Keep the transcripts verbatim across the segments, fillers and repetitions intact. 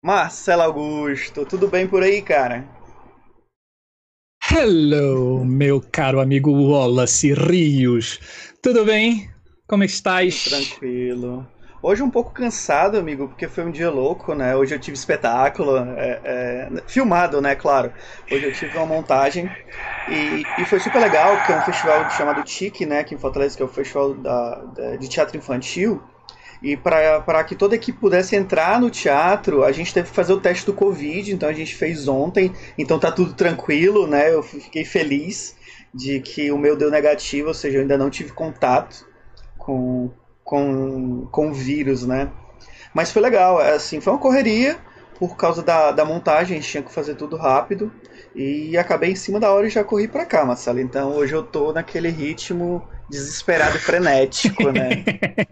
Marcelo Augusto, tudo bem por aí, cara? Hello, meu caro amigo Wallace Rios. Tudo bem? Como estás? Tranquilo. Hoje um pouco cansado, amigo, porque foi um dia louco, né? Hoje eu tive espetáculo, é, é, filmado, né? Claro. Hoje eu tive uma montagem e, e foi super legal, que é um festival chamado TIC, né? Aqui em Fortaleza, que é o festival da, da- de teatro infantil. E para que toda a equipe pudesse entrar no teatro, a gente teve que fazer o teste do Covid, então a gente fez ontem, então tá tudo tranquilo, né? Eu fiquei feliz de que o meu deu negativo, ou seja, eu ainda não tive contato com, com, com o vírus, né? Mas foi legal, é, assim, foi uma correria por causa da, da montagem, a gente tinha que fazer tudo rápido e acabei em cima da hora e já corri pra cá, Marcelo. Então hoje eu tô naquele ritmo desesperado e frenético, né?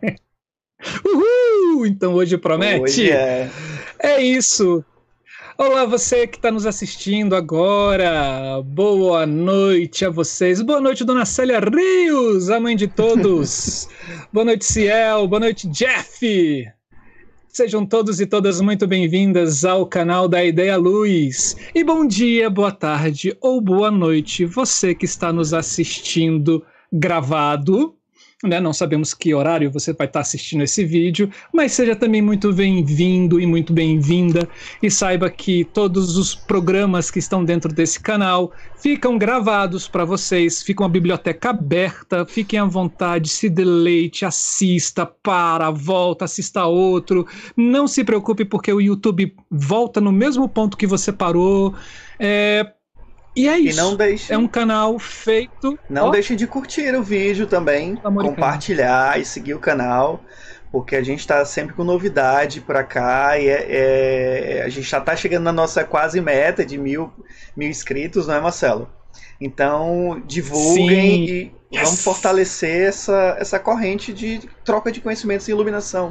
Uhul! Então hoje Hoje promete? é. É isso. Olá, você que está nos assistindo agora. Boa noite a vocês. Boa noite, Dona Célia Rios, a mãe de todos. Boa noite, Ciel. Boa noite, Jeff. Sejam todos e todas muito bem-vindas ao canal da Ideia Luz. E bom dia, boa tarde ou boa noite, você que está nos assistindo gravado, né? Não sabemos que horário você vai estar assistindo esse vídeo, mas seja também muito bem-vindo e muito bem-vinda, e saiba que todos os programas que estão dentro desse canal ficam gravados para vocês, fica uma biblioteca aberta, fiquem à vontade, se deleite, assista, para, volta, assista outro, não se preocupe porque o YouTube volta no mesmo ponto que você parou, é... E é E não isso, deixe, é um canal feito... não Ó, deixe de curtir o vídeo também, americano. compartilhar e seguir o canal, porque a gente está sempre com novidade para cá e é- é- a gente já está chegando na nossa quase meta de mil, mil inscritos, não é, Marcelo? Então divulguem Sim, e vamos yes! fortalecer essa, essa corrente de troca de conhecimentos e iluminação.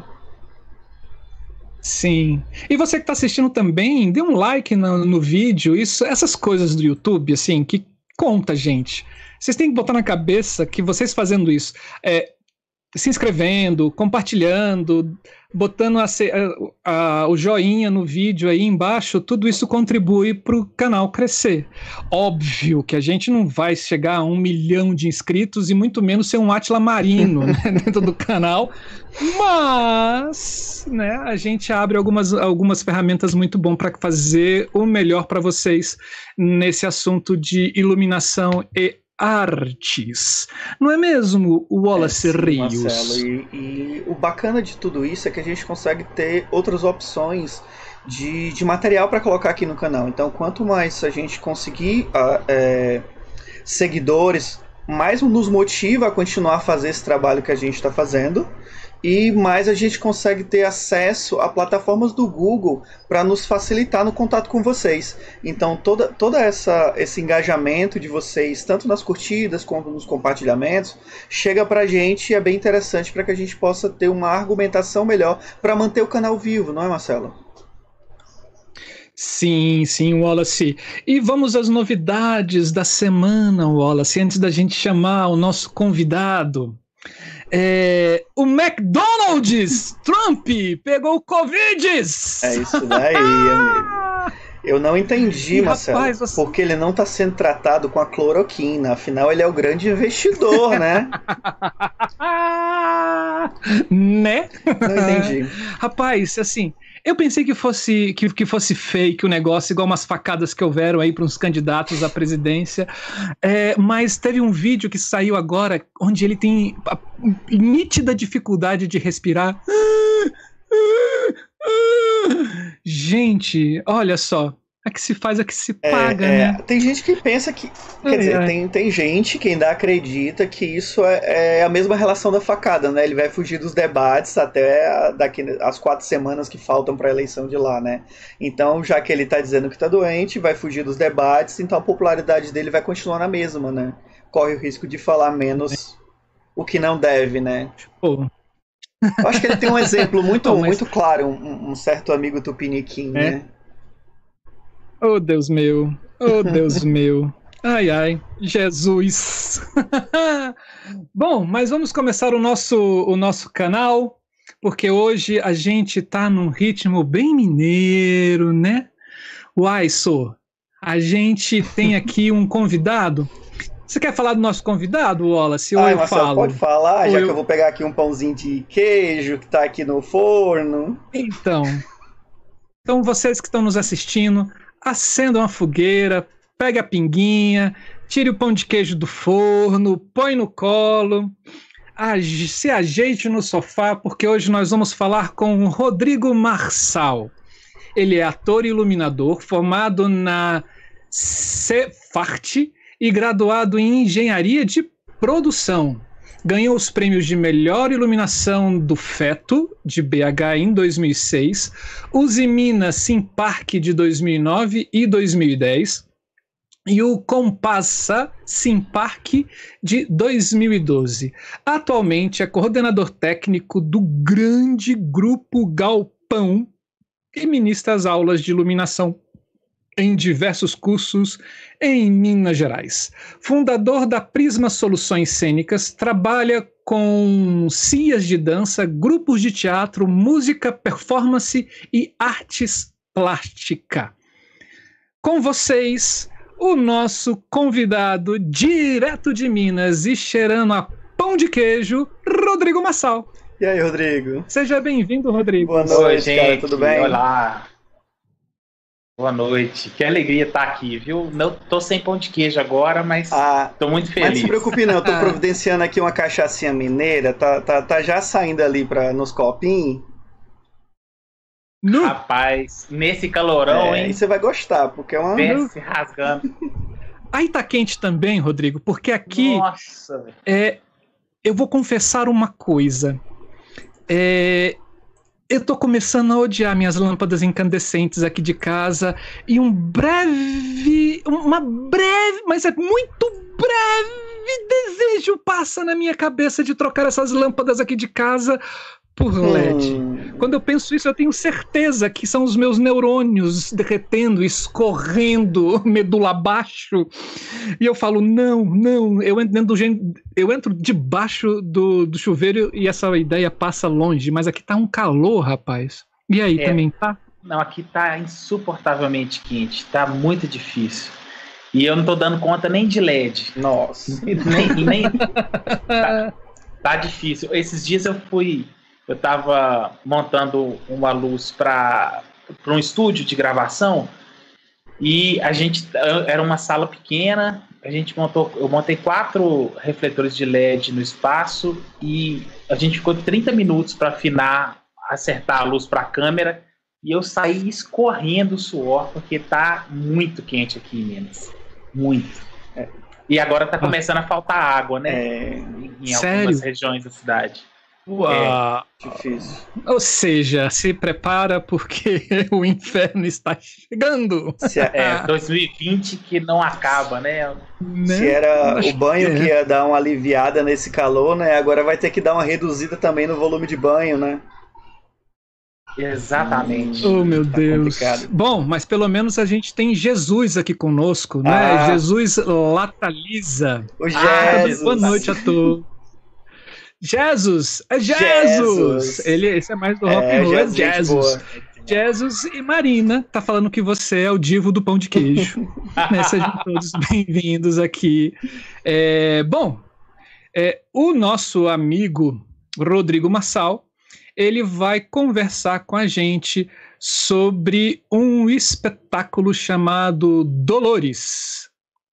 Sim. E você que está assistindo também, dê um like no, no vídeo. Isso, essas coisas do YouTube, assim, que conta, gente. Vocês têm que botar na cabeça que vocês fazendo isso, é, se inscrevendo, compartilhando, botando a se- a- a- o joinha no vídeo aí embaixo, tudo isso contribui para o canal crescer. Óbvio que a gente não vai chegar a um milhão de inscritos e muito menos ser um Átila Marino, né, dentro do canal, mas, né, a gente abre algumas, algumas ferramentas muito bom para fazer o melhor para vocês nesse assunto de iluminação e artes. Não é mesmo, É Wallace sim, Marcelo. Rios? E, e o bacana de tudo isso é que a gente consegue ter outras opções de, de material para colocar aqui no canal. Então, quanto mais a gente conseguir ah, é, seguidores, mais nos motiva a continuar a fazer esse trabalho que a gente está fazendo. E mais a gente consegue ter acesso a plataformas do Google para nos facilitar no contato com vocês. Então, toda, toda essa esse engajamento de vocês, tanto nas curtidas quanto nos compartilhamentos, chega para a gente e é bem interessante para que a gente possa ter uma argumentação melhor para manter o canal vivo, não é, Marcelo? Sim, sim, Wallace. E vamos às novidades da semana, Wallace, antes da gente chamar o nosso convidado. É, o McDonald's Trump pegou o Covid. É isso daí, amigo. Eu não entendi, E Marcelo, rapaz, você... porque ele não está sendo tratado com a cloroquina. Afinal, ele é o grande investidor, né? né? Não entendi. Rapaz, assim, eu pensei que fosse, que, que fosse fake o negócio, igual umas facadas que houveram aí para uns candidatos à presidência, é, mas teve um vídeo que saiu agora onde ele tem a nítida dificuldade de respirar. Gente, olha só, a que se faz, a que se paga, É, é, né? tem gente que pensa que. Quer Ai, dizer, ai. tem, tem gente que ainda acredita que isso é, é a mesma relação da facada, né? Ele vai fugir dos debates até a- daqui as quatro semanas que faltam para a eleição de lá, né? Então, já que ele tá dizendo que tá doente, vai fugir dos debates, então a popularidade dele vai continuar na mesma, né? Corre o risco de falar menos o que não deve, né? Pô, Eu acho que ele tem um exemplo muito, oh, mas muito claro, um, um certo amigo tupiniquim, é. né? Oh, Deus meu. Oh, Deus meu. Ai, ai. Jesus. Bom, mas vamos começar o nosso, o nosso canal. porque hoje a gente tá num ritmo bem mineiro, né? Uai, sô, a gente tem aqui um convidado. Você quer falar do nosso convidado, Wallace? Ou Ai, eu Marcelo, falo? pode falar, Ou já eu... que eu vou pegar aqui um pãozinho de queijo que tá aqui no forno. Então, então vocês que estão nos assistindo, acendam a fogueira, pegue a pinguinha, tire o pão de queijo do forno, põe no colo, se ajeite no sofá, porque hoje nós vamos falar com o Rodrigo Marçal. Ele é ator e iluminador, formado na Cefarte e graduado em Engenharia de Produção. Ganhou os prêmios de Melhor Iluminação do Feto, de B H, em dois mil e seis, Usimina Simpark, de dois mil e nove e dois mil e dez, e o Compassa Simpark, de dois mil e doze. Atualmente é coordenador técnico do grande Grupo Galpão e ministra as aulas de iluminação em diversos cursos em Minas Gerais. Fundador da Prisma Soluções Cênicas, trabalha com C I As de dança, grupos de teatro, música, performance e artes plástica. Com vocês, o nosso convidado direto de Minas e cheirando a pão de queijo, Rodrigo Marçal. E aí, Rodrigo? Seja bem-vindo, Rodrigo. Boa noite, Oi, gente. cara, tudo bem? Olá. Boa noite. Que alegria estar aqui, viu? Não tô sem pão de queijo agora, mas ah, tô muito feliz. Mas não se preocupe não, eu tô providenciando aqui uma cachaçinha mineira, tá, tá, tá já saindo ali pra, nos copinhos. No... Rapaz, nesse calorão, é, hein? E você vai gostar, porque é uma... Desce rasgando. Aí tá quente também, Rodrigo, porque aqui... Nossa, velho. É, eu vou confessar uma coisa. É... Eu tô começando a odiar minhas lâmpadas incandescentes aqui de casa e um breve, uma breve, mas é muito breve desejo passa na minha cabeça de trocar essas lâmpadas aqui de casa por L E D. Hum. Quando eu penso isso, eu tenho certeza que são os meus neurônios derretendo, escorrendo, medula abaixo. E eu falo, não, não, eu entro, dentro do, eu entro debaixo do, do chuveiro e essa ideia passa longe. Mas aqui tá um calor, rapaz. E aí, é, também tá? Não, aqui tá insuportavelmente quente, tá muito difícil. E eu não tô dando conta nem de L E D. Nossa. nem, nem, tá, tá difícil. Esses dias eu fui... Eu estava montando uma luz para um estúdio de gravação e a gente era uma sala pequena. A gente montou, eu montei quatro refletores de L E D no espaço e a gente ficou trinta minutos para afinar, acertar a luz para a câmera e eu saí escorrendo suor porque tá muito quente aqui em Minas, muito. É. E agora tá começando a faltar água, né? É. Em algumas regiões da cidade. Uau. É difícil. Ou seja, se prepara porque o inferno está chegando. Se é, é dois mil e vinte que não acaba, né? Se era o banho que ia dar uma aliviada nesse calor, né? Agora vai ter que dar uma reduzida também no volume de banho, né? Exatamente. Oh, meu tá Deus. Complicado. Bom, mas pelo menos a gente tem Jesus aqui conosco, né? Ah. Jesus Lataliza. O Jesus. Ah, boa noite a todos. Jesus, é Jesus. Jesus. Ele, esse é mais do rock and roll, é Jesus. Jesus e Marina tá falando que você é o divo do pão de queijo. Né? Sejam todos bem-vindos aqui. É, bom, é, o nosso amigo Rodrigo Marçal, ele vai conversar com a gente sobre um espetáculo chamado Dolores,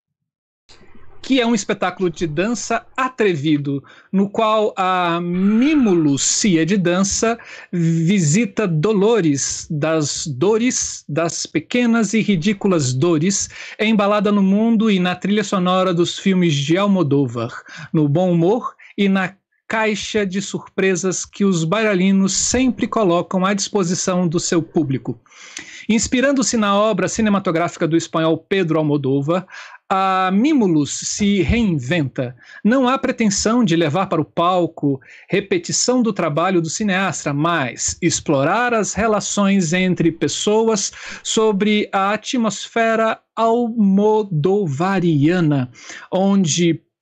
que é um espetáculo de dança atrevido, no qual a Mimulus, C I A de dança, visita Dolores, das dores, das pequenas e ridículas dores, é embalada no mundo e na trilha sonora dos filmes de Almodóvar, no bom humor e na caixa de surpresas que os bailarinos sempre colocam à disposição do seu público. Inspirando-se na obra cinematográfica do espanhol Pedro Almodóvar, a Mimulus se reinventa. Não há pretensão de levar para o palco repetição do trabalho do cineasta, mas explorar as relações entre pessoas sobre a atmosfera almodovariana, onde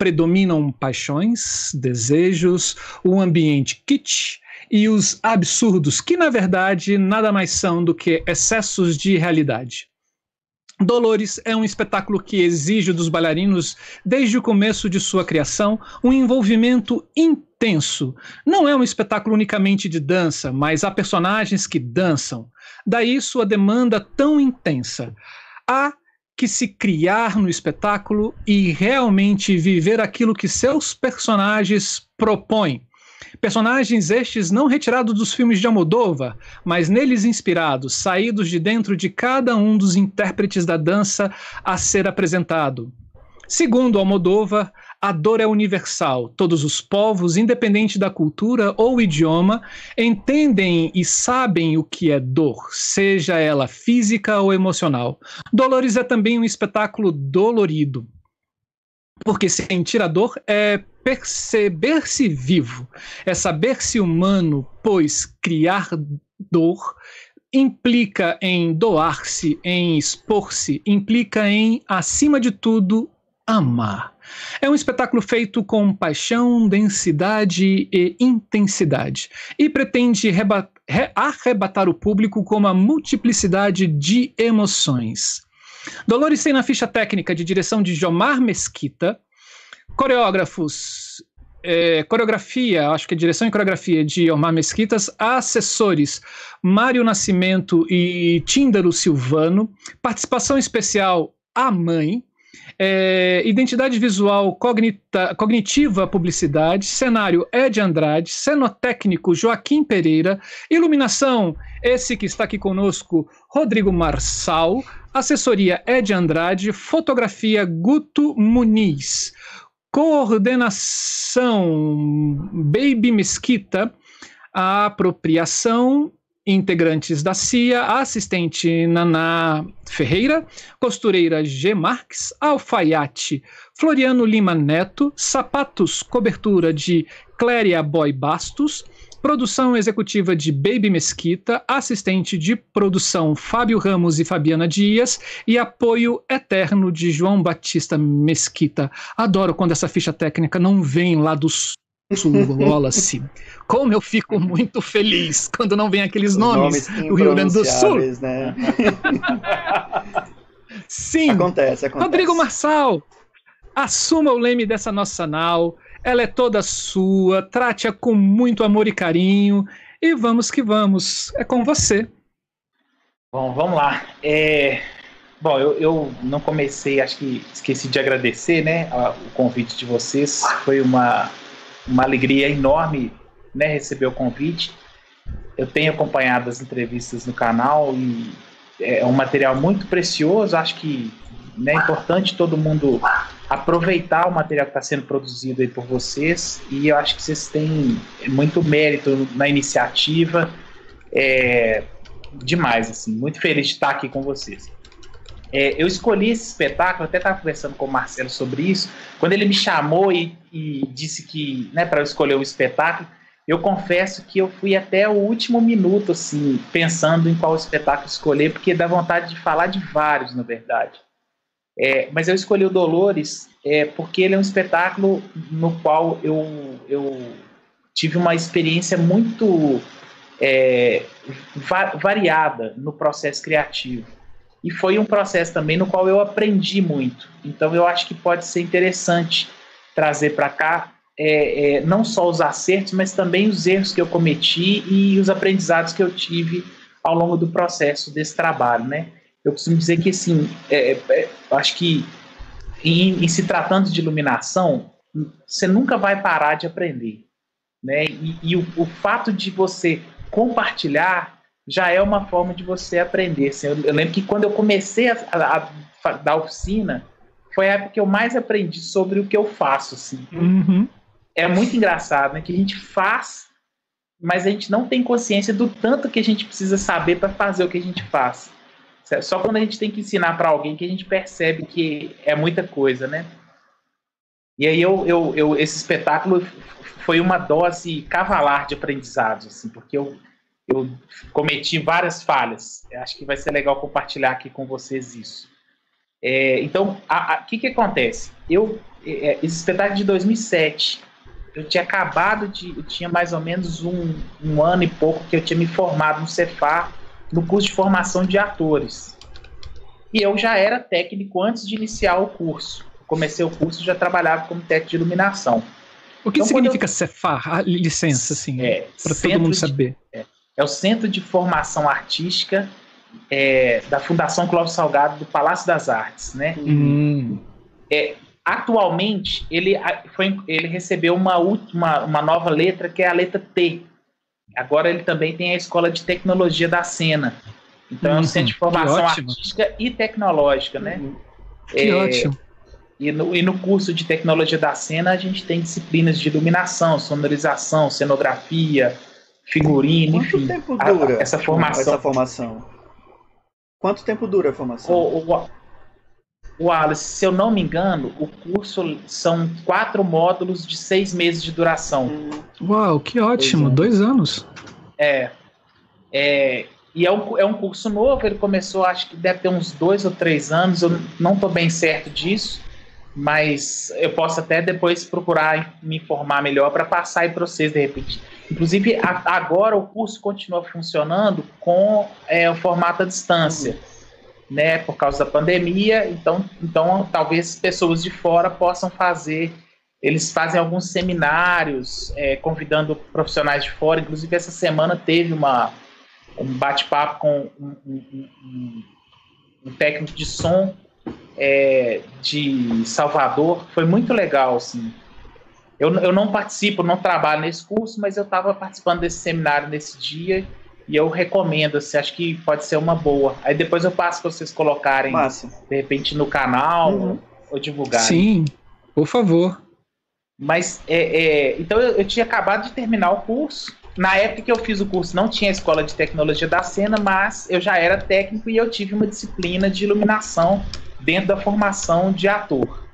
predominam paixões, desejos, o ambiente kitsch e os absurdos, que na verdade nada mais são do que excessos de realidade. Dolores é um espetáculo que exige dos bailarinos, desde o começo de sua criação, um envolvimento intenso. Não é um espetáculo unicamente de dança, mas há personagens que dançam. Daí sua demanda tão intensa. Há que se criar no espetáculo e realmente viver aquilo que seus personagens propõem. Personagens estes não retirados dos filmes de Almodóvar, mas neles inspirados, saídos de dentro de cada um dos intérpretes da dança a ser apresentado. Segundo Almodóvar, a dor é universal. Todos os povos, independente da cultura ou idioma, entendem e sabem o que é dor, seja ela física ou emocional. Dolores é também um espetáculo dolorido, porque sentir a dor é perceber-se vivo, é saber-se humano, pois criar dor implica em doar-se, em expor-se, implica em, acima de tudo, amar. É um espetáculo feito com paixão, densidade e intensidade, e pretende reba- re- arrebatar o público com uma multiplicidade de emoções. Dolores tem na ficha técnica de direção de Jomar Mesquita, coreógrafos, é, coreografia, acho que é direção e coreografia de Omar Mesquitas, assessores Mário Nascimento e Tíndaro Silvano, participação especial a mãe, é, identidade visual cognita, cognitiva publicidade, cenário Ed Andrade, cenotécnico Joaquim Pereira, iluminação, esse que está aqui conosco, Rodrigo Marçal, assessoria Ed Andrade, fotografia Guto Muniz, coordenação Baby Mesquita, a apropriação, integrantes da C I A, assistente Naná Ferreira, costureira G. Marques, alfaiate Floriano Lima Neto, sapatos cobertura de Cléria Boy Bastos, produção executiva de Baby Mesquita, assistente de produção Fábio Ramos e Fabiana Dias e apoio eterno de João Batista Mesquita. Adoro quando essa ficha técnica não vem lá do sul, Wallace. Como eu fico muito feliz quando não vem aqueles nomes, nomes do Rio Grande do Sul. Né? Sim. Acontece, acontece. Rodrigo Marçal, assuma o leme dessa nossa nau. Ela é toda sua, trate-a com muito amor e carinho, e vamos que vamos, é com você. Bom, vamos lá. É... Bom, eu, eu não comecei, acho que esqueci de agradecer, né, a, o convite de vocês, foi uma, uma alegria enorme, né, receber o convite. Eu tenho acompanhado as entrevistas no canal e é um material muito precioso, acho que né, é importante todo mundo aproveitar o material que está sendo produzido aí por vocês, e eu acho que vocês têm muito mérito na iniciativa, é, demais, assim, muito feliz de estar aqui com vocês. É, eu escolhi esse espetáculo, até estava conversando com o Marcelo sobre isso, quando ele me chamou e, e disse que, né, para eu escolher o espetáculo, eu confesso que eu fui até o último minuto, assim, pensando em qual espetáculo escolher, porque dá vontade de falar de vários, na verdade. É, mas eu escolhi o Dolores é, porque ele é um espetáculo no qual eu, eu tive uma experiência muito é, va- variada no processo criativo. E foi um processo também no qual eu aprendi muito. Então eu acho que pode ser interessante trazer para cá é, é, não só os acertos, mas também os erros que eu cometi e os aprendizados que eu tive ao longo do processo desse trabalho, né? Eu costumo dizer que, assim, é, é, acho que em, em se tratando de iluminação, você nunca vai parar de aprender, né? E, e o, o fato de você compartilhar já é uma forma de você aprender. Assim, eu, eu lembro que quando eu comecei a, a, a dar oficina, foi a época que eu mais aprendi sobre o que eu faço. Assim. Uhum. É muito engraçado, né? Que a gente faz, mas a gente não tem consciência do tanto que a gente precisa saber para fazer o que a gente faz. Só quando a gente tem que ensinar para alguém que a gente percebe que é muita coisa, né? E aí eu, eu, eu, esse espetáculo foi uma dose cavalar de aprendizados, assim, porque eu, eu cometi várias falhas. Eu acho que vai ser legal compartilhar aqui com vocês isso. É, então, o que que acontece? Eu, é, esse espetáculo de dois mil e sete, eu tinha acabado de, eu tinha mais ou menos um, um ano e pouco que eu tinha me formado no Cefar, no curso de formação de atores. E eu já era técnico antes de iniciar o curso. Comecei o curso e já trabalhava como técnico de iluminação. O que então, significa eu... Cefar? A licença, assim, é, para todo mundo saber. De, é, é o Centro de Formação Artística é, da Fundação Clóvis Salgado do Palácio das Artes, né? Hum. É, atualmente, ele, foi, ele recebeu uma, última, uma nova letra, que é a letra T. Agora ele também tem a Escola de Tecnologia da Cena. Então, uhum, é um centro de formação artística e tecnológica, né? Uhum. Que é, ótimo. E no, e no curso de Tecnologia da Cena, a gente tem disciplinas de iluminação, sonorização, cenografia, figurino, Quanto enfim. tempo dura a, essa formação? Essa formação? Quanto tempo dura a formação? O, o, o Wallace, se eu não me engano, o curso são quatro módulos de seis meses de duração. Hum. Uau, que ótimo! Dois anos. É. é e é um, é um curso novo, ele começou, acho que deve ter uns dois ou três anos, eu não estou bem certo disso, mas eu posso até depois procurar me informar melhor para passar aí para vocês de repente. Inclusive, a, agora o curso continua funcionando com é, o formato à distância, uhum, né, por causa da pandemia, então, então talvez pessoas de fora possam fazer, eles fazem alguns seminários, é, convidando profissionais de fora, inclusive essa semana teve uma, um bate-papo com um, um, um, um técnico de som é, de Salvador, foi muito legal, assim. Eu, eu não participo, não trabalho nesse curso, mas eu estava participando desse seminário nesse dia e eu recomendo, assim, acho que pode ser uma boa. Aí depois eu passo para vocês colocarem, Massa. de repente, no canal, uhum, ou divulgarem. Sim, por favor. Mas, é, é, então eu, eu tinha acabado de terminar o curso. Na época que eu fiz o curso não tinha Escola de Tecnologia da Cena, mas eu já era técnico e eu tive uma disciplina de iluminação dentro da formação de ator.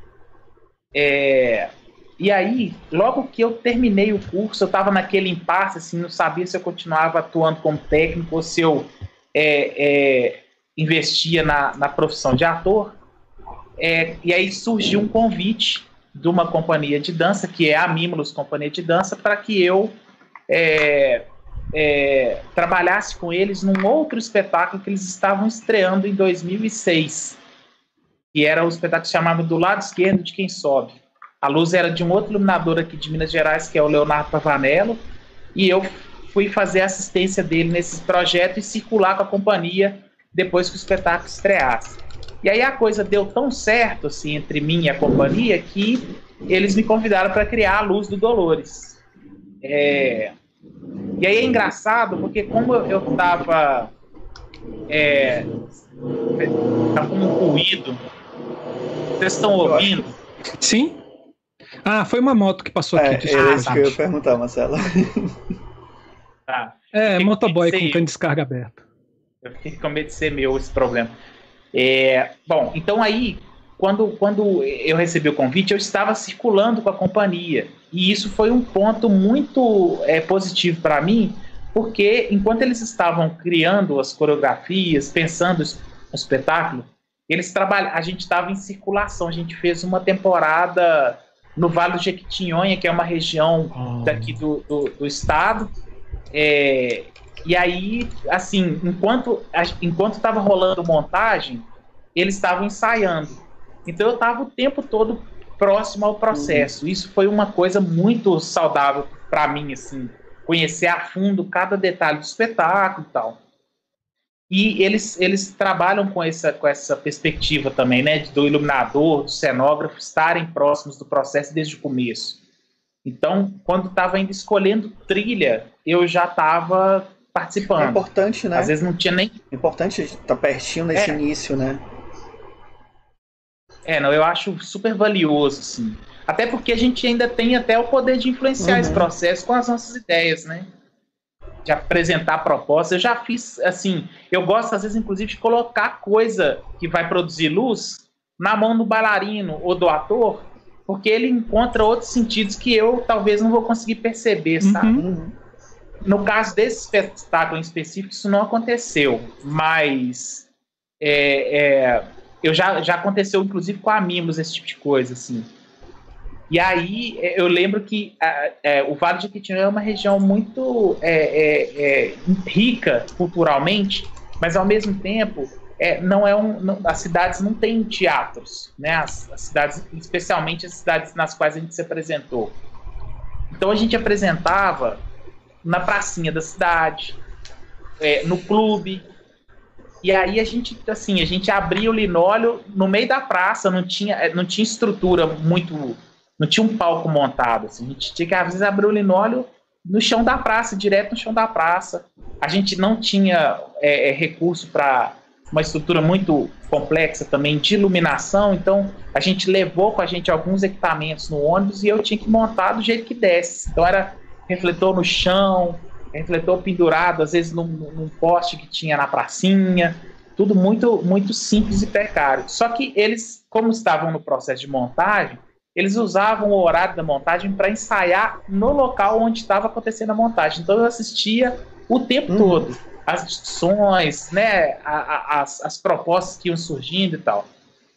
É... E aí, logo que eu terminei o curso, eu estava naquele impasse, assim, não sabia se eu continuava atuando como técnico ou se eu é, é, investia na, na profissão de ator. É, e aí surgiu um convite de uma companhia de dança, que é a Mimulus Companhia de Dança, para que eu é, é, trabalhasse com eles num outro espetáculo que eles estavam estreando em dois mil e seis, que era o espetáculo que se chamava Do Lado Esquerdo de Quem Sobe. A luz era de um outro iluminador aqui de Minas Gerais, que é o Leonardo Pavanello, e eu fui fazer assistência dele nesse projeto e circular com a companhia depois que o espetáculo estreasse. E aí a coisa deu tão certo, assim, entre mim e a companhia, que eles me convidaram para criar a Luz do Dolores. É... E aí é engraçado, porque como eu estava é... com um ruído, vocês estão ouvindo? Sim. Ah, foi uma moto que passou é, aqui. Era isso que eu ia perguntar, Marcelo. Tá. É, motoboy com cano de descarga aberto. Eu fiquei com medo de ser meu esse problema. É, bom, então aí, quando, quando eu recebi o convite, eu estava circulando com a companhia. E isso foi um ponto muito é, positivo para mim, porque enquanto eles estavam criando as coreografias, pensando no espetáculo, eles trabalham, a gente estava em circulação, a gente fez uma temporada no Vale do Jequitinhonha, que é uma região oh. daqui do, do, do estado, é, e aí, assim, enquanto enquanto estava rolando montagem, eles estavam ensaiando, então eu estava o tempo todo próximo ao processo, uhum. Isso foi uma coisa muito saudável para mim, assim, conhecer a fundo cada detalhe do espetáculo e tal. E eles, eles trabalham com essa, com essa perspectiva também, né, do iluminador, do cenógrafo estarem próximos do processo desde o começo. Então, quando estava ainda escolhendo trilha, eu já estava participando. É importante, né? Às vezes não tinha nem... É importante estar pertinho nesse é. início, né? É, não, eu acho super valioso, assim. Até porque a gente ainda tem até o poder de influenciar uhum. esse processo com as nossas ideias, né? De apresentar propostas. Eu já fiz, assim, eu gosto às vezes inclusive de colocar coisa que vai produzir luz na mão do bailarino ou do ator, porque ele encontra outros sentidos que eu talvez não vou conseguir perceber, sabe? Uhum. No caso desse espetáculo em específico, isso não aconteceu, mas é, é, eu já, já aconteceu, inclusive, com a Mimos, esse tipo de coisa, assim. E aí, eu lembro que a, é, o Vale de Jequitinhonha é uma região muito é, é, é, rica culturalmente, mas, ao mesmo tempo, é, não é um, não, as cidades não têm teatros, né? As, as cidades, especialmente as cidades nas quais a gente se apresentou. Então, a gente apresentava na pracinha da cidade, é, no clube. E aí a gente, assim, a gente abria o linóleo no meio da praça, não tinha, não tinha estrutura muito, não tinha um palco montado, assim, a gente tinha que às vezes abrir o linóleo no chão da praça, direto no chão da praça. A gente não tinha é, recurso para uma estrutura muito complexa também de iluminação, então a gente levou com a gente alguns equipamentos no ônibus e eu tinha que montar do jeito que desse. Então era refletor no chão, refletor pendurado, às vezes num, num poste que tinha na pracinha, tudo muito, muito simples e precário. Só que eles, como estavam no processo de montagem, eles usavam o horário da montagem para ensaiar no local onde estava acontecendo a montagem. Então eu assistia o tempo hum. todo, as discussões, né, a, a, as, as propostas que iam surgindo e tal.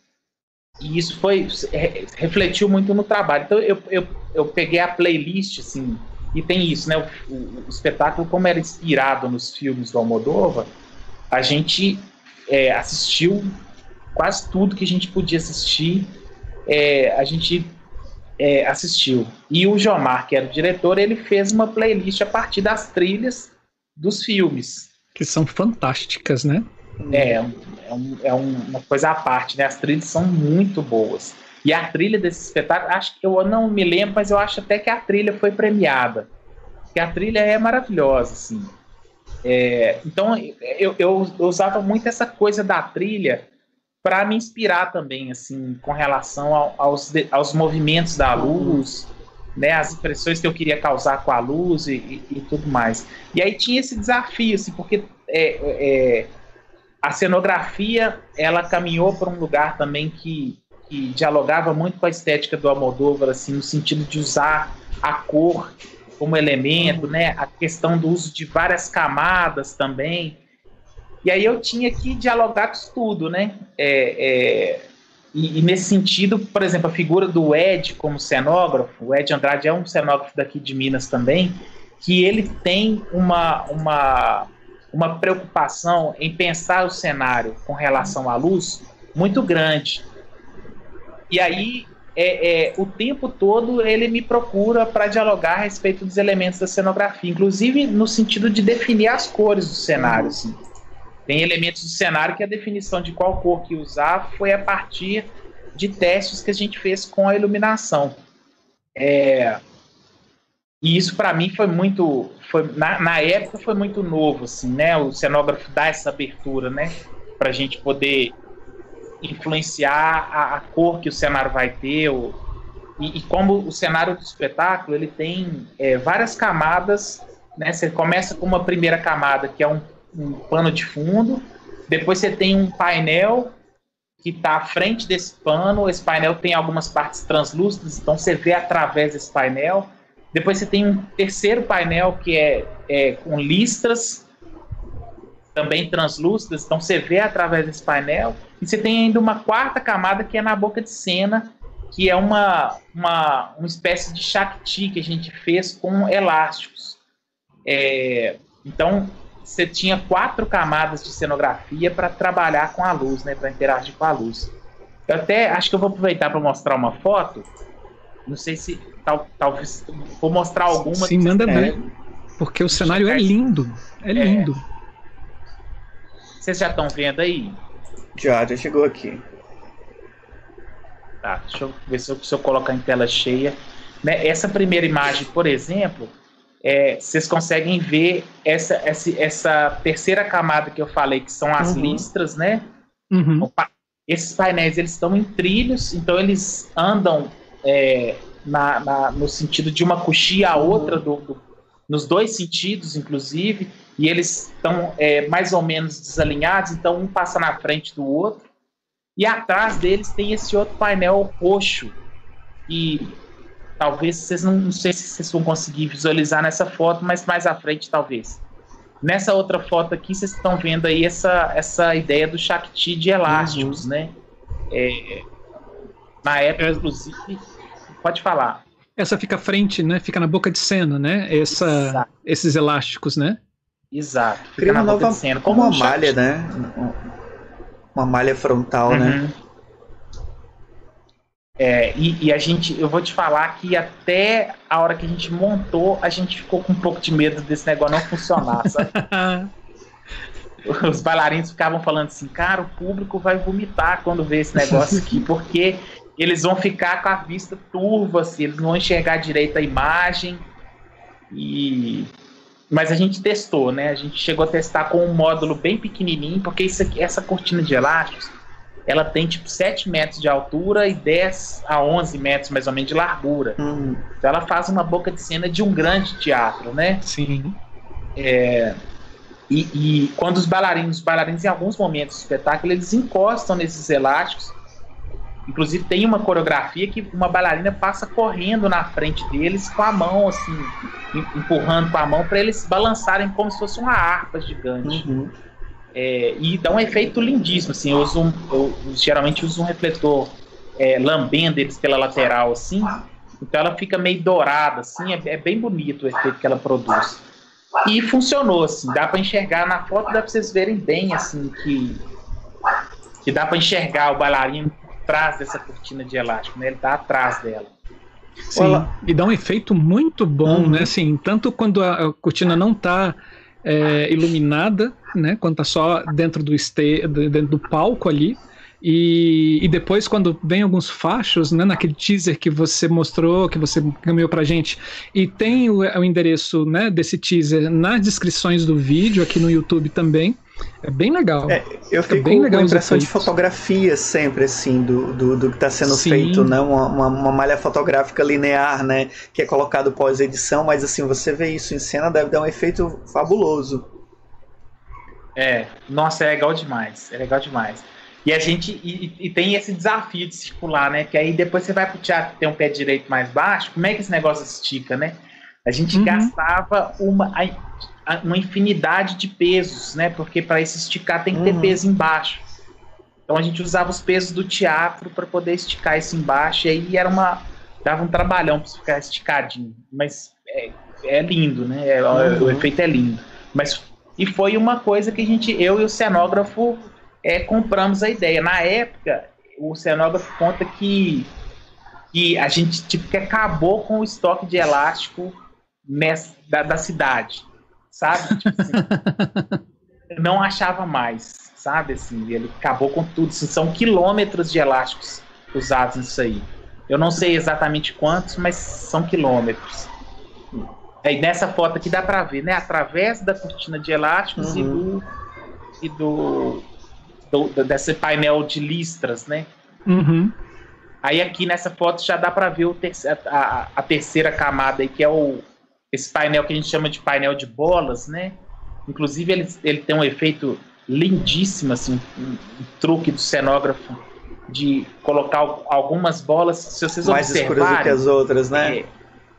E isso foi, refletiu muito no trabalho. Então eu, eu, eu peguei a playlist, assim, e tem isso, né? O, o, o espetáculo, como era inspirado nos filmes do Almodóvar, a gente é, assistiu quase tudo que a gente podia assistir, é, a gente é, assistiu. E o Jomar, que era o diretor, ele fez uma playlist a partir das trilhas dos filmes. Que são fantásticas, né? É, é, um, é uma coisa à parte, né? As trilhas são muito boas. E a trilha desse espetáculo, acho que eu não me lembro, mas eu acho até que a trilha foi premiada. Porque a trilha é maravilhosa, assim. É, então, eu, eu, eu usava muito essa coisa da trilha para me inspirar também, assim, com relação ao, aos, aos movimentos da luz, né, as impressões que eu queria causar com a luz e, e, e tudo mais. E aí tinha esse desafio, assim, porque é, é, a cenografia, ela caminhou para um lugar também que que dialogava muito com a estética do Almodóvar, assim, no sentido de usar a cor como elemento, né? A questão do uso de várias camadas também. E aí eu tinha que dialogar com isso tudo, né? É, é, e, e nesse sentido, por exemplo, a figura do Ed como cenógrafo, o Ed Andrade é um cenógrafo daqui de Minas também, que ele tem uma, uma, uma preocupação em pensar o cenário com relação à luz muito grande. E aí, é, é, o tempo todo, ele me procura para dialogar a respeito dos elementos da cenografia, inclusive no sentido de definir as cores do cenário. Assim. Tem elementos do cenário que a definição de qual cor que usar foi a partir de testes que a gente fez com a iluminação. É, e isso, para mim, foi muito... Foi, na, na época, foi muito novo, assim, né? O cenógrafo dá essa abertura, né? Para a gente poder influenciar a, a cor que o cenário vai ter, o, e, e como o cenário do espetáculo ele tem é, várias camadas, né? Você começa com uma primeira camada que é um, um pano de fundo, depois você tem um painel que está à frente desse pano, esse painel tem algumas partes translúcidas, então você vê através desse painel, depois você tem um terceiro painel que é, é com listras também translúcidas, então você vê através desse painel, e você tem ainda uma quarta camada que é na boca de cena, que é uma, uma, uma espécie de Shakti que a gente fez com elásticos. É, então, você tinha quatro camadas de cenografia para trabalhar com a luz, né, para interagir com a luz. Eu até acho que eu vou aproveitar para mostrar uma foto, não sei se, tal, talvez, vou mostrar alguma. Sim, manda ver, porque o cenário é lindo, é lindo. É, vocês já estão vendo aí? Já, já chegou aqui. Tá, deixa eu ver se eu, se eu colocar em tela cheia. Né, essa primeira imagem, por exemplo, é, vocês conseguem ver essa, essa, essa terceira camada que eu falei, que são as uhum. listras, né? Uhum. Esses painéis, eles estão em trilhos, então eles andam é, na, na, no sentido de uma coxia a outra, do, do, nos dois sentidos, inclusive, e eles estão é, mais ou menos desalinhados, então um passa na frente do outro, e atrás deles tem esse outro painel roxo, e talvez vocês não, não sei se vocês vão conseguir visualizar nessa foto, mas mais à frente talvez. Nessa outra foto aqui, vocês estão vendo aí essa, essa ideia do Shakti de elásticos, uhum. né? É, na época, é. inclusive, pode falar. Essa fica à frente, né? Fica na boca de cena, né? Essa, esses elásticos, né? Exato. Fica Cria na uma boca nova, de cena. Como uma um malha, chat. né? Uma malha frontal, uhum. né? É, e, e a gente, eu vou te falar que até a hora que a gente montou, a gente ficou com um pouco de medo desse negócio não funcionar, sabe? Os bailarinos ficavam falando assim, cara, o público vai vomitar quando vê esse negócio aqui, porque eles vão ficar com a vista turva, assim, eles não vão enxergar direito a imagem. E... Mas a gente testou, né? A gente chegou a testar com um módulo bem pequenininho, porque isso aqui, essa cortina de elásticos, ela tem tipo sete metros de altura e dez a onze metros mais ou menos de largura. Hum. Então ela faz uma boca de cena de um grande teatro, né? Sim. É... E, e quando os bailarinos, os bailarinos em alguns momentos do espetáculo, eles encostam nesses elásticos. Inclusive tem uma coreografia que uma bailarina passa correndo na frente deles com a mão assim, empurrando com a mão para eles balançarem como se fosse uma harpa gigante. Uhum. É, e dá um efeito lindíssimo, assim. Eu, uso um, eu geralmente uso um refletor é, lambendo eles pela lateral, assim. Então ela fica meio dourada, assim. É, é bem bonito o efeito que ela produz. E funcionou, assim. Dá para enxergar na foto, dá para vocês verem bem, assim, que, que dá para enxergar o bailarino atrás dessa cortina de elástico, né? Ele tá atrás dela. Sim, Olá. E dá um efeito muito bom, uhum. né? Assim, tanto quando a cortina não tá é, iluminada, né? Quando tá só dentro do, este, dentro do palco ali. E, e depois quando vem alguns fachos, né, naquele teaser que você mostrou, que você encaminhou pra gente, e tem o, o endereço, né, desse teaser nas descrições do vídeo aqui no YouTube também, é bem legal. É, eu fico bem legal com a impressão de fotografia sempre, assim, do, do, do que está sendo Sim. feito, né, uma, uma, uma malha fotográfica linear, né, que é colocado pós-edição, mas assim, você vê isso em cena, deve dar um efeito fabuloso. É, nossa, é legal demais, é legal demais. E a gente e, e tem esse desafio de circular, né? Que aí depois você vai pro teatro que tem um pé direito mais baixo, como é que esse negócio estica, né? A gente uhum. gastava uma, uma infinidade de pesos, né? Porque para esse esticar tem que ter uhum. peso embaixo. Então a gente usava os pesos do teatro para poder esticar isso embaixo, e aí era uma, dava um trabalhão para ficar esticadinho. Mas é, é lindo, né? É, uhum. O efeito é lindo. Mas, e foi uma coisa que a gente, eu e o cenógrafo, É, compramos a ideia. Na época, o cenógrafo conta que, que a gente tipo, que acabou com o estoque de elástico nessa, da, da cidade, sabe? Tipo assim, não achava mais, sabe? Assim, ele acabou com tudo. Assim, são quilômetros de elásticos usados nisso aí. Eu não sei exatamente quantos, mas são quilômetros. Aí nessa foto aqui dá para ver, né? Através da cortina de elásticos uhum. e do... E do Do, desse painel de listras, né? Uhum. Aí aqui nessa foto já dá para ver o ter a, a terceira camada aí, que é o, esse painel que a gente chama de painel de bolas, né? Inclusive ele, ele tem um efeito lindíssimo, assim, um, um truque do cenógrafo de colocar algumas bolas, se vocês mais escuras do que as outras, né? É,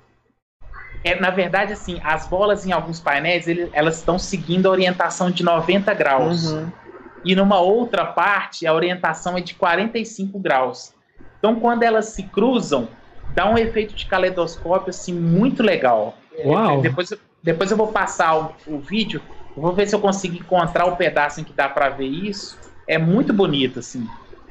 é, na verdade, assim, as bolas em alguns painéis, ele, elas estão seguindo a orientação de noventa graus. Uhum. E numa outra parte, a orientação é de quarenta e cinco graus. Então, quando elas se cruzam, dá um efeito de caleidoscópio, assim, muito legal. Uau. É, depois, depois eu vou passar o, o vídeo, eu vou ver se eu consigo encontrar o pedaço em que dá para ver isso. É muito bonito, assim.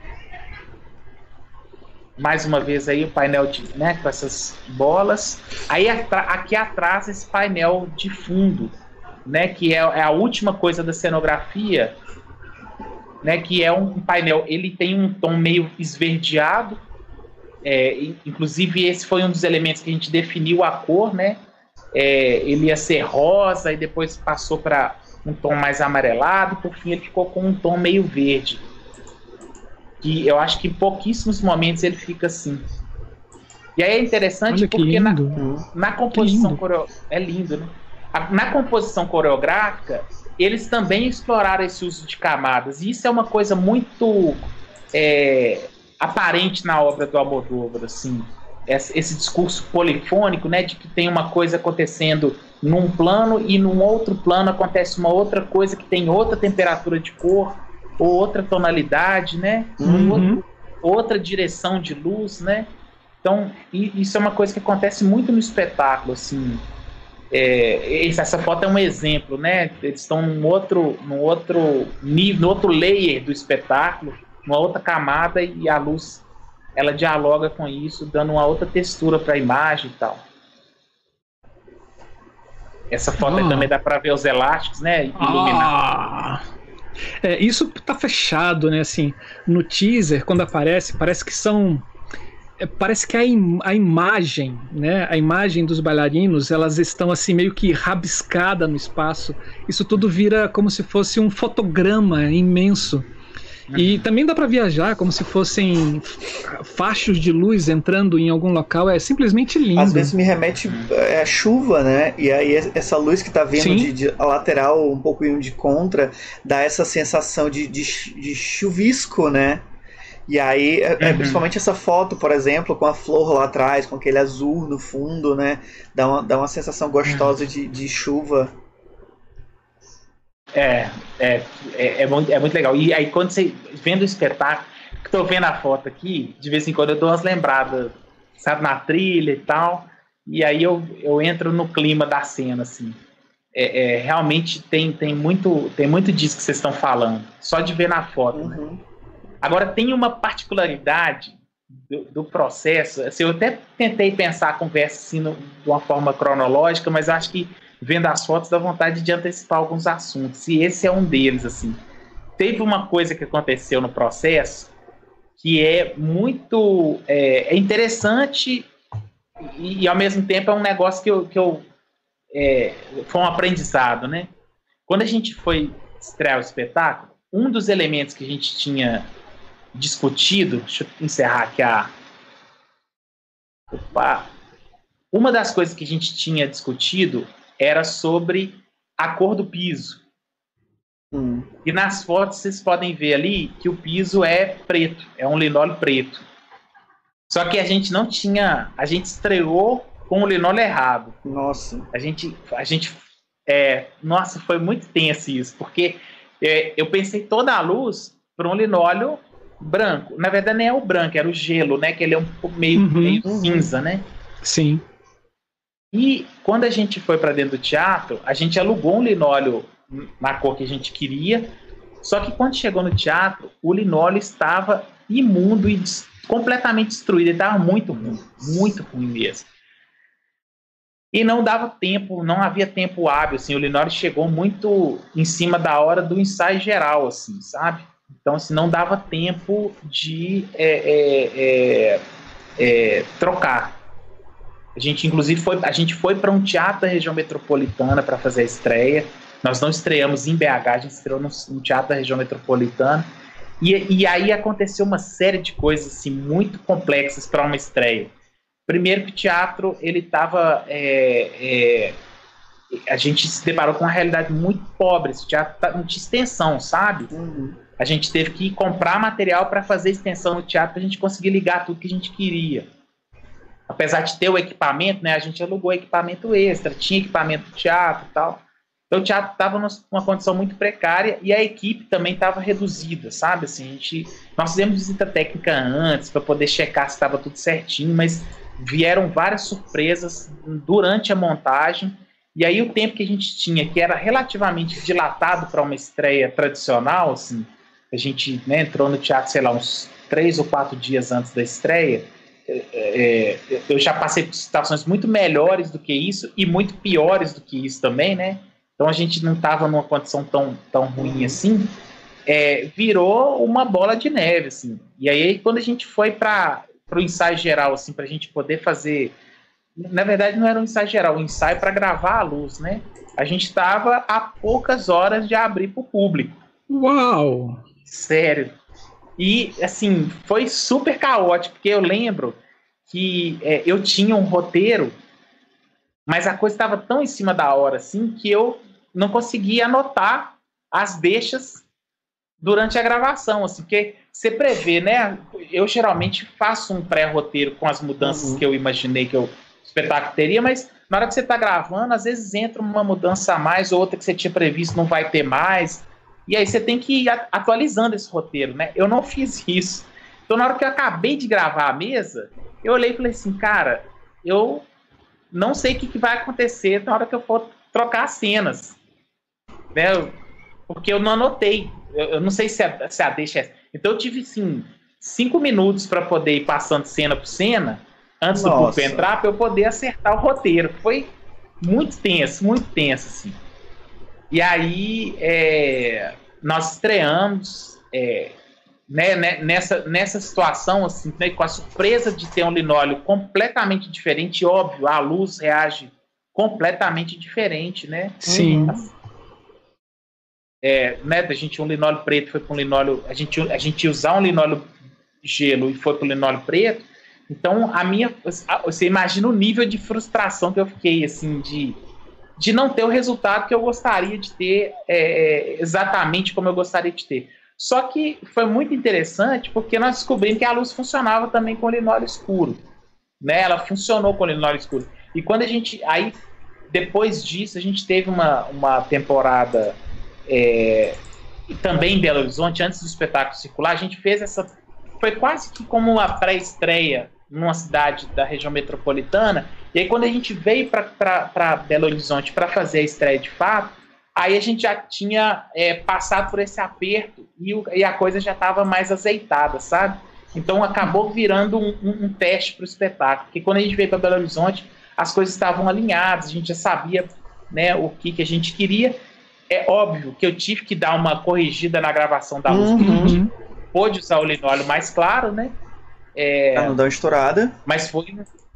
Mais uma vez aí o painel de, né, com essas bolas. Aí aqui atrás esse painel de fundo, né, que é, é a última coisa da cenografia, né, que é um painel, ele tem um tom meio esverdeado, é, inclusive esse foi um dos elementos que a gente definiu a cor, né, é, ele ia ser rosa e depois passou para um tom mais amarelado e por fim ele ficou com um tom meio verde, que eu acho que em pouquíssimos momentos ele fica assim. E aí é interessante porque na, na composição coreo... é lindo, né? Na composição coreográfica eles também exploraram esse uso de camadas, e isso é uma coisa muito é, aparente na obra do Almodóvar, assim, esse, esse discurso polifônico, né, de que tem uma coisa acontecendo num plano e num outro plano acontece uma outra coisa que tem outra temperatura de cor ou outra tonalidade, né, uhum. outro, outra direção de luz, né? Então, isso é uma coisa que acontece muito no espetáculo, assim. É, essa foto é um exemplo, né? Eles estão num outro, num outro nível, num outro layer do espetáculo, numa outra camada, e a luz, ela dialoga com isso, dando uma outra textura para a imagem e tal. Essa foto ah. aí também dá para ver os elásticos, né? Iluminados. Ah. É, isso tá fechado, né? Assim, no teaser, quando aparece, parece que são... Parece que a, im a imagem, né, a imagem dos bailarinos, elas estão assim meio que rabiscada no espaço. Isso tudo vira como se fosse um fotograma imenso. E também dá para viajar como se fossem fachos de luz entrando em algum local. É simplesmente lindo. Às vezes me remete a chuva, né? E aí essa luz que tá vindo de, de a lateral, um pouquinho de contra, dá essa sensação de, de, de chuvisco, né? E aí, é, uhum. principalmente essa foto, por exemplo, com a flor lá atrás, com aquele azul no fundo, né? Dá uma, dá uma sensação gostosa uhum. de, de chuva. É, é, é, é, muito, é muito legal. E aí, quando você vendo o espetáculo, que tô vendo a foto aqui, de vez em quando eu dou umas lembradas, sabe, na trilha e tal. E aí eu, eu entro no clima da cena, assim. É, é, realmente tem, tem, muito, tem muito disso que vocês estão falando, só de ver na foto, uhum. né? Agora, tem uma particularidade do, do processo. Assim, eu até tentei pensar a conversa assim, no, de uma forma cronológica, mas acho que, vendo as fotos, dá vontade de antecipar alguns assuntos. E esse é um deles. Assim. Teve uma coisa que aconteceu no processo que é muito é, é interessante e, e, ao mesmo tempo, é um negócio que eu... Que eu é, foi um aprendizado, né? Quando a gente foi estrear o espetáculo, um dos elementos que a gente tinha discutido, deixa eu encerrar aqui a... Opa! Uma das coisas que a gente tinha discutido era sobre a cor do piso. Hum. E nas fotos vocês podem ver ali que o piso é preto, é um linóleo preto. Só que a gente não tinha... A gente estreou com o linóleo errado. Nossa. A gente... A gente é, nossa, foi muito tenso isso, porque é, eu pensei toda a luz para um linóleo branco. Na verdade, nem é o branco, era o gelo, né? Que ele é um pouco meio, uhum. meio cinza, né? Sim. E quando a gente foi para dentro do teatro, a gente alugou um linóleo na cor que a gente queria, só que quando chegou no teatro, o linóleo estava imundo e des- completamente destruído. Ele estava muito ruim, muito ruim mesmo. E não dava tempo, não havia tempo hábil, assim, o linóleo chegou muito em cima da hora do ensaio geral, assim, sabe? Então, assim, não dava tempo de é, é, é, é, trocar. A gente, inclusive, foi, a gente foi para um teatro da região metropolitana para fazer a estreia. Nós não estreamos em B H, a gente estreou no, no teatro da região metropolitana. E, e aí aconteceu uma série de coisas assim, muito complexas para uma estreia. Primeiro que o teatro, ele estava... É, é, a gente se deparou com uma realidade muito pobre. Esse teatro não tinha extensão, sabe? Uhum. A gente teve que comprar material para fazer extensão no teatro para a gente conseguir ligar tudo que a gente queria. Apesar de ter o equipamento, né, a gente alugou equipamento extra, tinha equipamento do teatro e tal. Então o teatro estava numa condição muito precária e a equipe também estava reduzida, sabe? Assim, a gente, nós fizemos visita técnica antes para poder checar se estava tudo certinho, mas vieram várias surpresas durante a montagem. E aí o tempo que a gente tinha, que era relativamente dilatado para uma estreia tradicional, assim, a gente, né, entrou no teatro, sei lá, uns três ou quatro dias antes da estreia. É, eu já passei por situações muito melhores do que isso e muito piores do que isso também, né? Então a gente não estava numa condição tão, tão ruim assim. É, virou uma bola de neve, assim. E aí quando a gente foi para o ensaio geral, assim, para a gente poder fazer... Na verdade não era um ensaio geral, um ensaio para gravar a luz, né? A gente estava a poucas horas de abrir para o público. Uau! Sério. E, assim, foi super caótico, porque eu lembro que é, eu tinha um roteiro, mas a coisa estava tão em cima da hora, assim, que eu não conseguia anotar as deixas durante a gravação, assim, porque você prevê, né? Eu geralmente faço um pré-roteiro com as mudanças uhum. que eu imaginei que o espetáculo teria, mas na hora que você está gravando, às vezes entra uma mudança a mais, ou outra que você tinha previsto não vai ter mais... E aí você tem que ir atualizando esse roteiro, né? Eu não fiz isso. Então, na hora que eu acabei de gravar a mesa, eu olhei e falei assim, cara, eu não sei o que, que vai acontecer na hora que eu for trocar as cenas. Né? Porque eu não anotei. Eu, eu não sei se a, se a deixa é essa. Então, eu tive, assim, cinco minutos para poder ir passando cena por cena, antes Nossa. do público entrar, para eu poder acertar o roteiro. Foi muito tenso, muito tenso, assim. E aí, é, nós estreamos... É, Né, nessa, nessa situação, assim, né, com a surpresa de ter um linóleo completamente diferente, óbvio, a luz reage completamente diferente, né? Sim. É, né, a gente tinha um linóleo preto, foi para um linóleo, a gente, a gente ia usar um linóleo gelo e foi para o linóleo preto. Então, a minha, você imagina o nível de frustração que eu fiquei, assim, de, de não ter o resultado que eu gostaria de ter, é, exatamente como eu gostaria de ter. Só que foi muito interessante porque nós descobrimos que a luz funcionava também com linóleo escuro. Né? Ela funcionou com linóleo escuro. E quando a gente... Aí, depois disso, a gente teve uma, uma temporada é, também em Belo Horizonte, antes do espetáculo circular, a gente fez essa... Foi quase que como uma pré-estreia numa cidade da região metropolitana. E aí, quando a gente veio para Belo Horizonte para fazer a estreia de fato, aí a gente já tinha é, passado por esse aperto e, o, e a coisa já estava mais azeitada, sabe? Então acabou virando um, um, um teste para o espetáculo, porque quando a gente veio para Belo Horizonte, as coisas estavam alinhadas, a gente já sabia, né, o que, que a gente queria. É óbvio que eu tive que dar uma corrigida na gravação da luz, uhum. porque a gente pôde usar o linóleo mais claro, né? É, para não dar uma estourada. Mas foi...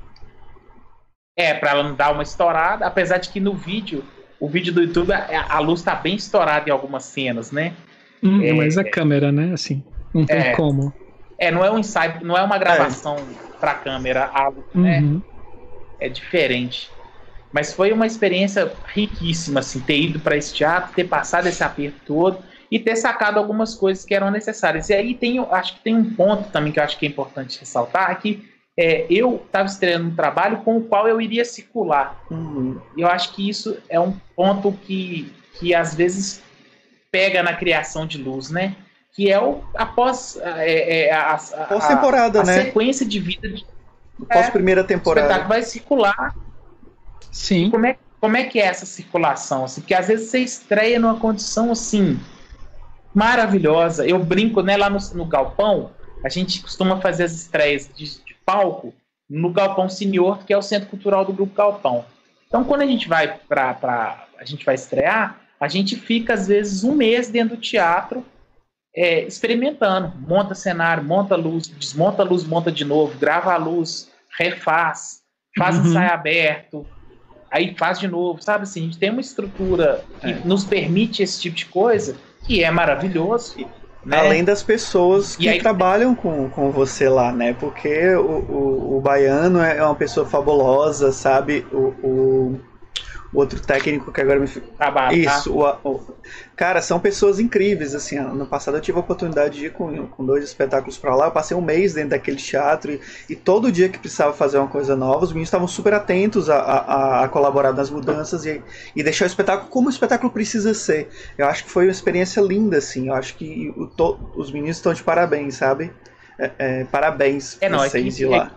É, para ela não dar uma estourada, apesar de que no vídeo... O vídeo do YouTube, a, a luz tá bem estourada em algumas cenas, né? Hum, é, mas a câmera, né? Assim, não tem é, como. É, não é um ensaio, não é uma gravação é. pra câmera, a, né? Uhum. É diferente. Mas foi uma experiência riquíssima, assim, ter ido para esse teatro, ter passado esse aperto todo e ter sacado algumas coisas que eram necessárias. E aí tem, acho que tem um ponto também que eu acho que é importante ressaltar, que É, eu estava estreando um trabalho com o qual eu iria circular. Uhum. E eu acho que isso é um ponto que, que às vezes pega na criação de luz, né? Que é o após é, é, a, a, pós-temporada, a, a né? sequência de vida de, pós-primeira temporada. O espetáculo vai circular. Sim. Como é, como é que é essa circulação? Assim? Porque às vezes você estreia numa condição assim maravilhosa. Eu brinco, né? Lá no, no Galpão, a gente costuma fazer as estreias de palco no Galpão Cineorto, que é o Centro Cultural do Grupo Galpão. Então, quando a gente vai para a gente vai estrear, a gente fica, às vezes, um mês dentro do teatro é, experimentando. Monta cenário, monta luz, desmonta a luz, monta de novo, grava a luz, refaz, faz uhum. ensaio aberto, aí faz de novo, sabe assim? A gente tem uma estrutura que é. nos permite esse tipo de coisa, que é maravilhoso. Né? Além das pessoas que aí, trabalham com, com você lá, né? Porque o, o, o Baiano é uma pessoa fabulosa, sabe? O, o, o outro técnico que agora me... Trabalho, Isso. tá? O, o... Cara, são pessoas incríveis, assim. Ano passado eu tive a oportunidade de ir com, com dois espetáculos pra lá. Eu passei um mês dentro daquele teatro e, e todo dia que precisava fazer uma coisa nova, os meninos estavam super atentos a, a, a colaborar nas mudanças e, e deixar o espetáculo como o espetáculo precisa ser. Eu acho que foi uma experiência linda, assim. Eu acho que o, to, os meninos estão de parabéns, sabe? É, é, parabéns é, não, vocês é de lá.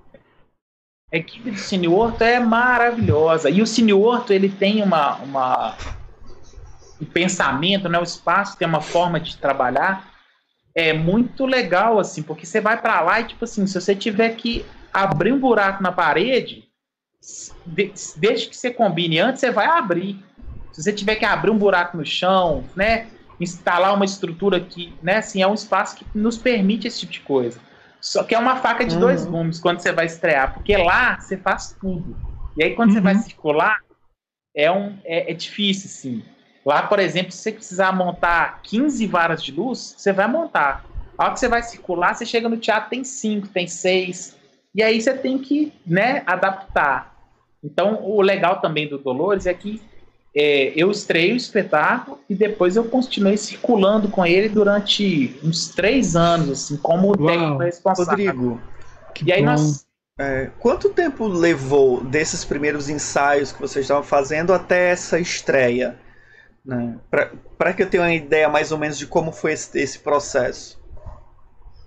A equipe do Cine Horto é maravilhosa. E o Cine Horto, ele tem uma, uma, um pensamento, né? O espaço tem uma forma de trabalhar é muito legal, assim, porque você vai para lá e, tipo assim, se você tiver que abrir um buraco na parede, desde que você combine antes, você vai abrir. Se você tiver que abrir um buraco no chão, né? Instalar uma estrutura que, né? Assim, é um espaço que nos permite esse tipo de coisa. Só que é uma faca de uhum. dois gumes quando você vai estrear, porque lá você faz tudo. E aí quando uhum. você vai circular, é, um, é, é difícil, sim. Lá, por exemplo, se você precisar montar quinze varas de luz, você vai montar. A hora que você vai circular, você chega no teatro, tem cinco, tem seis. E aí você tem que, né, adaptar. Então, o legal também do Dolores é que é, eu estreio o espetáculo e depois eu continuei circulando com ele durante uns três anos, assim, como técnico responsável. Rodrigo, e aí nós... é, quanto tempo levou desses primeiros ensaios que vocês estavam fazendo até essa estreia? Né? Para que eu tenha uma ideia mais ou menos de como foi esse, esse processo.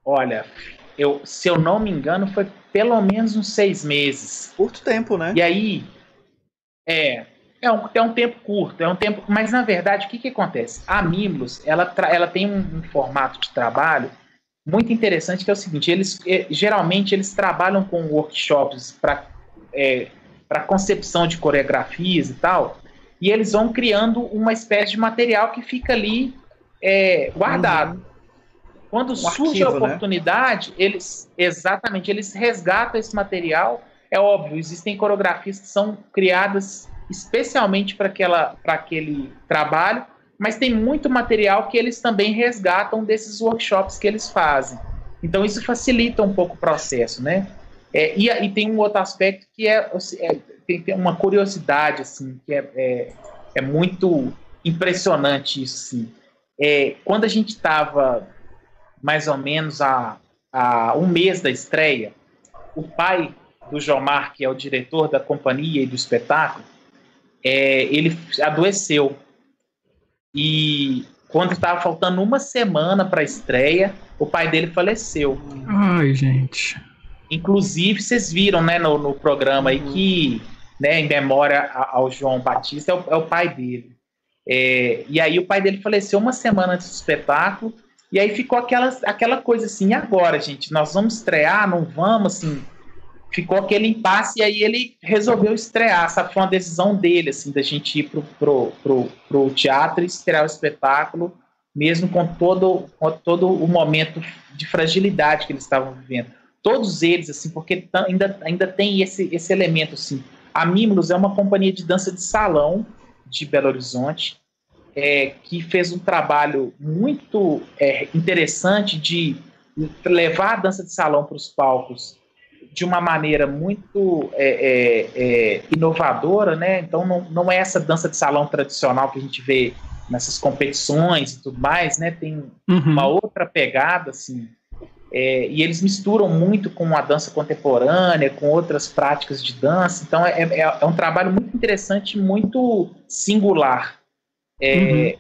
Olha, eu, se eu não me engano, foi pelo menos uns seis meses. Curto tempo, né? E aí, é, é, um, é um tempo curto, é um tempo. Mas na verdade, o que, que acontece? A Mimlos, ela, tra, ela tem um, um formato de trabalho muito interessante, que é o seguinte: eles geralmente eles trabalham com workshops para é, para concepção de coreografias e tal, e eles vão criando uma espécie de material que fica ali é, guardado. Uhum. Quando um surge arquivo, a oportunidade, né? eles exatamente eles resgatam esse material. É óbvio, existem coreografias que são criadas especialmente para aquela para aquele trabalho, mas tem muito material que eles também resgatam desses workshops que eles fazem. Então isso facilita um pouco o processo, né? É, e, e tem um outro aspecto que é, é tem, tem uma curiosidade assim, que é, é, é muito impressionante isso. Assim. É, quando a gente estava mais ou menos a, a um mês da estreia, o pai do Jomar, que é o diretor da companhia e do espetáculo, é, ele adoeceu. E quando estava faltando uma semana para a estreia, o pai dele faleceu. Ai, gente. Inclusive, vocês viram, né, no, no programa aí que, né, em memória ao João Batista, é o, é o pai dele. É, e aí o pai dele faleceu uma semana antes do espetáculo, e aí ficou aquela, aquela coisa assim, e agora, gente? Nós vamos estrear, não vamos, assim... Ficou aquele impasse, e aí ele resolveu estrear, sabe? Foi uma decisão dele, assim, da gente ir pro, pro, pro, pro teatro e estrear o espetáculo, mesmo com todo, com todo o momento de fragilidade que eles estavam vivendo. Todos eles, assim, porque ainda, ainda tem esse, esse elemento, assim. A Mimlos é uma companhia de dança de salão de Belo Horizonte, é, que fez um trabalho muito é, interessante de levar a dança de salão para os palcos de uma maneira muito é, é, é, inovadora, né? Então não, não é essa dança de salão tradicional que a gente vê nessas competições e tudo mais, né? Tem uhum. uma outra pegada, assim, é, e eles misturam muito com a dança contemporânea, com outras práticas de dança, então é, é, é um trabalho muito interessante, muito singular. É, uhum.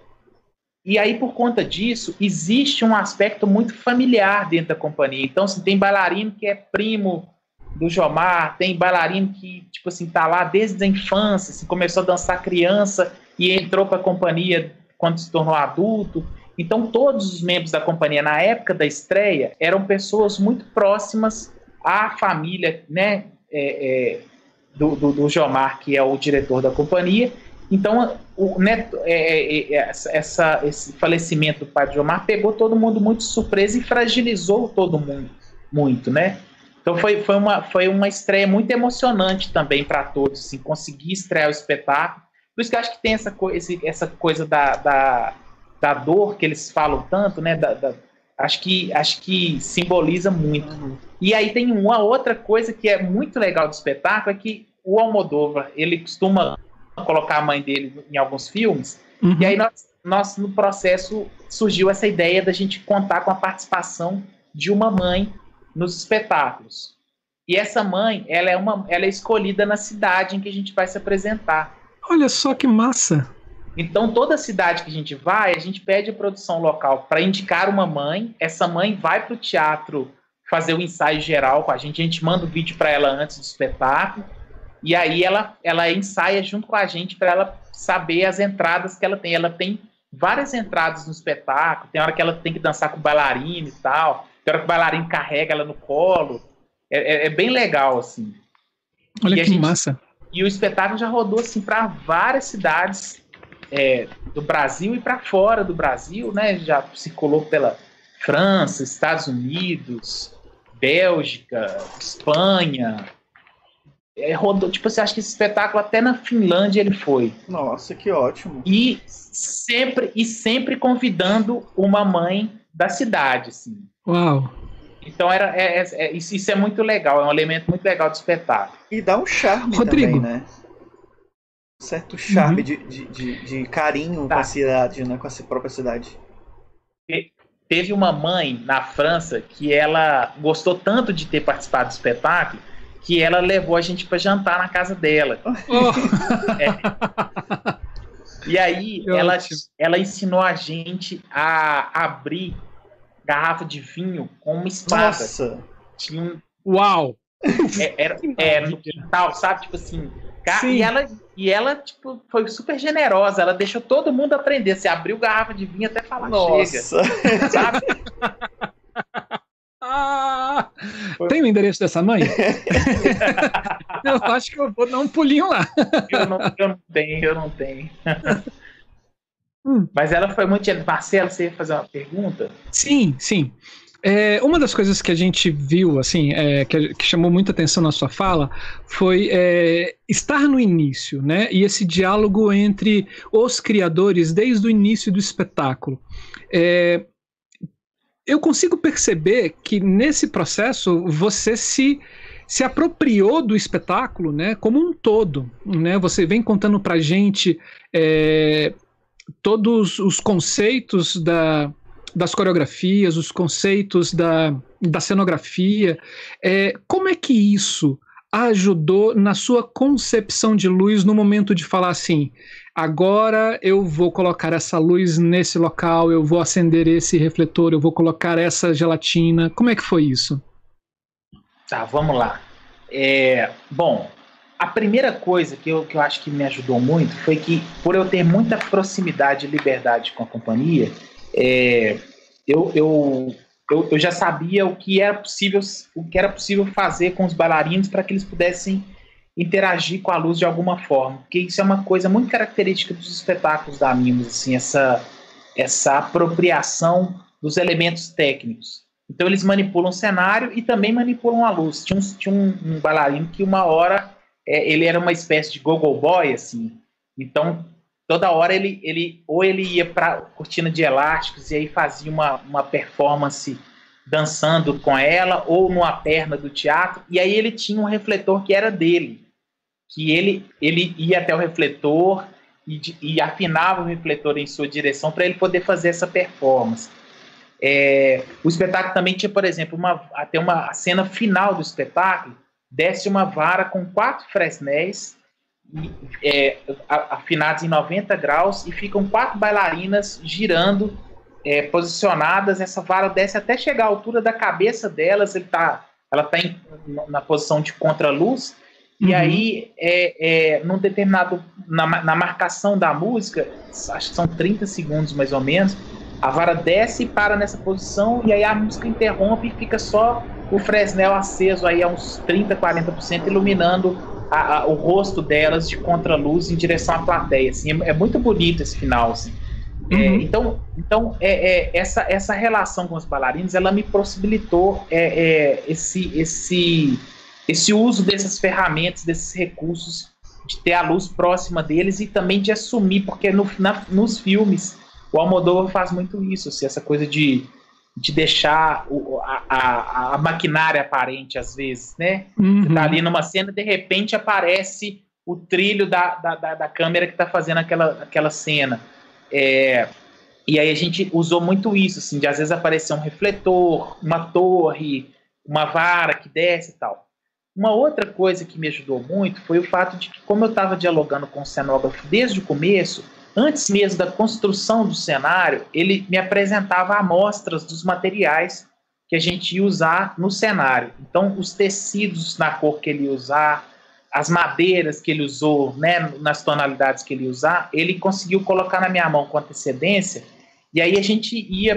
E aí, por conta disso, existe um aspecto muito familiar dentro da companhia. Então, assim, tem bailarino que é primo do Jomar, tem bailarino que, tipo assim, tá lá desde a infância, assim, começou a dançar criança e entrou para a companhia quando se tornou adulto. Então, todos os membros da companhia, na época da estreia, eram pessoas muito próximas à família, né, é, é, do, do, do Jomar, que é o diretor da companhia. Então, o, né, é, é, essa, esse falecimento do pai do Jomar pegou todo mundo muito de surpresa e fragilizou todo mundo muito, né? Então foi, foi, uma, foi uma estreia muito emocionante também para todos, assim, conseguir estrear o espetáculo. Por isso que eu acho que tem essa, co esse, essa coisa da, da, da dor que eles falam tanto, né? Da, da, acho, que, acho que simboliza muito. Uhum. E aí tem uma outra coisa que é muito legal do espetáculo, é que o Almodóvar, ele costuma colocar a mãe dele em alguns filmes, uhum. e aí nós, nós, no processo, surgiu essa ideia da gente contar com a participação de uma mãe nos espetáculos. E essa mãe, ela é, uma, ela é escolhida na cidade em que a gente vai se apresentar. Olha só que massa! Então, toda cidade que a gente vai, a gente pede a produção local para indicar uma mãe, essa mãe vai para o teatro fazer o ensaio geral com a gente, a gente manda o vídeo para ela antes do espetáculo, e aí ela, ela ensaia junto com a gente para ela saber as entradas que ela tem. Ela tem várias entradas no espetáculo, tem hora que ela tem que dançar com o bailarino e tal, tem hora que o bailarino carrega ela no colo. É, é, é bem legal, assim. Olha e que gente, massa. E o espetáculo já rodou assim, para várias cidades é, do Brasil e para fora do Brasil, né? Já circulou pela França, Estados Unidos, Bélgica, Espanha... É, rodou, tipo, você acha que esse espetáculo até na Finlândia ele foi. Nossa, que ótimo. E sempre, e sempre convidando uma mãe da cidade, assim. Uau. Então era, é, é, é, isso, isso é muito legal, é um elemento muito legal do espetáculo. E dá um charme Rodrigo. também, né? Um certo charme uhum. de, de, de, de carinho tá. com a cidade, né? Com a própria cidade. E teve uma mãe na França que ela gostou tanto de ter participado do espetáculo que ela levou a gente para jantar na casa dela. Oh. É. E aí ela, ela ensinou a gente a abrir garrafa de vinho com uma espada. Nossa! Tinha um... Uau! É, era, é, no quintal, sabe? Tipo assim. E ela, e ela, tipo, foi super generosa. Ela deixou todo mundo aprender. Você abriu garrafa de vinho até falar Nossa. chega. Sabe? Ah, tem o endereço dessa mãe? Eu acho que eu vou dar um pulinho lá. Eu não, eu não tenho, eu não tenho. Hum. Mas ela foi muito... Marcelo, você ia fazer uma pergunta? Sim, sim. É, uma das coisas que a gente viu, assim, é, que, que chamou muita atenção na sua fala, foi é, estar no início, né? E esse diálogo entre os criadores desde o início do espetáculo. É, eu consigo perceber que nesse processo você se, se apropriou do espetáculo, né? Como um todo, né? Você vem contando pra gente é, todos os conceitos da... das coreografias, os conceitos da, da cenografia. É, como é que isso ajudou na sua concepção de luz no momento de falar assim, agora eu vou colocar essa luz nesse local, eu vou acender esse refletor, eu vou colocar essa gelatina. Como é que foi isso? Tá, vamos lá. É, bom, a primeira coisa que eu, que eu acho que me ajudou muito foi que, por eu ter muita proximidade e liberdade com a companhia, É, eu, eu, eu, eu já sabia o que era possível, o que era possível fazer com os bailarinos para que eles pudessem interagir com a luz de alguma forma, porque isso é uma coisa muito característica dos espetáculos da Mimos, assim, essa, essa apropriação dos elementos técnicos. Então eles manipulam o cenário e também manipulam a luz. Tinha um, tinha um, um bailarino que uma hora é, ele era uma espécie de go-go boy, assim, então toda hora ele, ele ou ele ia para cortina de elásticos e aí fazia uma, uma performance dançando com ela, ou numa perna do teatro, e aí ele tinha um refletor que era dele, que ele, ele ia até o refletor e, e afinava o refletor em sua direção para ele poder fazer essa performance. É, o espetáculo também tinha, por exemplo, uma, até uma a cena final do espetáculo, desce uma vara com quatro fresnéis, É, afinados em noventa graus, e ficam quatro bailarinas girando, é, posicionadas. Essa vara desce até chegar à altura da cabeça delas. Ele tá, ela está na posição de contraluz, uhum. E aí é, é, num determinado, na, na marcação da música, acho que são trinta segundos mais ou menos, a vara desce e para nessa posição, e aí a música interrompe e fica só o fresnel aceso aí a uns trinta, quarenta por cento, iluminando A, a, o rosto delas de contraluz em direção à plateia, assim, é, é muito bonito esse final, assim. Uhum. É, então, então é, é, essa, essa relação com os bailarinos, ela me possibilitou é, é, esse, esse, esse uso dessas ferramentas, desses recursos, de ter a luz próxima deles e também de assumir, porque no, na, nos filmes o Almodóvar faz muito isso, assim, essa coisa de de deixar o, a, a, a maquinária aparente às vezes, né? Uhum. Você tá ali numa cena, de repente aparece o trilho da, da, da, da câmera que tá fazendo aquela, aquela cena. É, e aí a gente usou muito isso, assim, de às vezes aparecer um refletor, uma torre, uma vara que desce e tal. Uma outra coisa que me ajudou muito foi o fato de que, como eu estava dialogando com o cenógrafo desde o começo, antes mesmo da construção do cenário, ele me apresentava amostras dos materiais que a gente ia usar no cenário. Então, os tecidos na cor que ele ia usar, as madeiras que ele usou, né, nas tonalidades que ele ia usar, ele conseguiu colocar na minha mão com antecedência, e aí a gente ia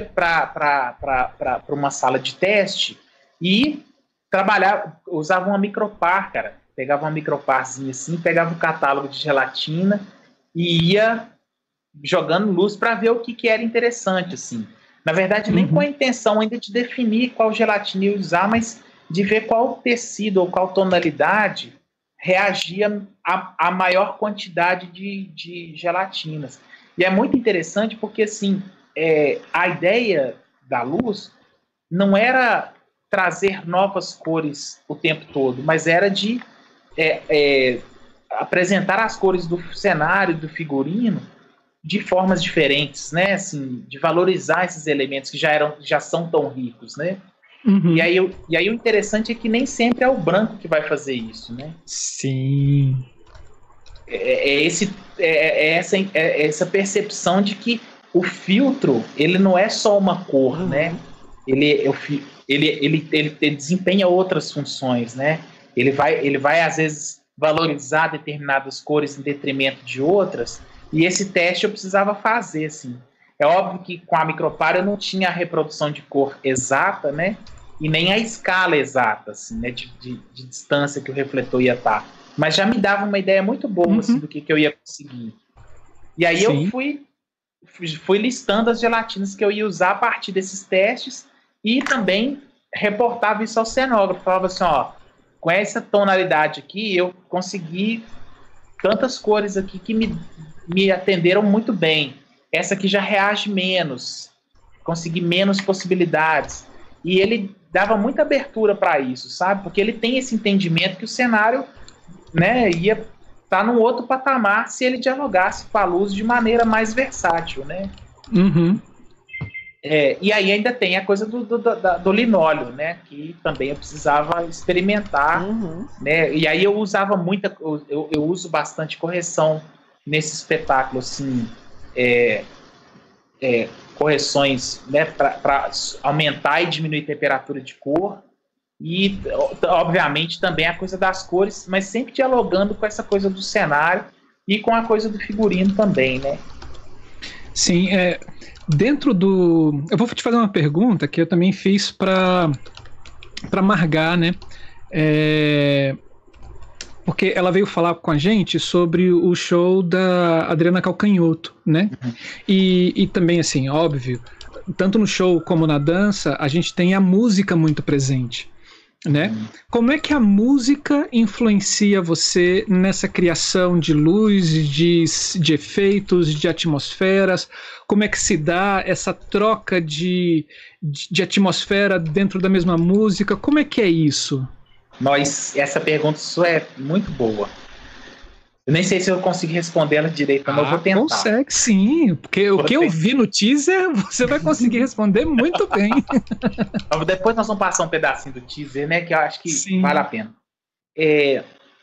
para uma sala de teste e trabalhava, usava uma micropar, cara. Pegava uma microparzinha assim, pegava o catálogo de gelatina e ia jogando luz para ver o que, que era interessante, assim. Na verdade, nem uhum. com a intenção ainda de definir qual gelatina ia usar, mas de ver qual tecido ou qual tonalidade reagia a, a maior quantidade de, de gelatinas. E é muito interessante porque, assim, é, a ideia da luz não era trazer novas cores o tempo todo, mas era de é, é, apresentar as cores do cenário, do figurino, de formas diferentes, né? Assim, de valorizar esses elementos que já, eram, já são tão ricos, né? Uhum. E, aí, e aí o interessante é que nem sempre é o branco que vai fazer isso, né? Sim. É, é, esse, é, é, essa, é essa percepção de que o filtro, ele não é só uma cor, uhum. né? ele, eu, ele, ele, ele, ele desempenha outras funções, né? Ele vai, ele vai, às vezes, valorizar determinadas cores em detrimento de outras, e esse teste eu precisava fazer, assim. É óbvio que com a micropara eu não tinha a reprodução de cor exata, né? E nem a escala exata, assim, né? De, de, de distância que o refletor ia estar. Mas já me dava uma ideia muito boa, uhum. assim, do que, que eu ia conseguir. E aí Sim. eu fui, fui listando as gelatinas que eu ia usar a partir desses testes e também reportava isso ao cenógrafo. Falava assim, ó, com essa tonalidade aqui, eu consegui tantas cores aqui que me, me atenderam muito bem. Essa aqui já reage menos, consegui menos possibilidades. E ele dava muita abertura para isso, sabe? Porque ele tem esse entendimento que o cenário, né, ia estar tá num outro patamar se ele dialogasse com a luz de maneira mais versátil, né? Uhum. É, e aí ainda tem a coisa do, do, do, do linóleo, né? Que também eu precisava experimentar, uhum. né? E aí eu usava muita, eu, eu uso bastante correção nesse espetáculo, assim, é, é, correções, né, para aumentar e diminuir a temperatura de cor e, obviamente, também a coisa das cores, mas sempre dialogando com essa coisa do cenário e com a coisa do figurino também, né? Sim, é, dentro do... Eu vou te fazer uma pergunta que eu também fiz para para Margar, né? É... Porque ela veio falar com a gente sobre o show da Adriana Calcanhoto, né? Uhum. E, e também, assim, óbvio, tanto no show como na dança, a gente tem a música muito presente, né? Uhum. Como é que a música influencia você nessa criação de luz, de, de efeitos, de atmosferas? Como é que se dá essa troca de, de, de atmosfera dentro da mesma música? Como é que é isso? Nós, essa pergunta sua é muito boa. Eu nem sei se eu consigo responder ela direito, mas ah, eu vou tentar. Consegue sim, porque vou o que tentar. Eu vi no teaser, você vai conseguir responder muito bem. Depois nós vamos passar um pedacinho do teaser, né, que eu acho que sim. Vale a pena. É,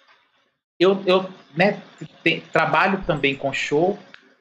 eu eu né, te, trabalho também com show,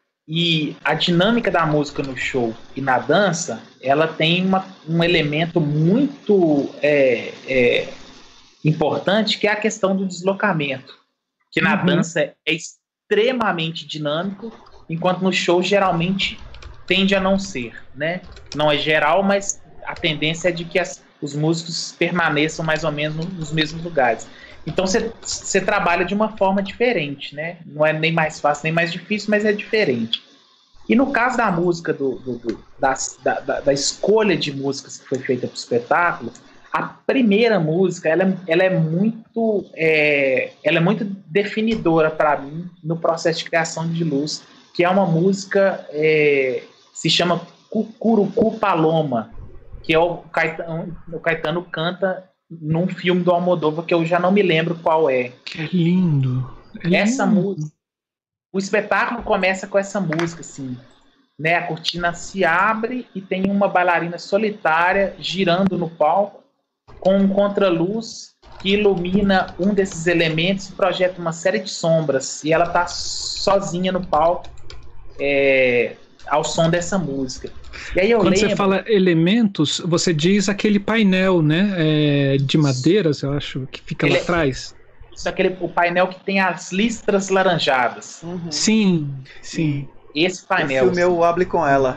e a dinâmica da música no show e na dança, ela tem uma, um elemento muito... É, é, importante, que é a questão do deslocamento, que na uhum. dança é extremamente dinâmico, enquanto no show geralmente tende a não ser, né? Não é geral, mas a tendência é de que as, os músicos permaneçam mais ou menos nos mesmos lugares. Então você trabalha de uma forma diferente, né? Não é nem mais fácil, nem mais difícil, mas é diferente. E no caso da música, do, do, do, da, da, da escolha de músicas que foi feita para o espetáculo, a primeira música, ela, ela é muito é, ela é muito definidora para mim no processo de criação de luz, que é uma música, é, se chama Cucurucu Paloma, que é o Caetano, o Caetano canta num filme do Almodóvar, que eu já não me lembro qual é. Que lindo! É essa lindo. música, o espetáculo começa com essa música, assim, né? A cortina se abre e tem uma bailarina solitária girando no palco, com um contraluz que ilumina um desses elementos e projeta uma série de sombras. E ela está sozinha no palco, é, ao som dessa música. E aí eu Quando lembro... você fala elementos, você diz aquele painel, né, é, de madeiras, eu acho, que fica Ele... lá atrás. Isso, aquele, o painel que tem as listras laranjadas. Uhum. Sim, sim. Esse painel. Eu filmei o Hable com ela.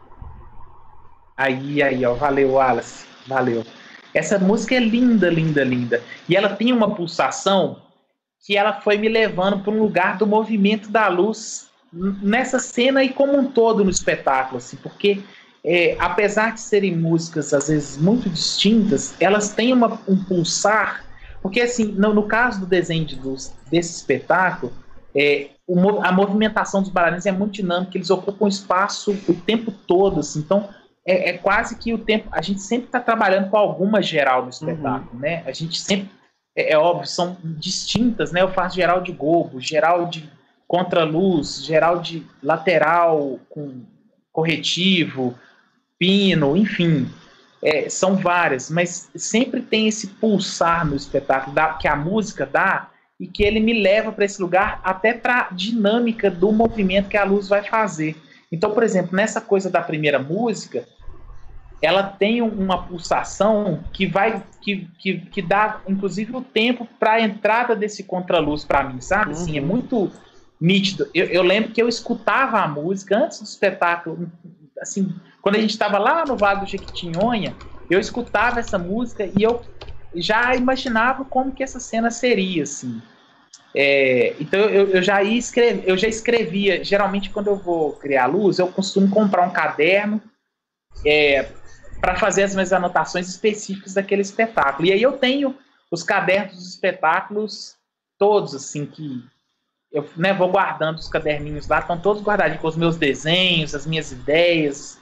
Aí, aí, ó. Valeu, Wallace. Valeu. Essa música é linda, linda, linda. E ela tem uma pulsação que ela foi me levando para um lugar do movimento da luz nessa cena e como um todo no espetáculo, assim, porque é, apesar de serem músicas às vezes muito distintas, elas têm uma, um pulsar, porque assim, no, no caso do desenho de luz desse espetáculo, é, o, a movimentação dos bailarinos é muito dinâmica, eles ocupam espaço o tempo todo, assim, então É, é quase que o tempo... A gente sempre está trabalhando com alguma geral no espetáculo, uhum. né? A gente sempre... É, é óbvio, são distintas, né? Eu faço geral de gobo, geral de contraluz, geral de lateral com corretivo, pino, enfim. É, são várias, mas sempre tem esse pulsar no espetáculo da, que a música dá e que ele me leva para esse lugar até para a dinâmica do movimento que a luz vai fazer. Então, por exemplo, nessa coisa da primeira música, ela tem uma pulsação que vai que, que, que dá inclusive o tempo para a entrada desse contraluz para mim, sabe? Assim, é muito nítido. Eu, eu lembro que eu escutava a música antes do espetáculo, assim, quando a gente estava lá no Vale do Jequitinhonha, eu escutava essa música e eu já imaginava como que essa cena seria, assim. É, então eu, eu, já ia escrever, eu já escrevia, geralmente quando eu vou criar luz, eu costumo comprar um caderno é, para fazer as minhas anotações específicas daquele espetáculo. E aí eu tenho os cadernos dos espetáculos todos, assim, que eu, né, vou guardando os caderninhos lá, estão todos guardados com os meus desenhos, as minhas ideias,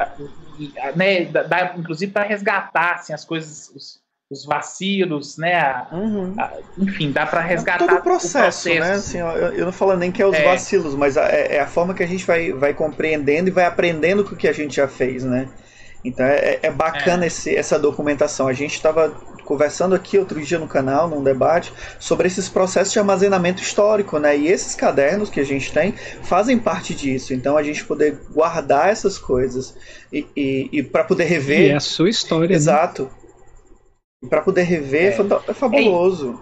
né, dá, inclusive para resgatar assim, as coisas, os, os vacilos, né, a, uhum. a, enfim, dá para resgatar todo o processo, o processo, né? Assim, ó, eu, eu não falo nem que é os é. vacilos, mas a, é a forma que a gente vai, vai compreendendo e vai aprendendo com o que a gente já fez, né? Então é, é bacana é. Esse, essa documentação. A gente estava conversando aqui outro dia no canal, num debate, sobre esses processos de armazenamento histórico, né? E esses cadernos que a gente tem fazem parte disso. Então a gente poder guardar essas coisas e, e, e para poder rever. E é a sua história. Exato. Né? Para poder rever é, é fabuloso.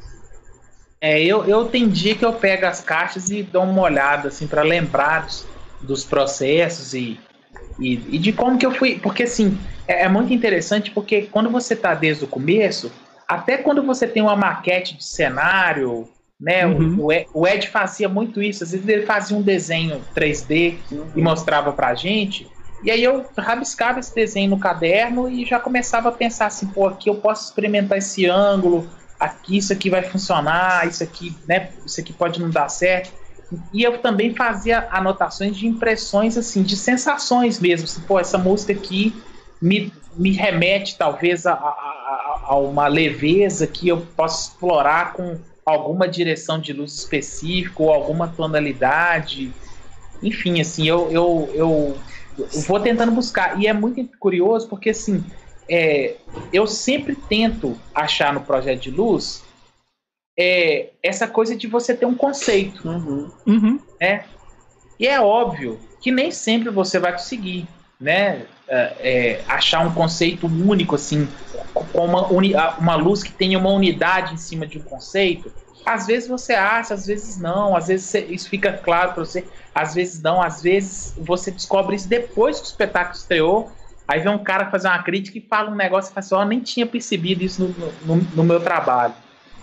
É, eu, eu tem dia que eu pego as caixas e dou uma olhada assim para lembrar dos, dos processos e E, e de como que eu fui, porque assim, é, é muito interessante porque quando você tá desde o começo, até quando você tem uma maquete de cenário, né, uhum. o, o Ed fazia muito isso, às vezes ele fazia um desenho três D uhum. e mostrava pra gente, e aí eu rabiscava esse desenho no caderno e já começava a pensar assim, pô, aqui eu posso experimentar esse ângulo, aqui isso aqui vai funcionar, isso aqui, né, isso aqui pode não dar certo. E eu também fazia anotações de impressões, assim, de sensações mesmo. Assim, pô, essa música aqui me, me remete, talvez, a, a, a uma leveza que eu posso explorar com alguma direção de luz específica ou alguma tonalidade. Enfim, assim, eu, eu, eu, eu vou tentando buscar. E é muito curioso porque, assim, é, eu sempre tento achar no projeto de luz É, essa coisa de você ter um conceito, uhum. Uhum. né? E é óbvio que nem sempre você vai conseguir, né? É, é, achar um conceito único, assim, com uma, uni, uma luz que tenha uma unidade em cima de um conceito. Às vezes você acha, às vezes não, às vezes isso fica claro para você, às vezes não, às vezes você descobre isso depois que o espetáculo estreou. Aí vem um cara fazer uma crítica e fala um negócio e fala assim, ó, oh, nem tinha percebido isso no, no, no meu trabalho.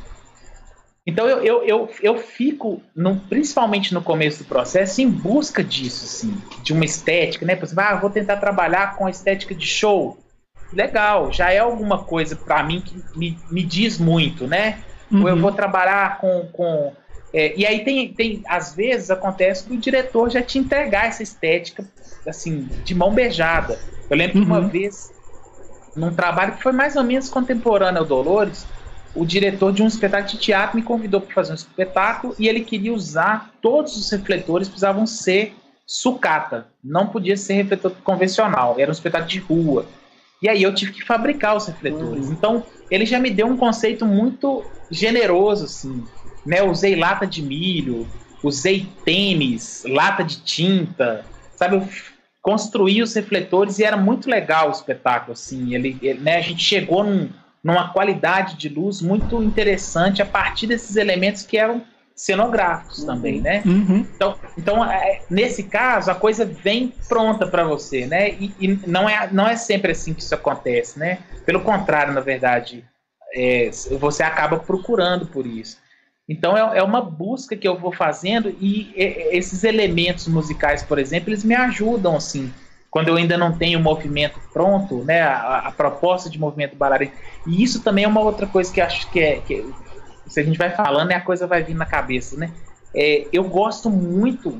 Então eu, eu, eu, eu fico, no, principalmente no começo do processo, em busca disso, assim, de uma estética, né? Por exemplo, ah, vou tentar trabalhar com a estética de show. Legal, já é alguma coisa para mim que me, me diz muito, né? Uhum. Ou eu vou trabalhar com... com é, e aí tem, tem, às vezes acontece que o diretor já te entregar essa estética, assim, de mão beijada. Eu lembro que uhum. uma vez, num trabalho que foi mais ou menos contemporâneo ao Dolores, o diretor de um espetáculo de teatro me convidou para fazer um espetáculo e ele queria usar todos os refletores, precisavam ser sucata, não podia ser refletor convencional, era um espetáculo de rua. E aí eu tive que fabricar os refletores. Uhum. Então ele já me deu um conceito muito generoso, assim, né? Usei lata de milho, usei tênis, lata de tinta, sabe? Eu construí os refletores e era muito legal o espetáculo, assim. Ele, ele, né? A gente chegou num numa qualidade de luz muito interessante a partir desses elementos que eram cenográficos uhum. também, né? Uhum. Então, então é, nesse caso, a coisa vem pronta para você, né? E, e não, é, não é sempre assim que isso acontece, né? Pelo contrário, na verdade, é, você acaba procurando por isso. Então, é, é uma busca que eu vou fazendo e, e esses elementos musicais, por exemplo, eles me ajudam, assim, quando eu ainda não tenho o movimento pronto, né, a, a proposta de movimento bailarino. E isso também é uma outra coisa que acho que é, que se a gente vai falando, né, a coisa vai vir na cabeça, né? É, eu gosto muito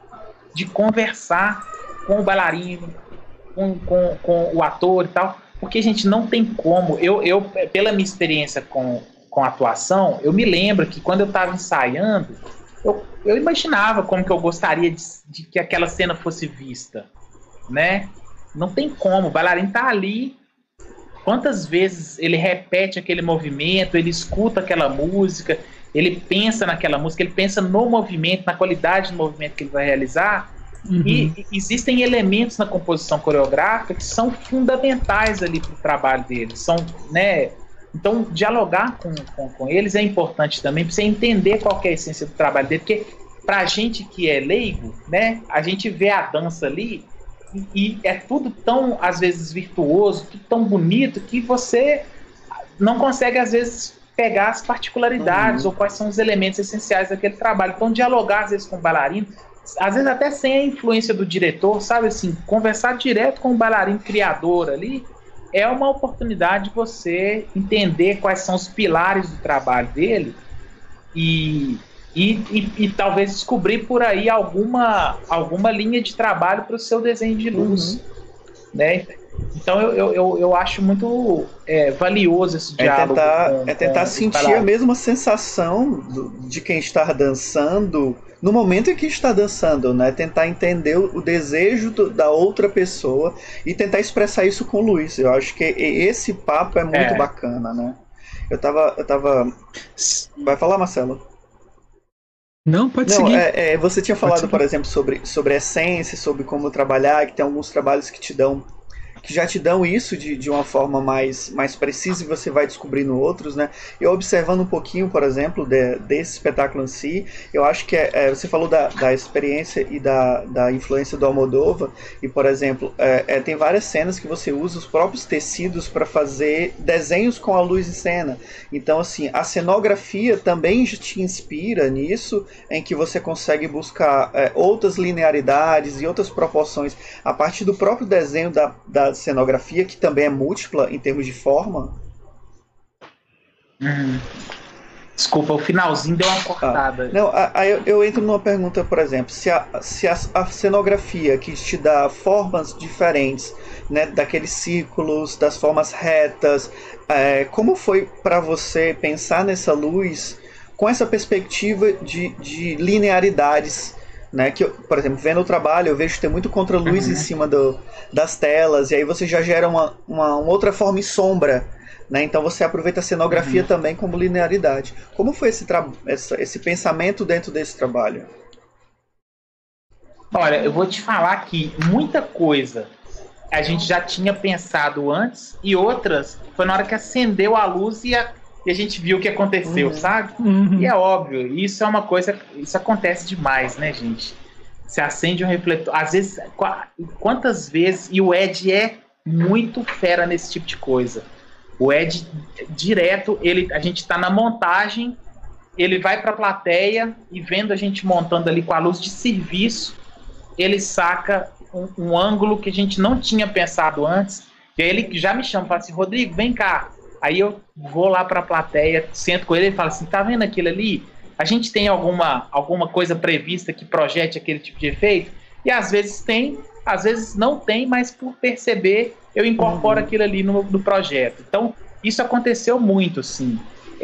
de conversar com o bailarino, com, com, com o ator e tal, porque a gente não tem como. Eu, eu pela minha experiência com, com atuação, eu me lembro que quando eu estava ensaiando, eu, eu imaginava como que eu gostaria de, de que aquela cena fosse vista, né? Não tem como, o bailarino tá ali, quantas vezes ele repete aquele movimento, ele escuta aquela música, ele pensa naquela música, ele pensa no movimento, na qualidade do movimento que ele vai realizar, Uhum. E existem elementos na composição coreográfica que são fundamentais ali para o trabalho deles. São, né, então, dialogar com, com, com eles é importante também para você entender qual que é a essência do trabalho dele, porque para a gente que é leigo, né, a gente vê a dança ali e, e é tudo tão, às vezes, virtuoso, tudo tão bonito que você não consegue, às vezes, pegar as particularidades uhum. ou quais são os elementos essenciais daquele trabalho. Então, dialogar, às vezes, com o bailarino, às vezes até sem a influência do diretor, sabe assim, conversar direto com o bailarino criador ali, é uma oportunidade de você entender quais são os pilares do trabalho dele e, e, e, e talvez descobrir por aí alguma, alguma linha de trabalho para o seu desenho de luz. Uhum. Né? Então eu, eu, eu acho muito é, valioso esse diálogo. É tentar, com, é tentar com sentir a mesma sensação do, de quem está dançando no momento em que está dançando, né? Tentar entender o desejo do, da outra pessoa e tentar expressar isso com o Luiz. Eu acho que esse papo é muito é. bacana, né? Eu tava, eu tava... Vai falar, Marcelo? Não, pode Não, seguir. É, é, você tinha falado, por exemplo, sobre, sobre essência, sobre como trabalhar, que tem alguns trabalhos que te dão... que já te dão isso de, de uma forma mais, mais precisa e você vai descobrindo outros, né? Eu observando um pouquinho, por exemplo, de, desse espetáculo em si, eu acho que é, é, você falou da, da experiência e da, da influência do Almodóvar, e, por exemplo, é, é, tem várias cenas que você usa os próprios tecidos para fazer desenhos com a luz em cena. Então, assim, a cenografia também te inspira nisso, em que você consegue buscar é, outras linearidades e outras proporções a partir do próprio desenho da, da cenografia, que também é múltipla em termos de forma. Hum. Desculpa, o finalzinho deu uma cortada. Ah, não, aí eu, eu entro numa pergunta, por exemplo, se a, se a, a cenografia que te dá formas diferentes, né, daqueles círculos, das formas retas, é, como foi para você pensar nessa luz com essa perspectiva de, de linearidades? Né, que eu, por exemplo, vendo o trabalho, eu vejo que tem muito contra-luz uhum. em cima do, das telas, e aí você já gera uma, uma, uma outra forma em sombra, né, então você aproveita a cenografia uhum. também como linearidade. Como foi esse, essa, esse pensamento dentro desse trabalho? Olha, eu vou te falar que muita coisa a gente já tinha pensado antes, e outras foi na hora que acendeu a luz e a E a gente viu o que aconteceu, uhum. sabe? Uhum. E é óbvio, isso é uma coisa... Isso acontece demais, né, gente? Você acende um refletor... Às vezes... Quantas vezes... E o Ed é muito fera nesse tipo de coisa. O Ed, direto, ele, a gente tá na montagem, ele vai pra plateia e vendo a gente montando ali com a luz de serviço, ele saca um, um ângulo que a gente não tinha pensado antes. E aí ele já me chama e fala assim, Rodrigo, vem cá. Aí eu vou lá para a plateia, sento com ele e falo assim, tá vendo aquilo ali? A gente tem alguma, alguma coisa prevista que projete aquele tipo de efeito? E às vezes tem, às vezes não tem, mas por perceber, eu incorporo uhum. aquilo ali no, no projeto. Então, isso aconteceu muito, sim.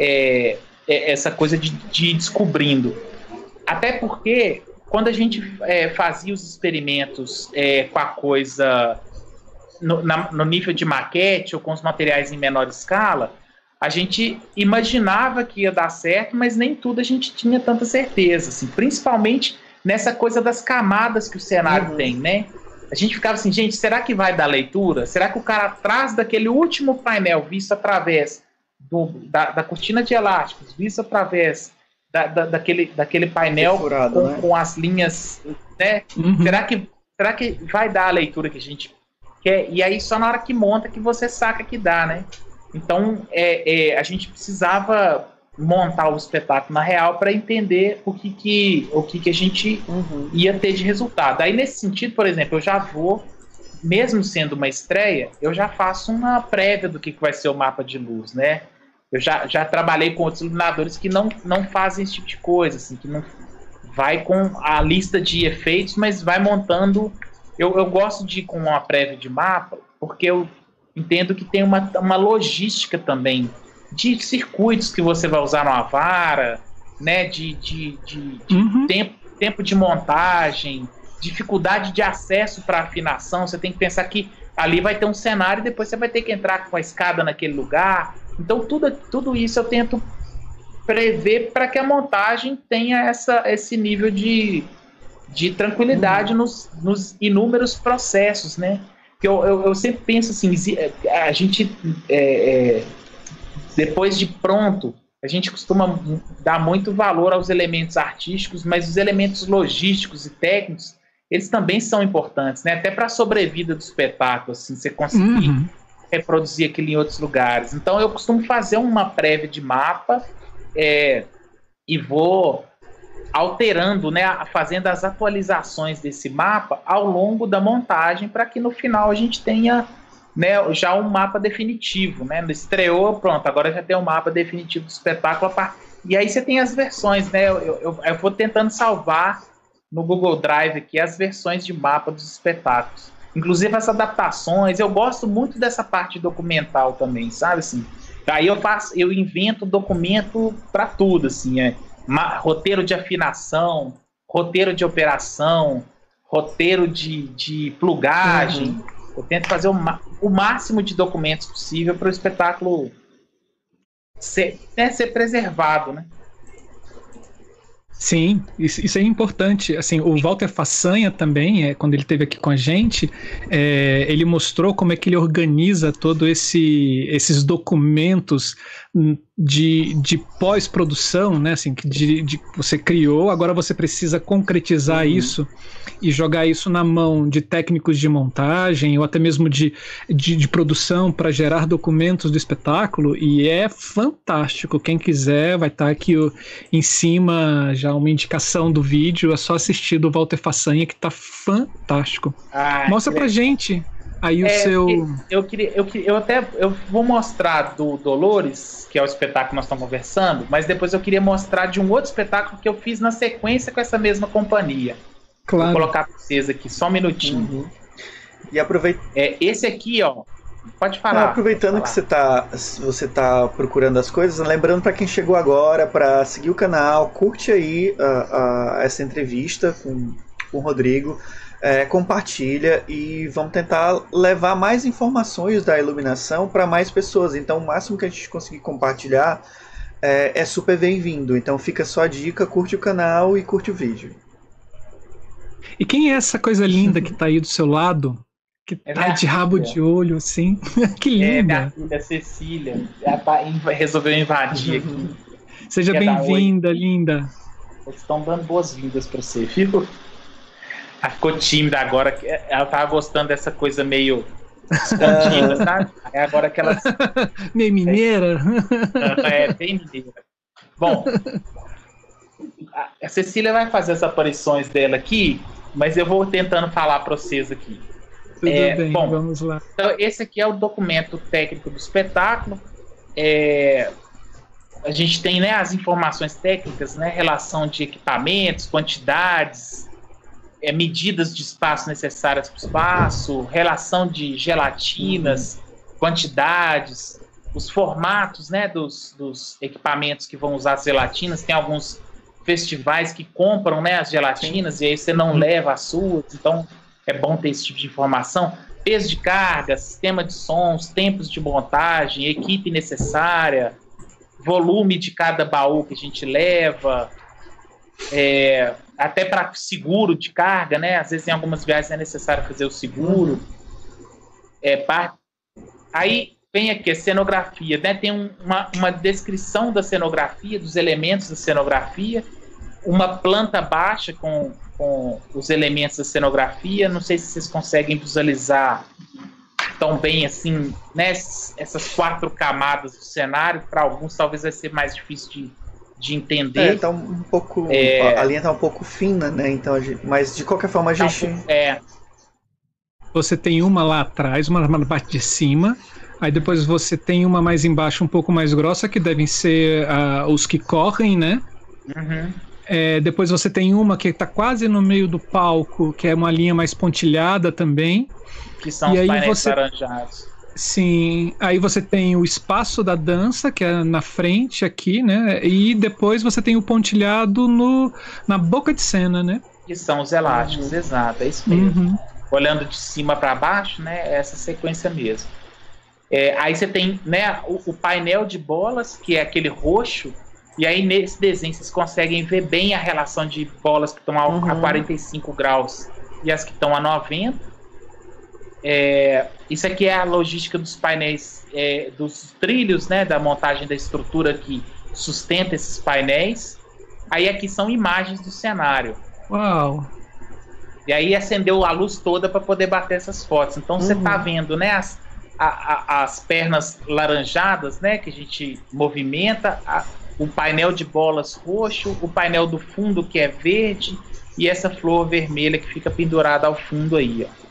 É, é, essa coisa de, de ir descobrindo. Até porque, quando a gente é, fazia os experimentos é, com a coisa... No, na, no nível de maquete ou com os materiais em menor escala, a gente imaginava que ia dar certo, mas nem tudo a gente tinha tanta certeza, assim, principalmente nessa coisa das camadas que o cenário uhum. tem, né? A gente ficava assim, gente, será que vai dar leitura? Será que o cara atrás daquele último painel visto através do, da, da cortina de elásticos, visto através da, da, daquele, daquele painel furado, com, né? com as linhas, né? Uhum. Será que, será que vai dar a leitura que a gente quer? E aí só na hora que monta que você saca que dá, né? Então é, é, a gente precisava montar o espetáculo na real para entender o que, que, o que, que a gente uhum. ia ter de resultado. Aí nesse sentido, por exemplo, eu já vou, mesmo sendo uma estreia, eu já faço uma prévia do que, que vai ser o mapa de luz, né? Eu já, já trabalhei com outros iluminadores que não, não fazem esse tipo de coisa, assim, que não vai com a lista de efeitos, mas vai montando. Eu, eu gosto de ir com uma prévia de mapa, porque eu entendo que tem uma, uma logística também de circuitos que você vai usar numa vara, né, de, de, de, de uhum. tempo, tempo de montagem, dificuldade de acesso para afinação. Você tem que pensar que ali vai ter um cenário e depois você vai ter que entrar com a escada naquele lugar. Então tudo, tudo isso eu tento prever para que a montagem tenha essa, esse nível de, de tranquilidade uhum. nos, nos inúmeros processos, né? Que eu, eu, eu sempre penso assim, a gente, é, é, depois de pronto, a gente costuma dar muito valor aos elementos artísticos, mas os elementos logísticos e técnicos, eles também são importantes, né? Até para a sobrevida do espetáculo, assim, você conseguir uhum. reproduzir aquilo em outros lugares. Então, eu costumo fazer uma prévia de mapa é, e vou alterando, né, fazendo as atualizações desse mapa ao longo da montagem para que no final a gente tenha, né, já um mapa definitivo, né? Estreou, pronto, agora já tem um mapa definitivo do espetáculo. E aí você tem as versões, né? Eu, eu, eu vou tentando salvar no Google Drive aqui as versões de mapa dos espetáculos. Inclusive as adaptações, eu gosto muito dessa parte documental também, sabe assim? Aí eu faço, eu invento documento para tudo, assim, é roteiro de afinação, roteiro de operação, roteiro de, de plugagem. Uhum. Eu tento fazer o, o máximo de documentos possível para o espetáculo ser, né, ser preservado, né? Sim, isso, isso é importante. Assim, o Walter Façanha também, é, quando ele esteve aqui com a gente, é, ele mostrou como é que ele organiza todo esse, esses documentos de, de pós-produção, né? Assim, que de, de, você criou, agora você precisa concretizar uhum. isso e jogar isso na mão de técnicos de montagem ou até mesmo de, de, de produção para gerar documentos do espetáculo, e é fantástico. Quem quiser vai estar aqui ó, em cima já uma indicação do vídeo, é só assistir do Walter Façanha, que tá fantástico. Ah, mostra pra gente aí é, o seu... Eu queria, eu, eu até eu vou mostrar do Dolores, que é o espetáculo que nós estamos conversando, mas depois eu queria mostrar de um outro espetáculo que eu fiz na sequência com essa mesma companhia. Claro. Vou colocar pra vocês aqui, só um minutinho. Uhum. E aproveita... É, esse aqui, ó, pode falar. Ah, aproveitando pode falar. que você tá, você tá procurando as coisas, lembrando para quem chegou agora, para seguir o canal, curte aí uh, uh, essa entrevista com, com o Rodrigo, é, compartilha e vamos tentar levar mais informações da iluminação para mais pessoas. Então o máximo que a gente conseguir compartilhar é, é super bem-vindo. Então fica só a dica, curte o canal e curte o vídeo. E quem é essa coisa linda que tá aí do seu lado? Que é tá de rabo filha. de olho, assim. Que linda. É minha filha Cecília. Ela tá, resolveu invadir aqui. Seja bem-vinda, linda. Eles estão dando boas-vindas pra você, viu? Ela ficou tímida agora. Ela tava gostando dessa coisa meio escondida, sabe? É agora que ela... meio mineira. É, é, bem mineira. Bom, a Cecília vai fazer as aparições dela aqui, mas eu vou tentando falar pra vocês aqui. Tudo é, bem, bom, vamos lá. Então, esse aqui é o documento técnico do espetáculo. É, a gente tem, né, as informações técnicas, né, relação de equipamentos, quantidades, é, medidas de espaço necessárias para o espaço, relação de gelatinas, uhum. quantidades, os formatos, né, dos, dos equipamentos que vão usar as gelatinas. Tem alguns festivais que compram, né, as gelatinas, Sim. e aí você não uhum. leva as suas, então... É bom ter esse tipo de informação. Peso de carga, sistema de sons, tempos de montagem, equipe necessária, volume de cada baú que a gente leva, é, até para seguro de carga, né? Às vezes em algumas viagens é necessário fazer o seguro. É, par... Aí vem aqui a cenografia, né? Tem um, uma, uma descrição da cenografia, dos elementos da cenografia, uma planta baixa com... com os elementos da cenografia. Não sei se vocês conseguem visualizar tão bem assim, né, essas quatro camadas do cenário. Para alguns talvez vai ser mais difícil de, de entender. É, tá um pouco, é... a linha tá um pouco fina, né, então, mas de qualquer forma a gente... É. Você tem uma lá atrás, uma na parte de cima, aí depois você tem uma mais embaixo, um pouco mais grossa, que devem ser uh, os que correm, né? Uhum. É, depois você tem uma que está quase no meio do palco, que é uma linha mais pontilhada também. Que são e os aí painéis você... laranjados. Sim, aí você tem o espaço da dança, que é na frente aqui, né? E depois você tem o pontilhado no, na boca de cena, né? Que são os elásticos, uhum. exato, é isso mesmo. Uhum. Olhando de cima para baixo, né? É essa sequência mesmo. É, aí você tem, né, o, o painel de bolas, que é aquele roxo, E aí nesse desenho vocês conseguem ver bem a relação de bolas que estão a, uhum. a quarenta e cinco graus e as que estão a noventa. É, isso aqui é a logística dos painéis, é, dos trilhos, né, da montagem da estrutura que sustenta esses painéis. Aí aqui são imagens do cenário. Uau! E aí acendeu a luz toda para poder bater essas fotos. Então você está uhum. vendo, né, as, a, a, as pernas laranjadas, né, que a gente movimenta, a, o painel de bolas roxo, o painel do fundo que é verde e essa flor vermelha que fica pendurada ao fundo aí, ó.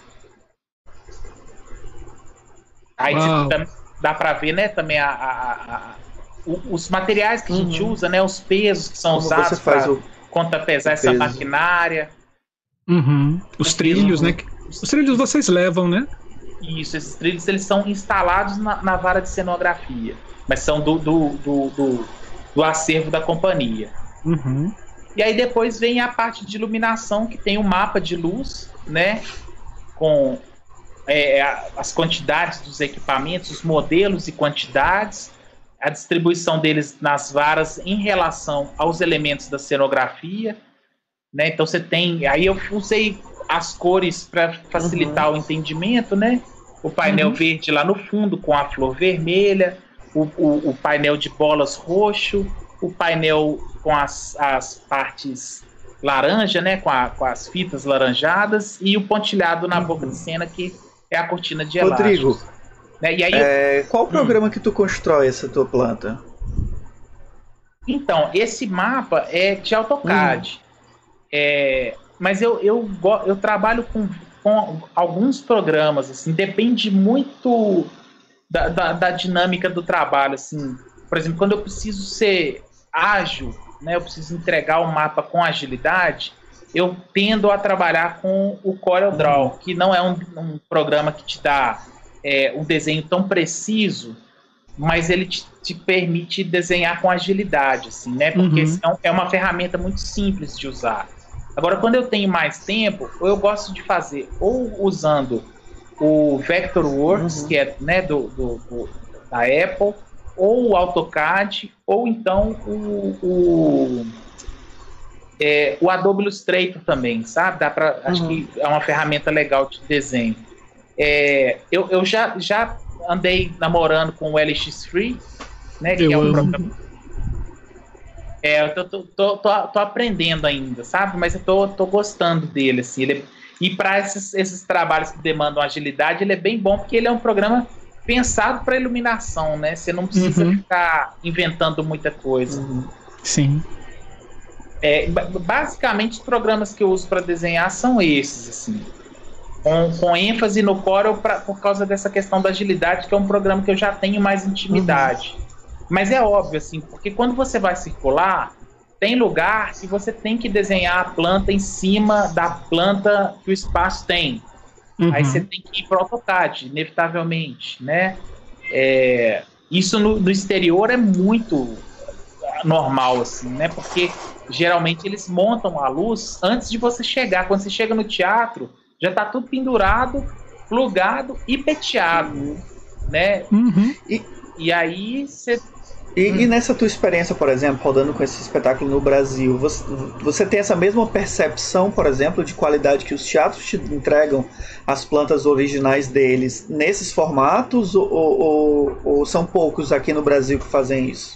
Aí você, dá para ver, né, também a, a, a, a, os materiais que a uhum. gente usa, né, os pesos que são Como usados para contrapesar essa maquinária. Uhum. Os trilhos, né? Os trilhos vocês levam, né? Isso, esses trilhos eles são instalados na, na vara de cenografia, mas são do, do, do, do, do acervo da companhia. Uhum. E aí depois vem a parte de iluminação, que tem o um mapa de luz, né? Com é, as quantidades dos equipamentos, os modelos e quantidades, a distribuição deles nas varas em relação aos elementos da cenografia, né? Então você tem, aí eu usei as cores para facilitar uhum. o entendimento, né? O painel uhum. verde lá no fundo com a flor vermelha, o, o, o painel de bolas roxo, o painel com as, as partes laranja, né? Com, a, com as fitas laranjadas e o pontilhado na uhum. boca de cena, que é a cortina de elásticos. Rodrigo, né? E aí, é, qual o programa hum. que tu constrói essa tua planta? Então, esse mapa é de AutoCAD. Hum. É, mas eu, eu, eu trabalho com, com alguns programas, assim, depende muito da, da, da dinâmica do trabalho, assim. Por exemplo, quando eu preciso ser ágil, né, eu preciso entregar o mapa com agilidade, eu tendo a trabalhar com o CorelDRAW, uhum. que não é um, um programa que te dá é, um desenho tão preciso, mas ele te, te permite desenhar com agilidade, assim, né? Porque uhum. é uma ferramenta muito simples de usar. Agora, quando eu tenho mais tempo, eu gosto de fazer ou usando o Vectorworks, uhum. que é, né, do, do, do, da Apple, ou o AutoCAD, ou então o, o, é, o Adobe Illustrator também, sabe? Dá pra, uhum. Acho que é uma ferramenta legal de desenho. É, eu eu já, já andei namorando com o L X Free, né, que eu é um amo. programa... É, eu tô, tô, tô, tô, tô aprendendo ainda, sabe? Mas eu tô, tô gostando dele, assim. Ele é... E para esses, esses trabalhos que demandam agilidade, ele é bem bom, porque ele é um programa pensado para iluminação, né? Você não precisa uhum. ficar inventando muita coisa. Uhum. Sim. É, basicamente, os programas que eu uso para desenhar são esses, assim. Com, com ênfase no Corel pra, por causa dessa questão da agilidade, que é um programa que eu já tenho mais intimidade. Uhum. Mas é óbvio, assim, porque quando você vai circular, tem lugar que você tem que desenhar a planta em cima da planta que o espaço tem. Uhum. Aí você tem que ir para o AutoCAD, inevitavelmente, né? É, isso no, no exterior é muito normal, assim, né? Porque geralmente eles montam a luz antes de você chegar. Quando você chega no teatro, já está tudo pendurado, plugado e peteado, uhum. né? Uhum. E, e aí você... E, hum. e nessa tua experiência, por exemplo, rodando com esse espetáculo no Brasil, você, você tem essa mesma percepção, por exemplo, de qualidade que os teatros te entregam as plantas originais deles nesses formatos, ou, ou, ou são poucos aqui no Brasil que fazem isso?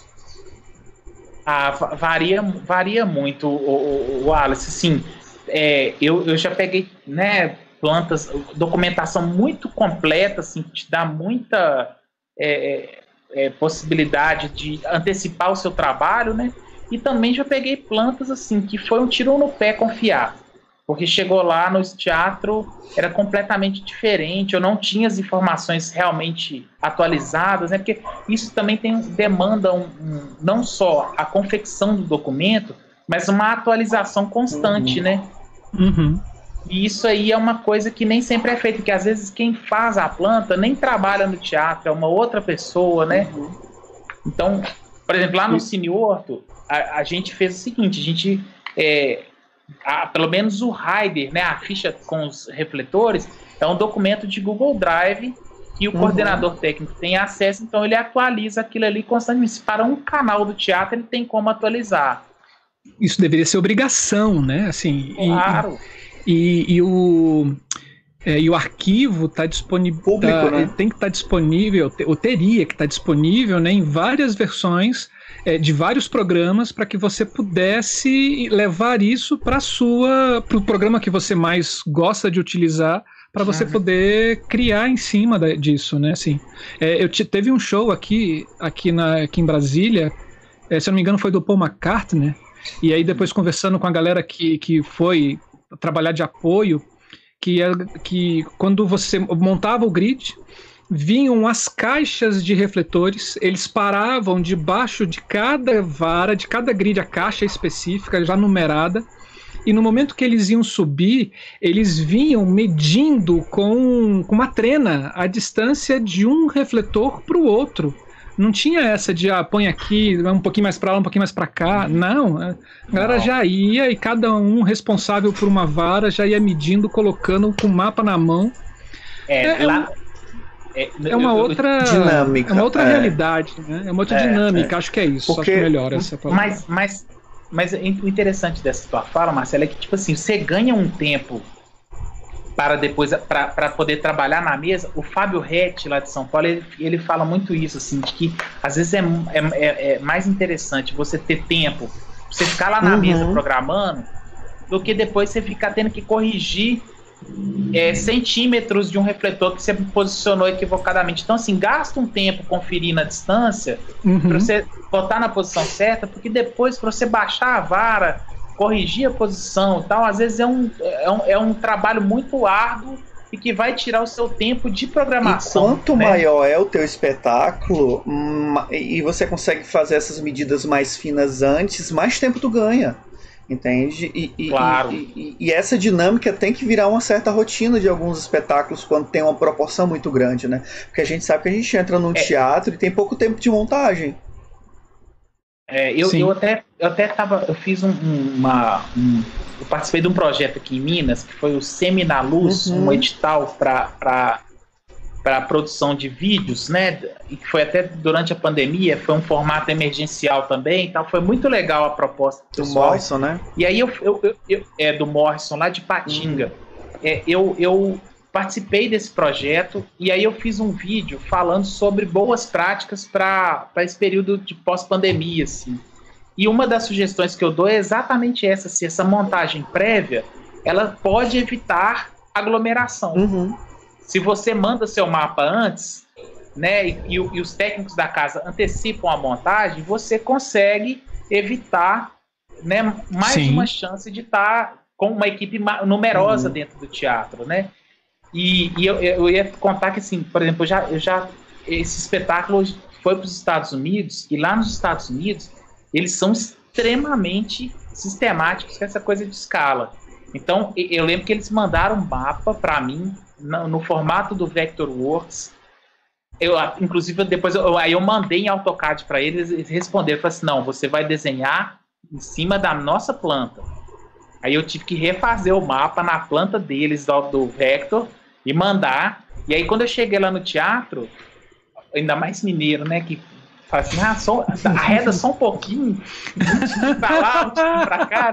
Ah, varia, varia muito, o, o, o Wallace. Assim, é, eu, eu já peguei, né, plantas, documentação muito completa, assim, que te dá muita... É, É, possibilidade de antecipar o seu trabalho, né? E também já peguei plantas assim que foi um tiro no pé confiar, porque chegou lá no teatro, era completamente diferente, eu não tinha as informações realmente atualizadas, né? Porque isso também tem, demanda um, um, não só a confecção do documento, mas uma atualização constante, uhum. né? Uhum. E isso aí é uma coisa que nem sempre é feita, porque às vezes quem faz a planta nem trabalha no teatro, é uma outra pessoa, né? Uhum. Então, por exemplo, lá no Cine Horto, a, a gente fez o seguinte, a gente, é, a, pelo menos o rider, né, a ficha com os refletores, é um documento de Google Drive que o Uhum. coordenador técnico tem acesso, então ele atualiza aquilo ali constantemente. Se para um canal do teatro, ele tem como atualizar. Isso deveria ser obrigação, né? Assim, e- Claro. e, e o, é, e o arquivo está disponível, Público, tá- né? tem que estar disponível, te- ou teria que estar disponível, né, em várias versões é, de vários programas para que você pudesse levar isso para sua, para o programa que você mais gosta de utilizar, para você Uhum. poder criar em cima da- disso, né? Assim, é, eu te- teve um show aqui, aqui, na, aqui em Brasília, é, se eu não me engano foi do Paul McCartney, e aí depois conversando com a galera que, que foi trabalhar de apoio, que, é- que quando você montava o grid, vinham as caixas de refletores, eles paravam debaixo de cada vara, de cada grid, a caixa específica, já numerada, e no momento que eles iam subir, eles vinham medindo com, com uma trena a distância de um refletor para o outro. Não tinha essa de, ah, põe aqui, um pouquinho mais para lá, um pouquinho mais para cá. Não, a galera Não. já ia e cada um responsável por uma vara já ia medindo, colocando com o mapa na mão. É, É, lá, É eu- uma eu- outra Dinâmica, É uma outra é. realidade, né? É uma outra É, dinâmica, acho que é isso. Porque- Acho que melhor essa palavra. Mas, mas, mas o interessante dessa tua fala, Marcelo, é que tipo assim, você ganha um tempo para depois para poder trabalhar na mesa. O Fábio Rett, lá de São Paulo, ele, ele fala muito isso, assim, de que às vezes é, é, é mais interessante você ter tempo, você ficar lá na Uhum. mesa programando, do que depois você ficar tendo que corrigir é, centímetros de um refletor que você posicionou equivocadamente. Então, assim, gasta um tempo conferindo a distância Uhum. para você botar na posição certa, porque depois, para você baixar a vara, corrigir a posição e tal, às vezes é um, é um, é um trabalho muito árduo e que vai tirar o seu tempo de E programação. quanto né? maior é o teu espetáculo, ma- e você consegue fazer essas medidas mais finas antes, mais tempo tu ganha. Entende? E, e- Claro. e, e- e essa dinâmica tem que virar uma certa rotina de alguns espetáculos quando tem uma proporção muito grande, né? Porque a gente sabe que a gente entra num É. teatro e tem pouco tempo de montagem. É, eu, Sim. eu até eu até tava, eu fiz um, um- uma um, eu participei de um projeto aqui em Minas que foi o Semi na Luz, Uhum. um edital para para produção de vídeos, né? E que foi até durante a pandemia, foi um formato emergencial também, então foi muito legal a proposta do Do pessoal. Morrison, né? E aí eu, eu, eu, eu- é do Morrison lá de Patinga. É, eu, eu participei desse projeto e aí eu fiz um vídeo falando sobre boas práticas para esse período de pós-pandemia, assim. E uma das sugestões que eu dou é exatamente essa, se essa montagem prévia, ela pode evitar aglomeração. Uhum. Se você manda seu mapa antes, né, e, e o- e os técnicos da casa antecipam a montagem, você consegue evitar, né, mais Sim. uma chance de estar com uma equipe ma- numerosa Uhum. dentro do teatro, né? E, e eu, eu ia contar que, assim, por exemplo, eu já, eu já esse espetáculo foi para os Estados Unidos, e lá nos Estados Unidos eles são extremamente sistemáticos com essa coisa de escala. Então, e- eu lembro que eles mandaram um mapa para mim no, no formato do Vectorworks. Eu, a- inclusive, depois eu, aí eu mandei em AutoCAD para eles, eles responderam, falaram assim, não, você vai desenhar em cima da nossa planta. Aí eu tive que refazer o mapa na planta deles, do, do Vector, e mandar. E aí, quando eu cheguei lá no teatro, ainda mais mineiro, né, que fala assim, ah, só, arreda só um pouquinho, um tiquinho pra lá, um tiquinho pra cá.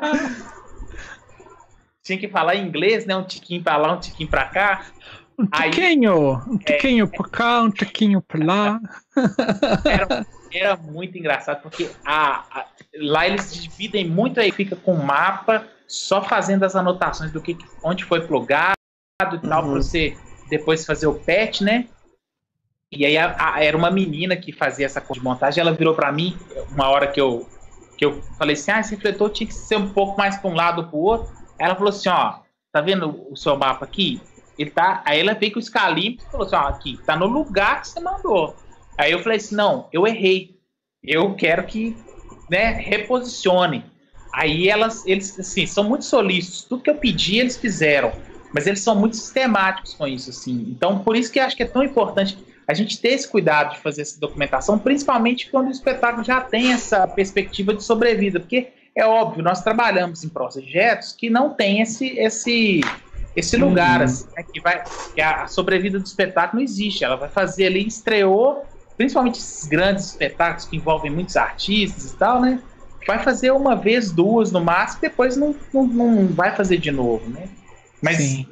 Tinha que falar em inglês, né, um tiquinho pra lá, um tiquinho pra cá. Um Aí- tiquinho, um tiquinho por cá, um tiquinho por lá. Era, era muito engraçado, porque a, a- lá eles dividem muito, aí fica com o mapa, só fazendo as anotações do que, onde foi plugado e tal, Uhum. pra você depois fazer o patch, né? E aí a- a- era uma menina que fazia essa coisa de montagem, ela virou pra mim, uma hora que eu, que eu falei assim, ah, esse refletor tinha que ser um pouco mais pra um lado ou pro outro. Ela falou assim, ó, tá vendo o seu mapa aqui? Ele tá, aí ela veio com o escalinho e falou assim, ó, aqui, tá no lugar que você mandou. Aí eu falei assim, não, eu errei. Eu quero que, né, reposicione. Aí elas, eles, assim, são muito solícitos. Tudo que eu pedi, eles fizeram. Mas eles são muito sistemáticos com isso, assim. Então, por isso que eu acho que é tão importante a gente ter esse cuidado de fazer essa documentação, principalmente quando o espetáculo já tem essa perspectiva de sobrevida. Porque, é óbvio, nós trabalhamos em projetos que não tem esse... esse esse lugar, uhum. assim, né, que vai, que a sobrevida do espetáculo não existe, ela vai fazer ali, estreou, principalmente esses grandes espetáculos que envolvem muitos artistas e tal, né, vai fazer uma vez, duas no máximo, depois não, não, não vai fazer de novo, né, mas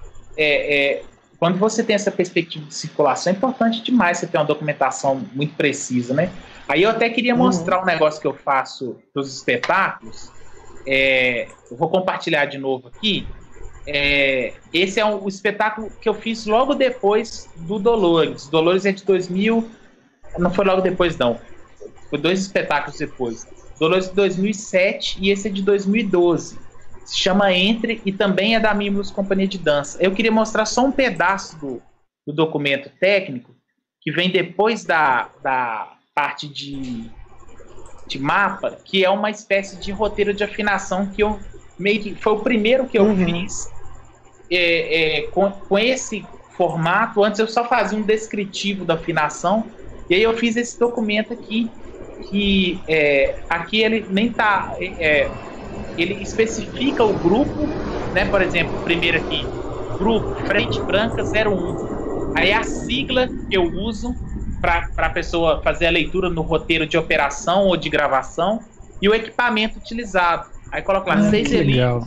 é, é, quando você tem essa perspectiva de circulação, é importante demais você ter uma documentação muito precisa, né, aí eu até queria mostrar uhum. um negócio que eu faço para os espetáculos, é, eu vou compartilhar de novo aqui. É, esse é o espetáculo que eu fiz logo depois do Dolores. Dolores é de dois mil, não foi logo depois não, foi dois espetáculos depois. Dolores de dois mil e sete e esse é de dois mil e doze. Se chama Entre e também é da Mimulus Companhia de Dança. Eu queria mostrar só um pedaço do, do documento técnico que vem depois da, da parte de, de mapa, que é uma espécie de roteiro de afinação que eu meio que foi o primeiro que eu uhum. fiz é, é, com, com esse formato. Antes eu só fazia um descritivo da afinação, e aí eu fiz esse documento aqui, que é, aqui ele nem tá, é, ele especifica o grupo, né? Por exemplo, primeiro aqui, grupo Frente Branca zero um, aí a sigla que eu uso para a pessoa fazer a leitura no roteiro de operação ou de gravação, e o equipamento utilizado. Aí coloca lá, ah, seis elipses.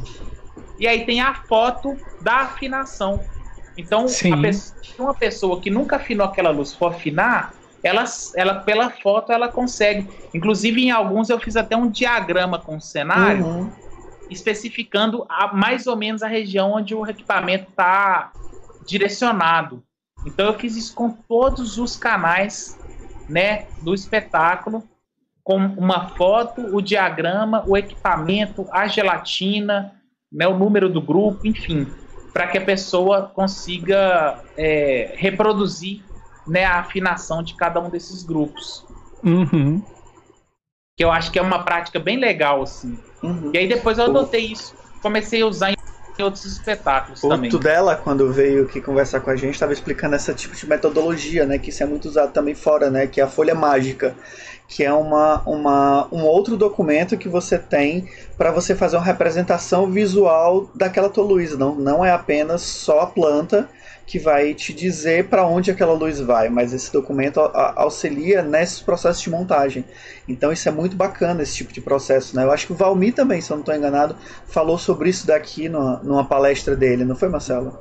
E aí tem a foto da afinação. Então, a pessoa, uma pessoa que nunca afinou aquela luz for afinar, ela, ela, pela foto ela consegue. Inclusive, em alguns eu fiz até um diagrama com o cenário, uhum. especificando a, mais ou menos a região onde o equipamento está direcionado. Então, eu fiz isso com todos os canais, né, do espetáculo, com uma foto, o diagrama, o equipamento, a gelatina, né, o número do grupo, enfim, para que a pessoa consiga é, reproduzir, né, a afinação de cada um desses grupos. Uhum. Que eu acho que é uma prática bem legal, assim. Uhum. E aí depois eu adotei isso, comecei a usar em outros espetáculos o também. O Tudela, quando veio aqui conversar com a gente, estava explicando esse tipo de metodologia, né, que isso é muito usado também fora, né, que é a folha mágica, que é uma, uma, um outro documento que você tem para você fazer uma representação visual daquela tua luz. Não, não é apenas só a planta que vai te dizer para onde aquela luz vai, mas esse documento auxilia nesses processos de montagem. Então isso é muito bacana, esse tipo de processo, né? Eu acho que o Valmir também, se eu não estou enganado, falou sobre isso daqui numa, numa palestra dele, não foi, Marcelo?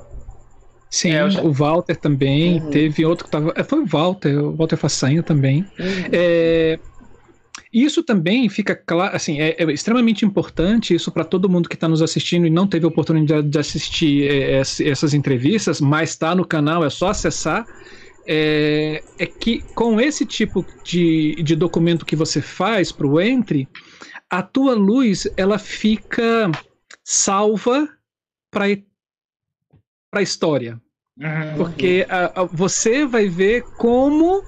Sim, é, já... o Walter também, uhum. teve outro que estava... Foi o Walter, o Walter Façanha também. Uhum. É, isso também fica claro, assim, é, é extremamente importante isso para todo mundo que está nos assistindo e não teve a oportunidade de assistir é, essas entrevistas, mas está no canal, é só acessar. É, é que com esse tipo de, de documento que você faz para o Entre, a tua luz ela fica salva para para a história, uhum. porque a, a, você vai ver como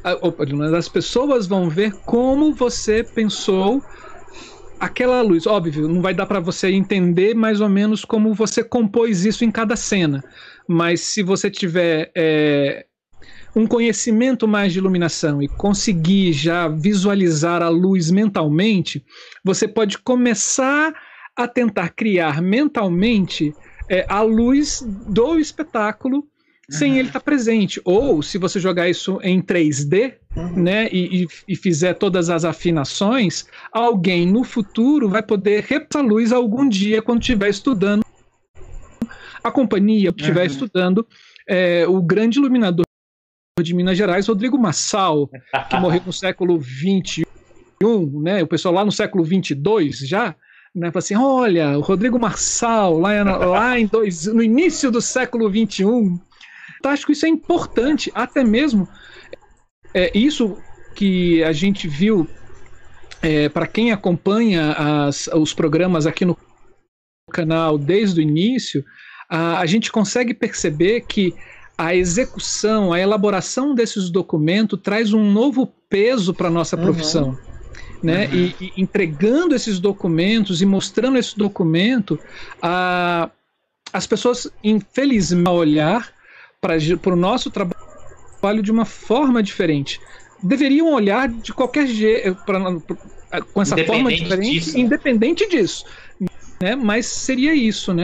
a, as pessoas vão ver como você pensou aquela luz. Óbvio, não vai dar para você entender mais ou menos como você compôs isso em cada cena, mas se você tiver é, um conhecimento mais de iluminação e conseguir já visualizar a luz mentalmente, você pode começar a tentar criar mentalmente É, a luz do espetáculo uhum. sem ele estar tá presente. Ou se você jogar isso em três D, uhum. né, e, e, e fizer todas as afinações, alguém no futuro vai poder repassar a luz algum dia quando estiver estudando a companhia, estiver uhum. estudando é, o grande iluminador de Minas Gerais, Rodrigo Massal, que morreu no século vinte e um, né, o pessoal lá no século vinte e dois já, né, assim, olha, o Rodrigo Massal, lá, lá em dois, no início do século vinte e um. Então, acho que isso é importante, até mesmo é, isso que a gente viu, é, para quem acompanha as, os programas aqui no canal desde o início, a, a gente consegue perceber que a execução, a elaboração desses documentos traz um novo peso para a nossa profissão. Uhum. Né, uhum. e, e entregando esses documentos e mostrando esse documento, a, as pessoas, infelizmente, olhar para o nosso trabalho de uma forma diferente. Deveriam olhar de qualquer jeito, com essa forma diferente, disso. Independente disso. Né, mas seria isso, né?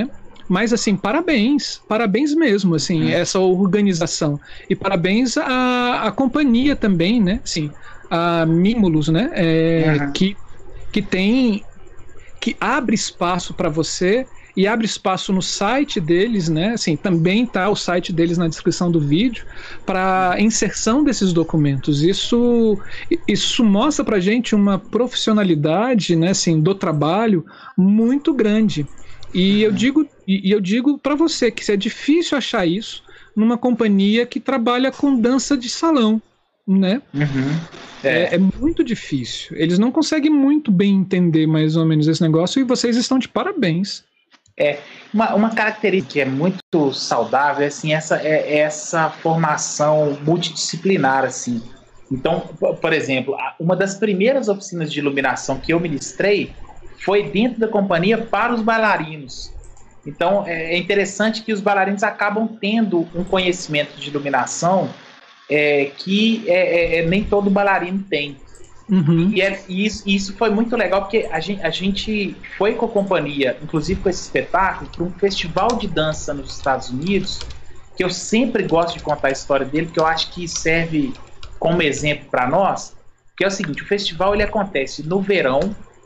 Mas, assim, parabéns, parabéns mesmo, assim, hum. essa organização. E parabéns à, à companhia também, né? Assim, a Mimulus, né? É, uhum. que, que tem... que abre espaço para você e abre espaço no site deles, né? Assim, também tá o site deles na descrição do vídeo para inserção desses documentos. Isso, isso mostra para gente uma profissionalidade, né? Assim, do trabalho muito grande. E eu digo, e eu digo para você que é difícil achar isso numa companhia que trabalha com dança de salão, né? Uhum. É. É, é muito difícil. Eles não conseguem muito bem entender mais ou menos esse negócio e vocês estão de parabéns. É, uma, uma característica que é muito saudável é, assim, essa, é, essa formação multidisciplinar, assim. Então, por exemplo, uma das primeiras oficinas de iluminação que eu ministrei foi dentro da companhia para os bailarinos. Então, é interessante que os bailarinos acabam tendo um conhecimento de iluminação é, que é, é, nem todo bailarino tem. Uhum. E, é, e isso, isso foi muito legal, porque a gente, a gente foi com a companhia, inclusive com esse espetáculo, para um festival de dança nos Estados Unidos, que eu sempre gosto de contar a história dele, porque eu acho que serve como exemplo para nós, que é o seguinte: o festival ele acontece no verão,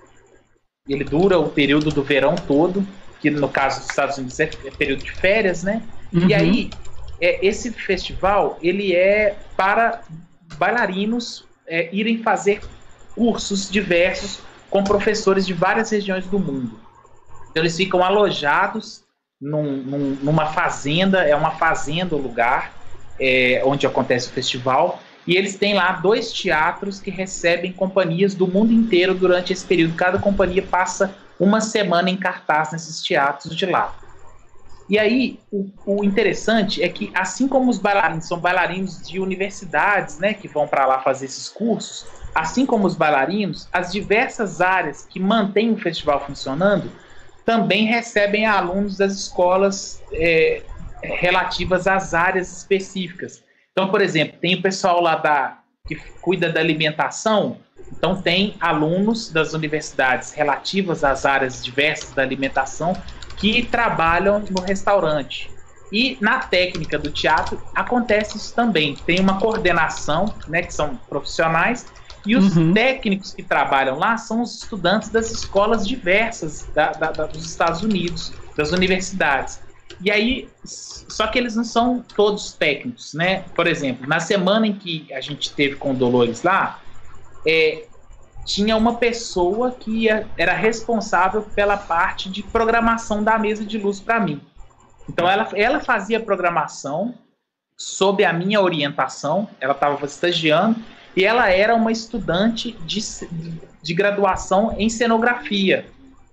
ele dura o período do verão todo, que no caso dos Estados Unidos é período de férias, né? Uhum. E aí, é, esse festival, ele é para bailarinos é, irem fazer cursos diversos com professores de várias regiões do mundo. Então, eles ficam alojados num, num, numa fazenda, é uma fazenda o lugar é, onde acontece o festival, e eles têm lá dois teatros que recebem companhias do mundo inteiro durante esse período. Cada companhia passa uma semana em cartaz nesses teatros de lá. E aí, o, o interessante é que, assim como os bailarinos são bailarinos de universidades, né, que vão para lá fazer esses cursos, assim como os bailarinos, as diversas áreas que mantêm o festival funcionando também recebem alunos das escolas é, relativas às áreas específicas. Então, por exemplo, tem o pessoal lá da, que cuida da alimentação. Então, tem alunos das universidades relativas às áreas diversas da alimentação que trabalham no restaurante. E na técnica do teatro acontece isso também. Tem uma coordenação, né, que são profissionais, e os uhum. técnicos que trabalham lá são os estudantes das escolas diversas da, da, da, dos Estados Unidos, das universidades. E aí, só que eles não são todos técnicos, né? Por exemplo, na semana em que a gente teve com o Dolores lá, é, tinha uma pessoa que ia, era responsável pela parte de programação da mesa de luz para mim. Então, ela, ela fazia programação sob a minha orientação, ela estava estagiando, e ela era uma estudante de, de graduação em cenografia.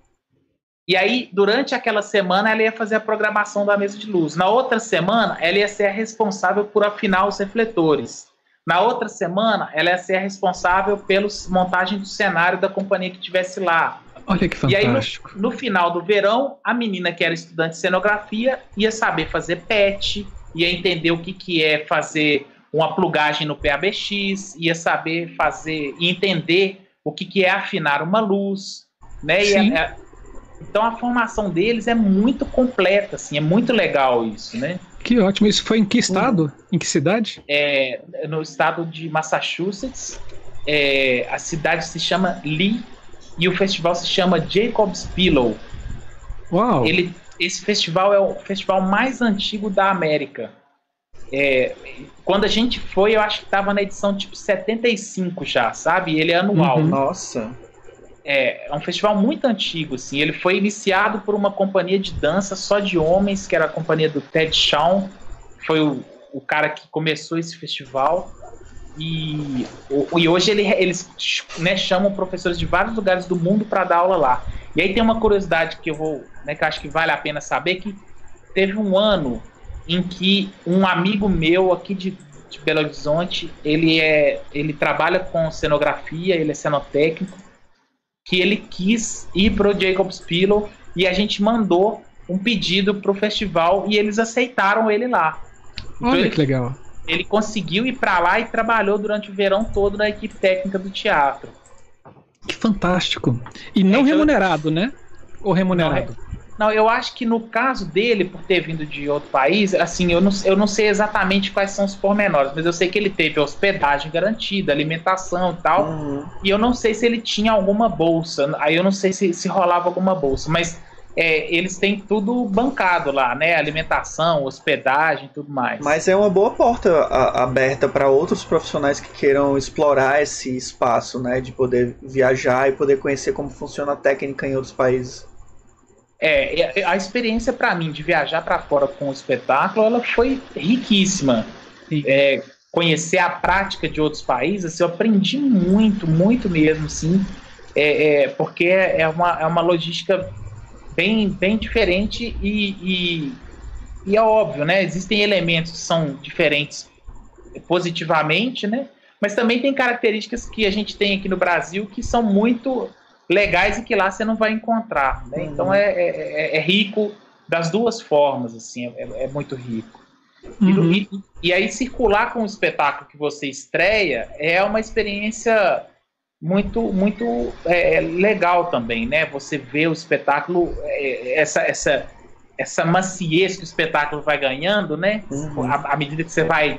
E aí, durante aquela semana, ela ia fazer a programação da mesa de luz. Na outra semana, ela ia ser a responsável por afinar os refletores. Na outra semana, ela ia ser a responsável pela montagem do cenário da companhia que estivesse lá. Olha que fantástico. E aí, no, no final do verão, a menina que era estudante de cenografia ia saber fazer patch, ia entender o que, que é fazer uma plugagem no P A B X, ia saber fazer e entender o que, que é afinar uma luz, né? E a, a, então a formação deles é muito completa, assim, é muito legal isso, né? Que ótimo. Isso foi em que estado? Uhum. Em que cidade? É, no estado de Massachusetts. É, a cidade se chama Lee e o festival se chama Jacob's Pillow. Uau! Ele, esse festival é o festival mais antigo da América. É, quando a gente foi, eu acho que estava na edição tipo setenta e cinco já, sabe? Ele é anual. Uhum. Nossa! É, é um festival muito antigo, assim. Ele foi iniciado por uma companhia de dança só de homens, que era a companhia do Ted Shawn. Foi o, o cara que começou esse festival. E, o, e hoje ele, eles né, chamam professores de vários lugares do mundo para dar aula lá. E aí tem uma curiosidade que eu vou, né, que eu acho que vale a pena saber, que teve um ano em que um amigo meu aqui de, de Belo Horizonte, ele, é, ele trabalha com cenografia, ele é cenotécnico, que ele quis ir para o Jacob's Pillow e a gente mandou um pedido para o festival e eles aceitaram ele lá. Então Olha ele, que legal. Ele conseguiu ir para lá e trabalhou durante o verão todo na equipe técnica do teatro. Que fantástico. E não então, remunerado, né? Ou remunerado? Não, eu acho que no caso dele, por ter vindo de outro país, assim, eu não, eu não sei exatamente quais são os pormenores, mas eu sei que ele teve hospedagem garantida, alimentação e tal, uhum. E eu não sei se ele tinha alguma bolsa, aí eu não sei se, se rolava alguma bolsa, mas é, eles têm tudo bancado lá, né? Alimentação, hospedagem e tudo mais. Mas é uma boa porta a, aberta para outros profissionais que queiram explorar esse espaço, né? De poder viajar e poder conhecer como funciona a técnica em outros países. É, a experiência para mim de viajar para fora com o espetáculo, ela foi riquíssima. É, conhecer a prática de outros países, eu aprendi muito, muito mesmo, sim, é, é, porque é uma, é uma logística bem, bem diferente e, e, e é óbvio, né? Existem elementos que são diferentes positivamente, né? Mas também tem características que a gente tem aqui no Brasil que são muito legais e que lá você não vai encontrar, né? Uhum. Então é, é, é rico das duas formas, assim, é, é muito rico. Uhum. E, e aí circular com o espetáculo que você estreia é uma experiência muito, muito é, legal também, né? Você vê o espetáculo, é, essa, essa, essa maciez que o espetáculo vai ganhando, né? Uhum. À, à medida que você vai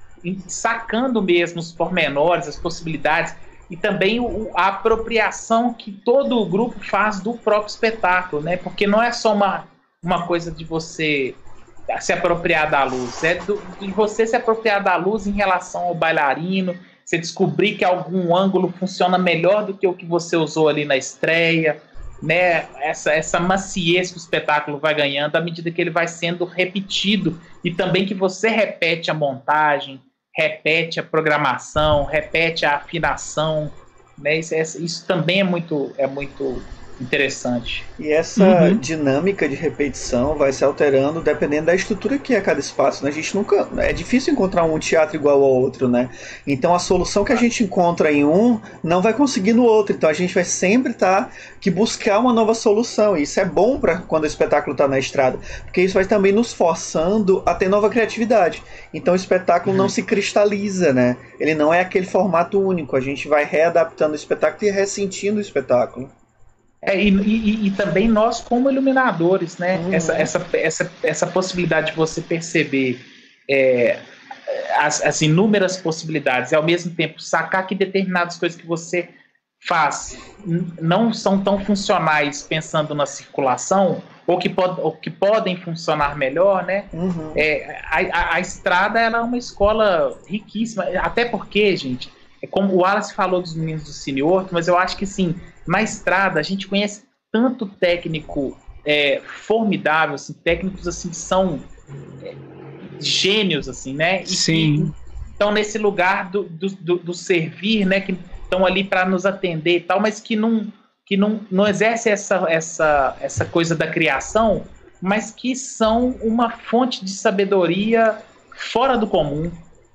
sacando mesmo os pormenores, as possibilidades, e também o, a apropriação que todo o grupo faz do próprio espetáculo, né? Porque não é só uma, uma coisa de você se apropriar da luz, é do, de você se apropriar da luz em relação ao bailarino, você descobrir que algum ângulo funciona melhor do que o que você usou ali na estreia, né? Essa, essa maciez que o espetáculo vai ganhando à medida que ele vai sendo repetido, e também que você repete a montagem, repete a programação, repete a afinação, né? Isso, isso também é muito, é muito interessante. E essa uhum. dinâmica de repetição vai se alterando dependendo da estrutura que é cada espaço, né? A gente nunca, é difícil encontrar um teatro igual ao outro, né? Então a solução que a gente encontra em um não vai conseguir no outro, então a gente vai sempre estar tá, que buscar uma nova solução, e isso é bom para quando o espetáculo está na estrada, porque isso vai também nos forçando a ter nova criatividade. Então o espetáculo uhum. não se cristaliza, né? Ele não é aquele formato único, a gente vai readaptando o espetáculo e ressentindo o espetáculo. É, e, e, e também nós como iluminadores, né? Uhum. Essa, essa, essa, essa possibilidade de você perceber é, as, as inúmeras possibilidades e ao mesmo tempo sacar que determinadas coisas que você faz não são tão funcionais pensando na circulação, ou que, pod, ou que podem funcionar melhor, né? Uhum. É, a, a, a estrada ela é uma escola riquíssima, até porque, gente, é como o Wallace falou dos meninos do Cine Horto, mas eu acho que sim, na estrada a gente conhece tanto técnico é, formidável, assim, técnicos assim que são é, gênios, assim, né? E sim. que estão nesse lugar do, do, do, do servir, né? Que estão ali para nos atender e tal, mas que não, que não, não exercem essa, essa, essa coisa da criação, mas que são uma fonte de sabedoria fora do comum.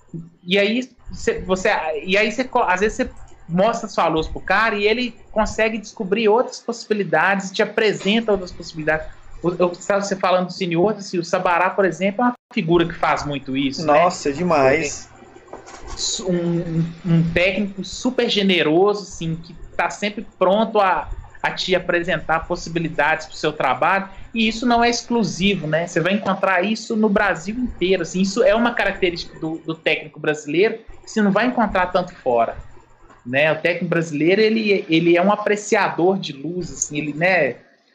E aí você, você, e aí você, às vezes você mostra sua luz pro cara e ele consegue descobrir outras possibilidades, te apresenta outras possibilidades. Eu estava você falando do Cine Horto, assim, o Sabará, por exemplo, é uma figura que faz muito isso. Nossa, né? Demais. Um, um técnico super generoso, assim, que está sempre pronto a, a te apresentar possibilidades para o seu trabalho, e isso não é exclusivo, né? Você vai encontrar isso no Brasil inteiro, assim, isso é uma característica do, do técnico brasileiro que você não vai encontrar tanto fora, né? O técnico brasileiro, ele, ele é um apreciador de luz, assim, ele, né,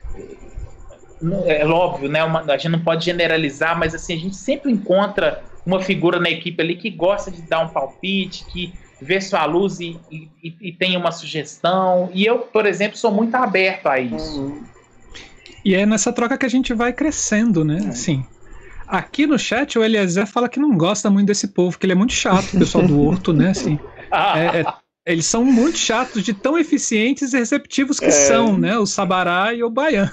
é óbvio, né, uma, a gente não pode generalizar, mas assim, a gente sempre encontra uma figura na equipe ali que gosta de dar um palpite, que vê sua luz e, e, e tem uma sugestão, e eu, por exemplo, sou muito aberto a isso. Uhum. E é nessa troca que a gente vai crescendo, né? Assim, aqui no chat o Eliezer fala que não gosta muito desse povo, que ele é muito chato, o pessoal do Horto, né? Assim, é, é, eles são muito chatos de tão eficientes e receptivos que é. são, né? O Sabará e o Baiano.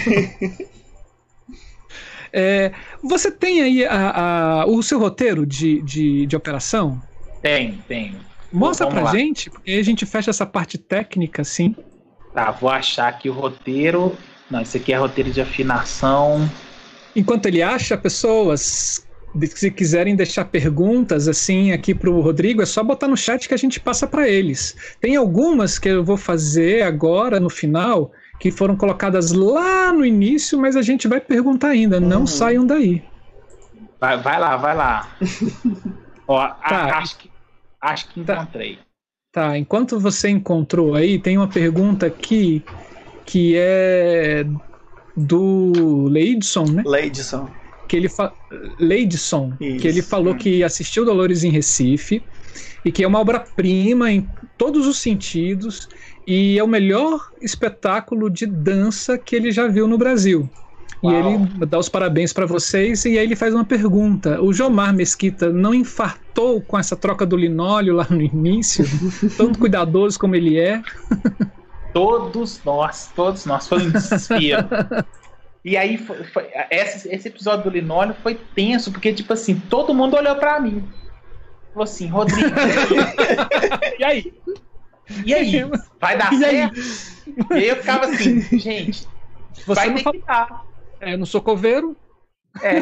É, você tem aí a, a, o seu roteiro de, de, de operação? Tem, tenho. Mostra Vamos pra lá. gente, porque aí a gente fecha essa parte técnica, assim. Tá, vou achar aqui o roteiro. Não, esse aqui é roteiro de afinação. Enquanto ele acha, pessoas, se quiserem deixar perguntas assim aqui pro Rodrigo, é só botar no chat que a gente passa para eles. Tem algumas que eu vou fazer agora no final que foram colocadas lá no início, mas a gente vai perguntar ainda, não uhum. saiam daí. Vai, vai lá, vai lá. Ó, tá. a, acho, que, acho que encontrei. Tá, enquanto você encontrou aí, tem uma pergunta aqui que é do Leidson, né? Leidson. Que ele fa... Leidson, Isso. que ele falou que assistiu Dolores em Recife e que é uma obra-prima em todos os sentidos e é o melhor espetáculo de dança que ele já viu no Brasil. Uau. E ele dá os parabéns para vocês e aí ele faz uma pergunta. O Jomar Mesquita não infartou com essa troca do linóleo lá no início? Tão cuidadoso como ele é? Todos nós, todos nós, foi um desespero. E aí, foi, foi, esse, esse episódio do linóleo foi tenso, porque, tipo assim, todo mundo olhou pra mim. Falou assim, Rodrigo, e aí? E aí? Vai dar e certo? Aí? E aí eu ficava assim, gente, Você vai não ter fala... que dar. É, no socoveiro? É.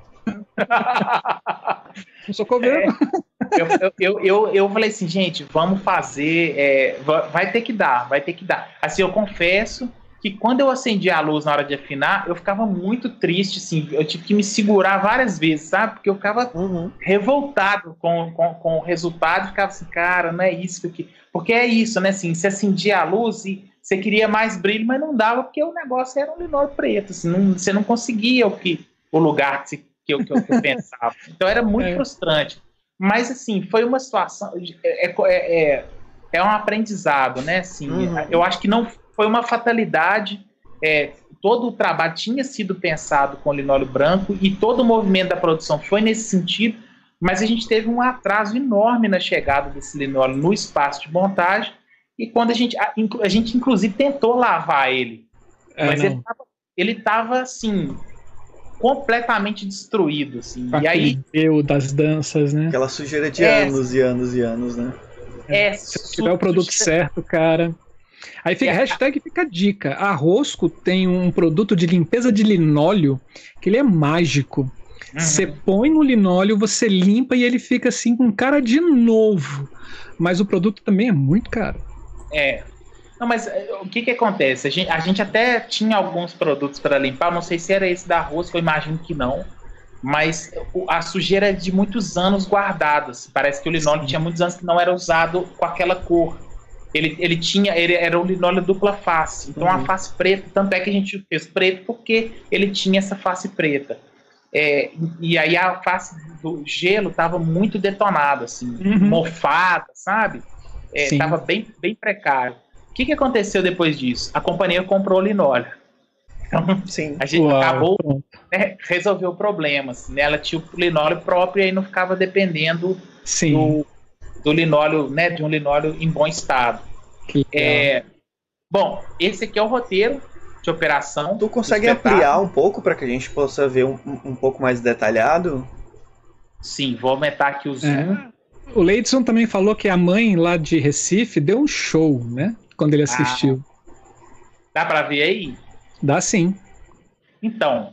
No socoveiro? É. Eu, eu, eu, eu, eu falei assim, gente, vamos fazer, é, vai ter que dar, vai ter que dar. Assim, eu confesso que quando eu acendi a luz na hora de afinar, eu ficava muito triste, assim, eu tive que me segurar várias vezes, sabe? Porque eu ficava uhum. revoltado com, com, com o resultado, ficava assim, cara, não é isso que... Porque é isso, né, assim, você acendia a luz e você queria mais brilho, mas não dava, porque o negócio era um linóleo preto, assim, não, você não conseguia o, que, o lugar que, que, eu, que, eu, que eu pensava. Então era muito é. frustrante. Mas, assim, foi uma situação... É, é, é, é um aprendizado, né, assim, uhum. eu acho que não... Foi uma fatalidade, é, todo o trabalho tinha sido pensado com linóleo branco e todo o movimento da produção foi nesse sentido, mas a gente teve um atraso enorme na chegada desse linóleo no espaço de montagem e quando a gente, a, a gente inclusive tentou lavar ele, é, mas não. ele estava assim, completamente destruído. Assim, e aí eu das danças, né? Aquela sujeira de é, anos e anos e anos, né? É, Se tiver o produto certo, cara... Aí fica, hashtag fica a dica. A Rosco tem um produto de limpeza de linóleo que ele é mágico. Você uhum. põe no linóleo, você limpa e ele fica assim com cara de novo. Mas o produto também é muito caro. É. Não, mas o que que acontece? A gente, a gente até tinha alguns produtos para limpar, não sei se era esse da Rosco, eu imagino que não. Mas a sujeira é de muitos anos guardadas. Parece que o linóleo Sim. tinha muitos anos que não era usado com aquela cor. Ele, ele tinha, ele era um linóleo dupla face, então uhum. a face preta, tanto é que a gente fez preto porque ele tinha essa face preta. É, e aí a face do gelo estava muito detonada, assim, uhum. mofada, sabe? Estava é, bem, bem precário. O que, que aconteceu depois disso? A companhia comprou o linóleo. Então, Sim. a gente Uau, acabou, né, resolveu problemas. Né? Ela tinha o linóleo próprio e aí não ficava dependendo Sim. do... do linóleo, né, de um linóleo em bom estado. É, bom, esse aqui é o roteiro de operação. Tu consegue ampliar um pouco para que a gente possa ver um, um pouco mais detalhado? Sim, vou aumentar aqui o zoom. É. O Leidson também falou que a mãe lá de Recife deu um show, né, quando ele assistiu. Ah, dá para ver aí? Dá sim. Então,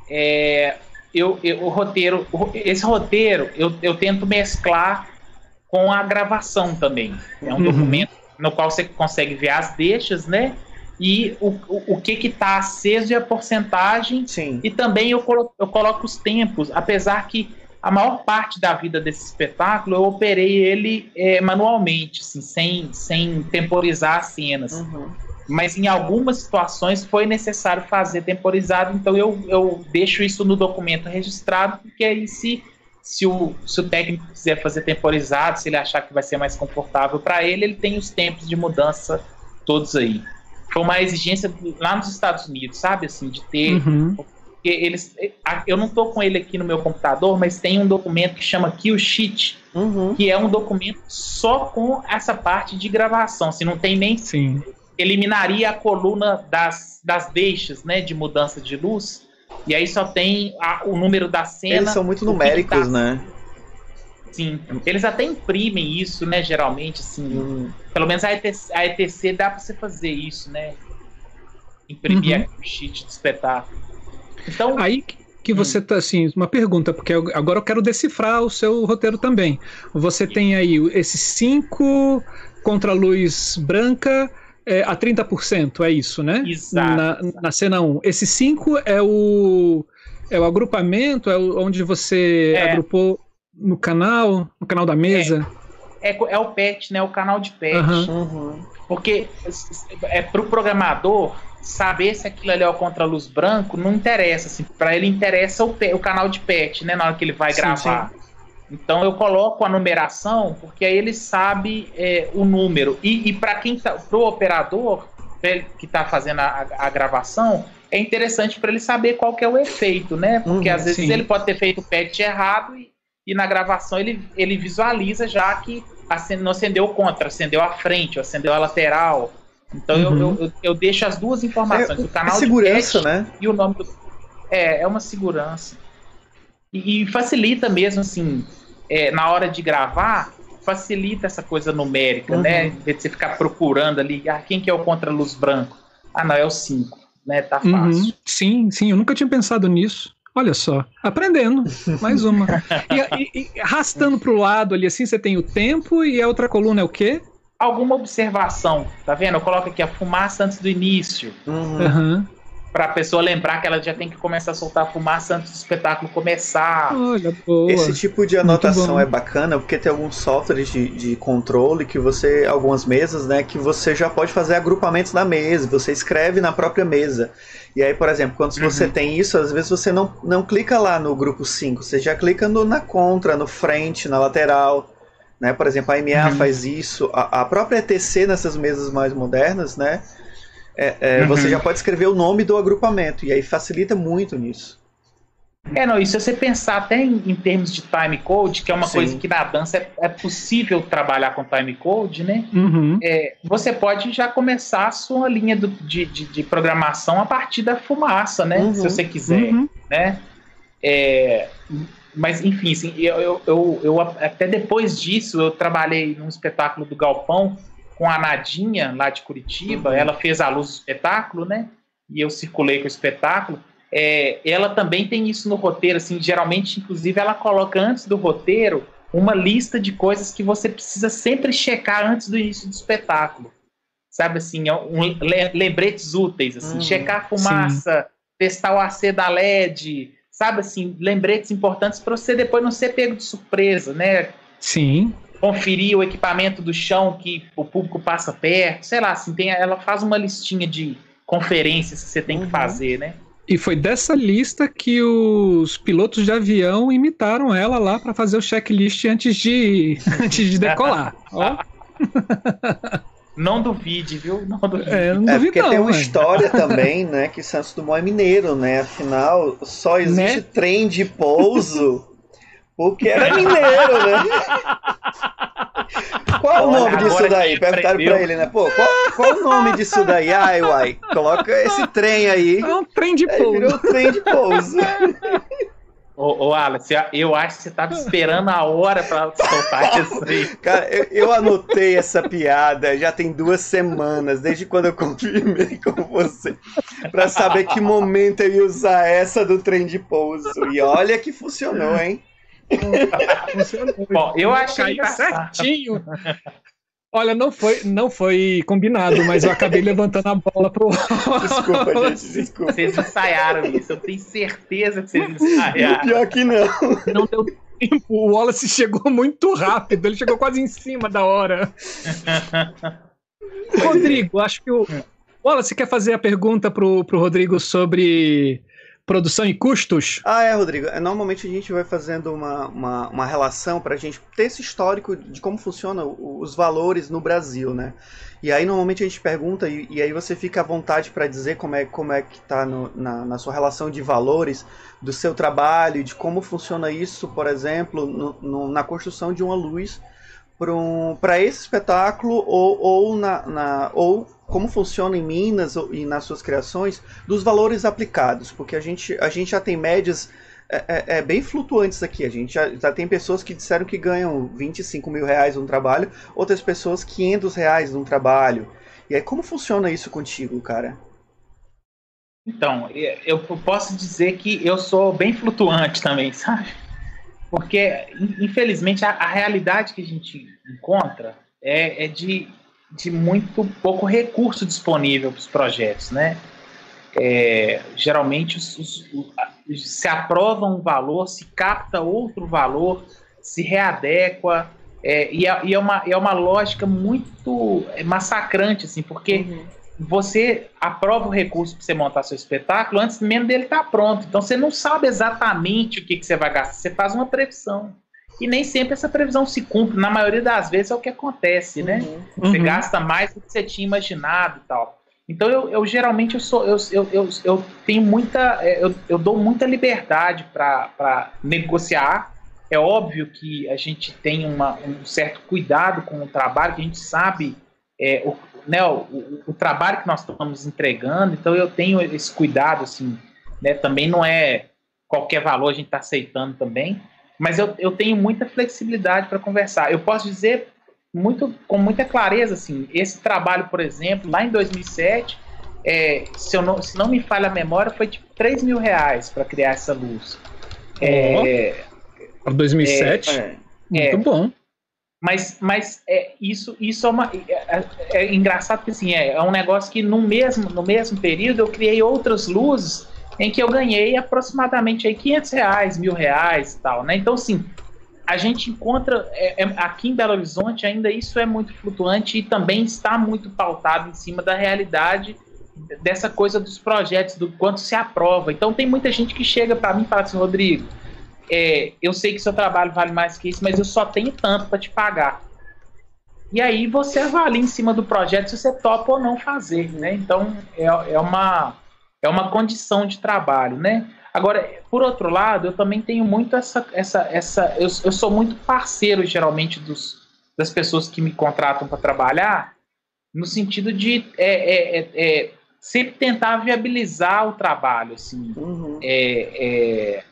é, eu, eu, o roteiro, esse roteiro eu, eu tento mesclar com a gravação também. É um uhum. documento no qual você consegue ver as deixas, né? E o, o, o que que tá aceso e a porcentagem. Sim. E também eu coloco, eu coloco os tempos, apesar que a maior parte da vida desse espetáculo eu operei ele é, manualmente, assim, sem, sem temporizar as cenas. Uhum. Mas em algumas situações foi necessário fazer temporizado, então eu, eu deixo isso no documento registrado, porque aí se... Se o, se o técnico quiser fazer temporizado, se ele achar que vai ser mais confortável para ele, ele tem os tempos de mudança todos aí. Foi uma exigência lá nos Estados Unidos, sabe, assim, de ter... Uhum. Porque eles, eu não estou com ele aqui no meu computador, mas tem um documento que chama Kill Sheet, uhum. que é um documento só com essa parte de gravação, assim, não tem nem... Sim. Eliminaria a coluna das, das deixas, né, de mudança de luz. E aí só tem a, o número da cena. Eles são muito numéricos, tá... né? Sim. Eles até imprimem isso, né? Geralmente, assim. Hum. Pelo menos a E T C, a E T C dá pra você fazer isso, né? Imprimir uhum. o sheet de espetáculo. Então. Aí que você hum. tá, assim, uma pergunta, porque eu, agora eu quero decifrar o seu roteiro também. Você Sim. tem aí esses cinco contra-luz branca, é, a trinta por cento, é isso, né? Exato. Na, na cena um. Esse cinco é o, é o agrupamento, é o, onde você É. agrupou no canal, no canal da mesa. É, é o patch, né? O canal de patch. Aham. Uhum. Porque é pro programador saber se aquilo ali é o contraluz branco não interessa. Assim, para ele interessa o, o canal de patch, né? Na hora que ele vai Sim, gravar. Então eu coloco a numeração porque aí ele sabe é, o número. E, e para quem tá, pro operador que está fazendo a, a gravação, é interessante para ele saber qual que é o efeito, né? Porque Uhum, às vezes sim. ele pode ter feito o patch errado e, e na gravação ele, ele visualiza já que acende, não acendeu o contra, acendeu a frente, ou acendeu a lateral. Então Uhum. eu, eu, eu deixo as duas informações, É, o canal é segurança, de patch né? e o nome do... É, é uma segurança. E, e facilita mesmo, assim, é, na hora de gravar, facilita essa coisa numérica, Uhum. né? Em vez de você ficar procurando ali, ah, quem que é o contraluz branco? Ah, não, é o cinco, né? Tá fácil. Uhum. Sim, sim, eu nunca tinha pensado nisso. Olha só, aprendendo, mais uma. E, e, e arrastando para o lado ali, assim, você tem o tempo e a outra coluna é o quê? Alguma observação, tá vendo? Eu coloco aqui a fumaça antes do início, Uhum. Aham. para a pessoa lembrar que ela já tem que começar a soltar fumaça antes do espetáculo começar. Olha, boa. Esse tipo de Muito anotação bom. é bacana porque tem alguns softwares de, de controle que você, algumas mesas, né, que você já pode fazer agrupamentos na mesa, você escreve na própria mesa. E aí, por exemplo, quando Uhum. você tem isso, às vezes você não, não clica lá no grupo cinco, você já clica no, na contra, no frente, na lateral. Né? Por exemplo, a M A Uhum. faz isso, a, a própria E T C nessas mesas mais modernas, né? É, é, Uhum. Você já pode escrever o nome do agrupamento, e aí facilita muito nisso. É, não, e se você pensar até em, em termos de timecode, que é uma Sim. coisa que na dança é, é possível trabalhar com timecode, né? Uhum. É, você pode já começar a sua linha do- de, de, de programação a partir da fumaça, né? Uhum. Se você quiser, Uhum. né? É, mas, enfim, assim, eu, eu, eu, eu- até depois disso, eu trabalhei num espetáculo do Galpão com a Nadinha, lá de Curitiba. Uhum. Ela fez a luz do espetáculo, né? E eu circulei com o espetáculo. É, ela também tem isso no roteiro, assim, geralmente, inclusive, ela coloca antes do roteiro uma lista de coisas que você precisa sempre checar antes do início do espetáculo. Sabe, assim, é um, le- lembretes úteis, assim, Uhum. checar a fumaça, testar o A C da L E D, sabe, assim, lembretes importantes para você depois não ser pego de surpresa, né? Sim. Conferir o equipamento do chão que o público passa perto, sei lá, assim, tem, ela faz uma listinha de conferências que você tem Uhum. que fazer, né? E foi dessa lista que os pilotos de avião imitaram ela lá para fazer o checklist antes de, antes de decolar. Ó, Não duvide, viu? Não duvide. é, não É, duvido porque não, tem uma ué. história também, né, que Santos Dumont é mineiro, né? Afinal, só existe Né? trem de pouso porque era mineiro, né? Qual o Olha, nome disso agora daí? que Perguntaram aprendeu. pra ele, né? Pô, qual, qual o nome disso daí? Ai, uai, coloca esse trem aí. É um trem de Aí pouso. virou trem de pouso. Ô, ô Alex, eu acho que você tava esperando a hora pra soltar isso aí. Cara, eu, eu anotei essa piada já tem duas semanas, desde quando eu confirmei com você, pra saber que momento eu ia usar essa do trem de pouso. E olha que funcionou, hein? Bom, eu achei Caiu engraçado. certinho. Olha, não foi, não foi combinado, mas eu acabei levantando a bola pro. Desculpa, gente, desculpa. Vocês ensaiaram isso, eu tenho certeza que vocês E o ensaiaram. pior que não. Não deu tempo. O Wallace chegou muito rápido, ele chegou quase em cima da hora. Rodrigo, acho que o. Wallace, quer fazer a pergunta pro, pro Rodrigo sobre produção e custos? Ah, é, Rodrigo. É, normalmente a gente vai fazendo uma, uma, uma relação para a gente ter esse histórico de como funcionam os valores no Brasil, né? E aí normalmente a gente pergunta e, e aí você fica à vontade para dizer como é, como é que está na, na sua relação de valores do seu trabalho, de como funciona isso, por exemplo, no, no, na construção de uma luz para um, para esse espetáculo ou, ou, na, na, ou como funciona em Minas e nas suas criações dos valores aplicados, porque a gente, a gente já tem médias é, é, é bem flutuantes aqui, a gente já, já tem pessoas que disseram que ganham vinte e cinco mil reais num trabalho, outras pessoas quinhentos reais num trabalho, e aí como funciona isso contigo, cara? Então, eu posso dizer que eu sou bem flutuante também, sabe? Porque, infelizmente, a, a realidade que a gente encontra é, é de de muito pouco recurso disponível para os projetos, né? É, geralmente os, os, os, se aprova um valor, se capta outro valor, se readequa, é, e, é, e é, uma, é uma lógica muito massacrante, assim, porque uhum. você aprova o recurso para você montar seu espetáculo antes mesmo dele estar pronto, então você não sabe exatamente o que, que você vai gastar, você faz uma previsão. E nem sempre essa previsão se cumpre. Na maioria das vezes é o que acontece, né? Uhum. Você uhum. gasta mais do que você tinha imaginado e tal. Então, eu, eu geralmente eu sou, eu, eu, eu, eu tenho muita... Eu, eu dou muita liberdade para negociar. É óbvio que a gente tem uma, um certo cuidado com o trabalho, que a gente sabe é, o, né, o, o, o trabalho que nós estamos entregando. Então, eu tenho esse cuidado, assim, né? Também não é qualquer valor a gente está aceitando também. Mas eu, eu tenho muita flexibilidade para conversar. Eu posso dizer muito, com muita clareza, assim, esse trabalho, por exemplo, lá em dois mil e sete, é, se, eu não, se não me falha a memória, foi tipo três mil reais para criar essa luz. É, para dois mil e sete? É, muito é, bom. Mas, mas é, isso, isso é, uma, é, é engraçado porque assim, é, é um negócio que no mesmo, no mesmo período eu criei outras luzes em que eu ganhei aproximadamente aí quinhentos reais, mil reais e tal, né? Então, assim, a gente encontra, é, é, aqui em Belo Horizonte ainda isso é muito flutuante e também está muito pautado em cima da realidade dessa coisa dos projetos, do quanto se aprova. Então, tem muita gente que chega para mim e fala assim, Rodrigo, é, eu sei que seu trabalho vale mais que isso, mas eu só tenho tanto para te pagar. E aí você avalia em cima do projeto se você topa ou não fazer, né? Então, é, é uma... É uma condição de trabalho, né? Agora, por outro lado, eu também tenho muito essa... essa, essa eu, eu sou muito parceiro, geralmente, dos, das pessoas que me contratam para trabalhar, no sentido de é, é, é, sempre tentar viabilizar o trabalho, assim. Uhum. É, é...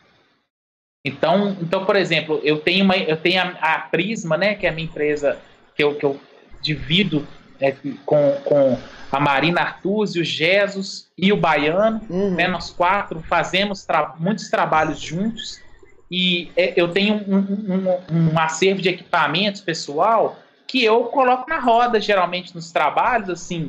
Então, então, por exemplo, eu tenho, uma, eu tenho a, a Prisma, né? Que é a minha empresa que eu, que eu divido é, com... com a Marina Artuzzi, o Jesus e o Baiano, uhum. né, nós quatro fazemos tra muitos trabalhos juntos e é, eu tenho um, um, um acervo de equipamentos pessoal que eu coloco na roda geralmente nos trabalhos, assim,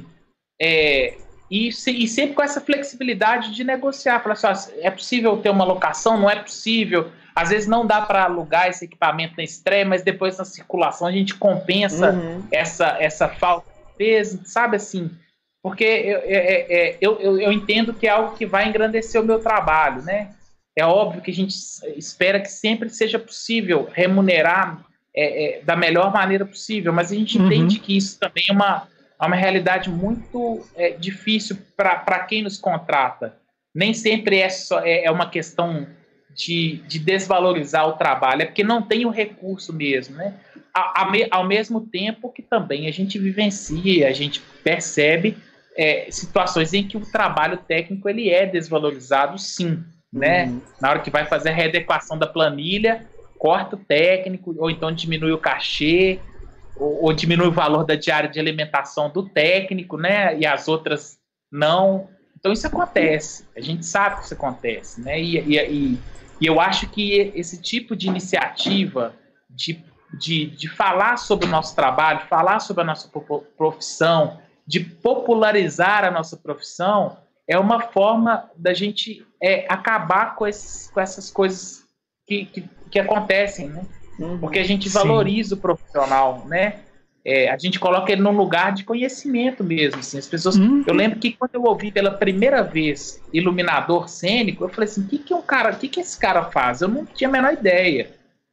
é, e, se, e sempre com essa flexibilidade de negociar, falar assim, ó, é possível ter uma locação, não é possível, às vezes não dá para alugar esse equipamento na estreia, mas depois na circulação a gente compensa uhum. essa, essa falta de peso, sabe assim. Porque eu, é, eu, eu, eu entendo que é algo que vai engrandecer o meu trabalho, né? É óbvio que a gente espera que sempre seja possível remunerar é, é, da melhor maneira possível, mas a gente uhum. entende que isso também é uma, é uma realidade muito é, difícil para quem nos contrata. Nem sempre é, só, é, é uma questão de, de desvalorizar o trabalho, é porque não tem o recurso mesmo, né? A, a, ao mesmo tempo que também a gente vivencia, a gente percebe É, situações em que o trabalho técnico ele é desvalorizado, sim, né? Uhum. Na hora que vai fazer a readequação da planilha, corta o técnico, ou então diminui o cachê, ou, ou diminui o valor da diária de alimentação do técnico, né? E as outras não. Então isso acontece, a gente sabe que isso acontece, né? E, e, e, e eu acho que esse tipo de iniciativa de, de, de falar sobre o nosso trabalho, falar sobre a nossa profissão, de popularizar a nossa profissão, é uma forma da gente é, acabar com, esses, com essas coisas que, que, que acontecem, né? Uhum, porque a gente valoriza sim. o profissional, né? É, a gente coloca ele num lugar de conhecimento mesmo, assim. As pessoas, uhum. Eu lembro que quando eu ouvi pela primeira vez iluminador cênico, eu falei assim, o que, que, um cara, que, que esse cara faz? Eu não tinha a menor ideia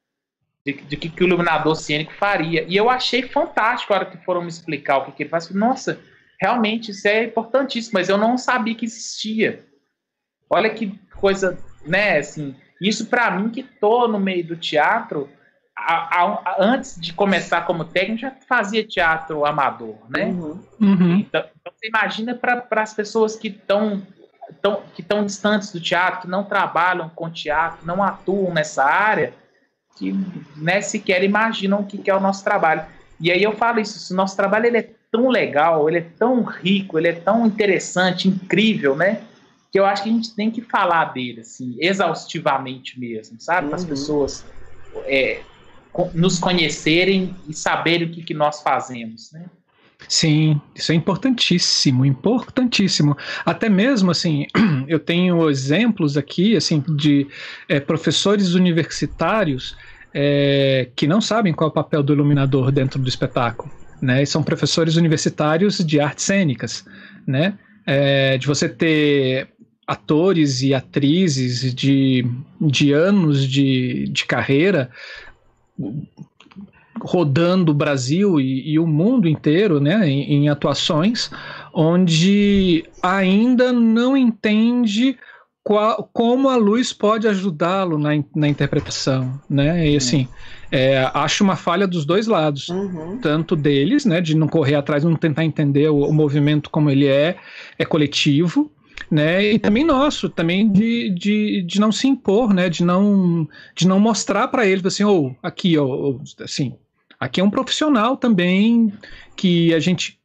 de, de que, que o iluminador cênico faria. E eu achei fantástico a hora que foram me explicar o que, que ele faz. Nossa, realmente isso é importantíssimo, mas eu não sabia que existia. Olha que coisa, né, assim, isso para mim que tô no meio do teatro, a, a, a, antes de começar como técnico, já fazia teatro amador, né? Uhum. Uhum. Então, então você imagina para as pessoas que estão que estão distantes do teatro, que não trabalham com teatro, não atuam nessa área, que, né, sequer imaginam o que, que é o nosso trabalho. E aí eu falo isso, o nosso trabalho ele é tão legal, ele é tão rico, ele é tão interessante, incrível, né? Que eu acho que a gente tem que falar dele, assim, exaustivamente mesmo, sabe? Para as uhum. pessoas é, nos conhecerem e saberem o que, que nós fazemos, né? Sim, isso é importantíssimo, importantíssimo. Até mesmo, assim, eu tenho exemplos aqui, assim, de é, professores universitários é, que não sabem qual é o papel do iluminador dentro do espetáculo, né? E são professores universitários de artes cênicas, né? É, de você ter atores e atrizes de, de anos de, de carreira rodando o Brasil e, e o mundo inteiro, né, em, em atuações, onde ainda não entende qual, como a luz pode ajudá-lo na, na interpretação, né, e assim, é, acho uma falha dos dois lados, uhum. tanto deles, né, de não correr atrás, não tentar entender o, o movimento como ele é, é coletivo, né, e também nosso, também de, de, de não se impor, né, de não, de não mostrar para eles assim, ou oh, aqui, oh, assim, aqui é um profissional também que a gente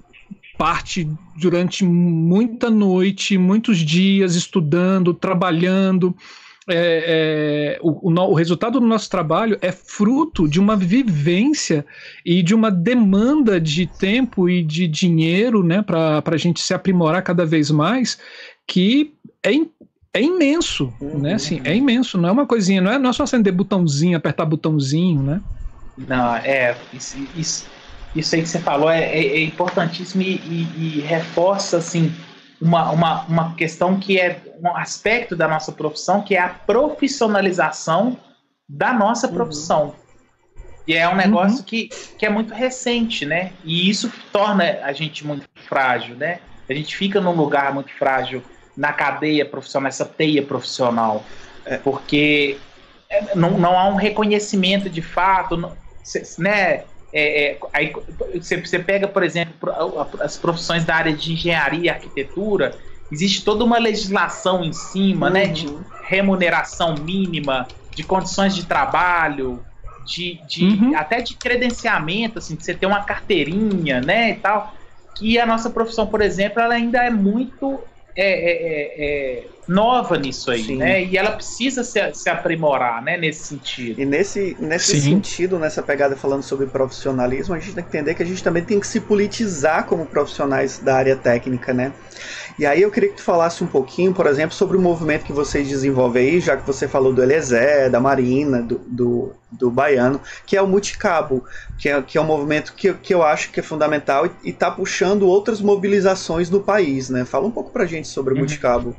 parte durante muita noite, muitos dias estudando, trabalhando. É, é, o, o, o resultado do nosso trabalho é fruto de uma vivência e de uma demanda de tempo e de dinheiro, né, para a gente se aprimorar cada vez mais, que é, é imenso, uhum. né, assim, é imenso, não é uma coisinha, não é, não é só acender botãozinho, apertar botãozinho, né? Não, é, isso, isso, isso aí que você falou é, é, é importantíssimo e, e, e reforça, assim, uma, uma, uma questão que é um aspecto da nossa profissão, que é a profissionalização da nossa profissão. Uhum. E é um negócio uhum. que, que é muito recente, né? E isso torna a gente muito frágil, né? A gente fica num lugar muito frágil na cadeia profissional, essa teia profissional, é. porque não, não há um reconhecimento de fato, não, né? É, é, aí você, você pega, por exemplo, as profissões da área de engenharia e arquitetura, existe toda uma legislação em cima, uhum. né, de remuneração mínima, de condições de trabalho, de, de uhum. até de credenciamento, assim, de você ter uma carteirinha, né, e tal, que a nossa profissão, por exemplo, ela ainda é muito é, é, é, nova nisso aí, Sim. né? E ela precisa se, se aprimorar, né? Nesse sentido. E nesse, nesse sentido, nessa pegada falando sobre profissionalismo, a gente tem que entender que a gente também tem que se politizar como profissionais da área técnica, né? E aí eu queria que tu falasse um pouquinho, por exemplo, sobre o movimento que vocês desenvolvem aí, já que você falou do Eliezer, da Marina, do, do, do Baiano, que é o Multicabo, que é, que é um movimento que, que eu acho que é fundamental e está puxando outras mobilizações no país, né? Fala um pouco pra gente sobre o uhum. Multicabo.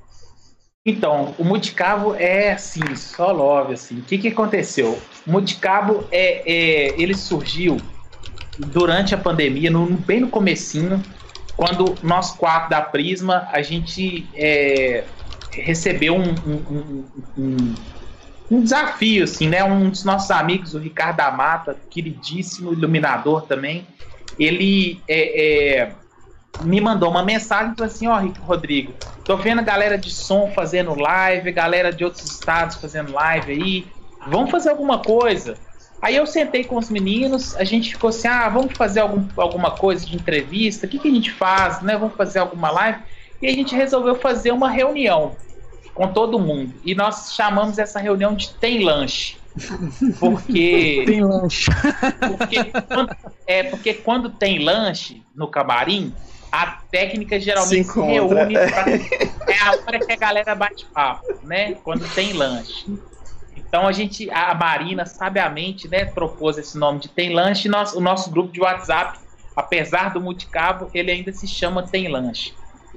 Então, o Multicabo é assim, só love, assim. O que que aconteceu? O Multicabo, é, é, ele surgiu durante a pandemia, no, bem no comecinho, quando nós quatro da Prisma, a gente é, recebeu um, um, um, um desafio, assim, né? Um dos nossos amigos, o Ricardo da Mata, queridíssimo iluminador também, ele é, é, me mandou uma mensagem e falou assim, ó, oh, Rodrigo, tô vendo a galera de som fazendo live, galera de outros estados fazendo live aí, vamos fazer alguma coisa? Aí eu sentei com os meninos, a gente ficou assim, ah, vamos fazer algum, alguma coisa de entrevista, o que, que a gente faz, né? Vamos fazer alguma live? E a gente resolveu fazer uma reunião com todo mundo. E nós chamamos essa reunião de Tem Lanche. Porque... Tem lanche. Porque quando, é, porque quando tem lanche no camarim, a técnica geralmente se, se reúne pra, é a hora que a galera bate papo, né? Quando tem lanche. Então a gente, a Marina, sabiamente, né, propôs esse nome de Tem Lanche, e nós, o nosso grupo de WhatsApp, apesar do Multicabo, ele ainda se chama Tem Lanche.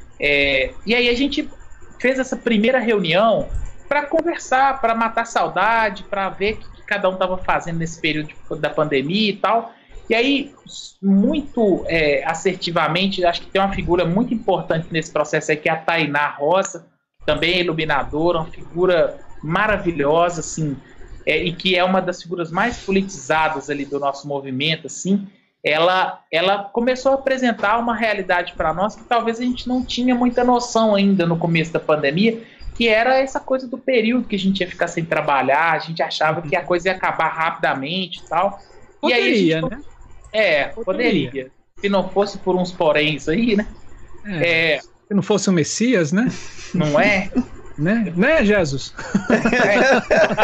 É, e aí a gente fez essa primeira reunião para conversar, para matar saudade, para ver o que cada um estava fazendo nesse período da pandemia e tal. E aí, muito é, assertivamente, acho que tem uma figura muito importante nesse processo aí, que é a Tainá Rosa, também é iluminadora, uma figura maravilhosa, assim, é, e que é uma das figuras mais politizadas ali do nosso movimento, assim. Ela, ela começou a apresentar uma realidade para nós que talvez a gente não tinha muita noção ainda no começo da pandemia, que era essa coisa do período que a gente ia ficar sem trabalhar, a gente achava que a coisa ia acabar rapidamente e tal. Poderia, e aí a gente, né? É, poderia. poderia. Se não fosse por uns poréns aí, né? É, é, se não fosse o Messias, né? Não é? Né, né, Jesus?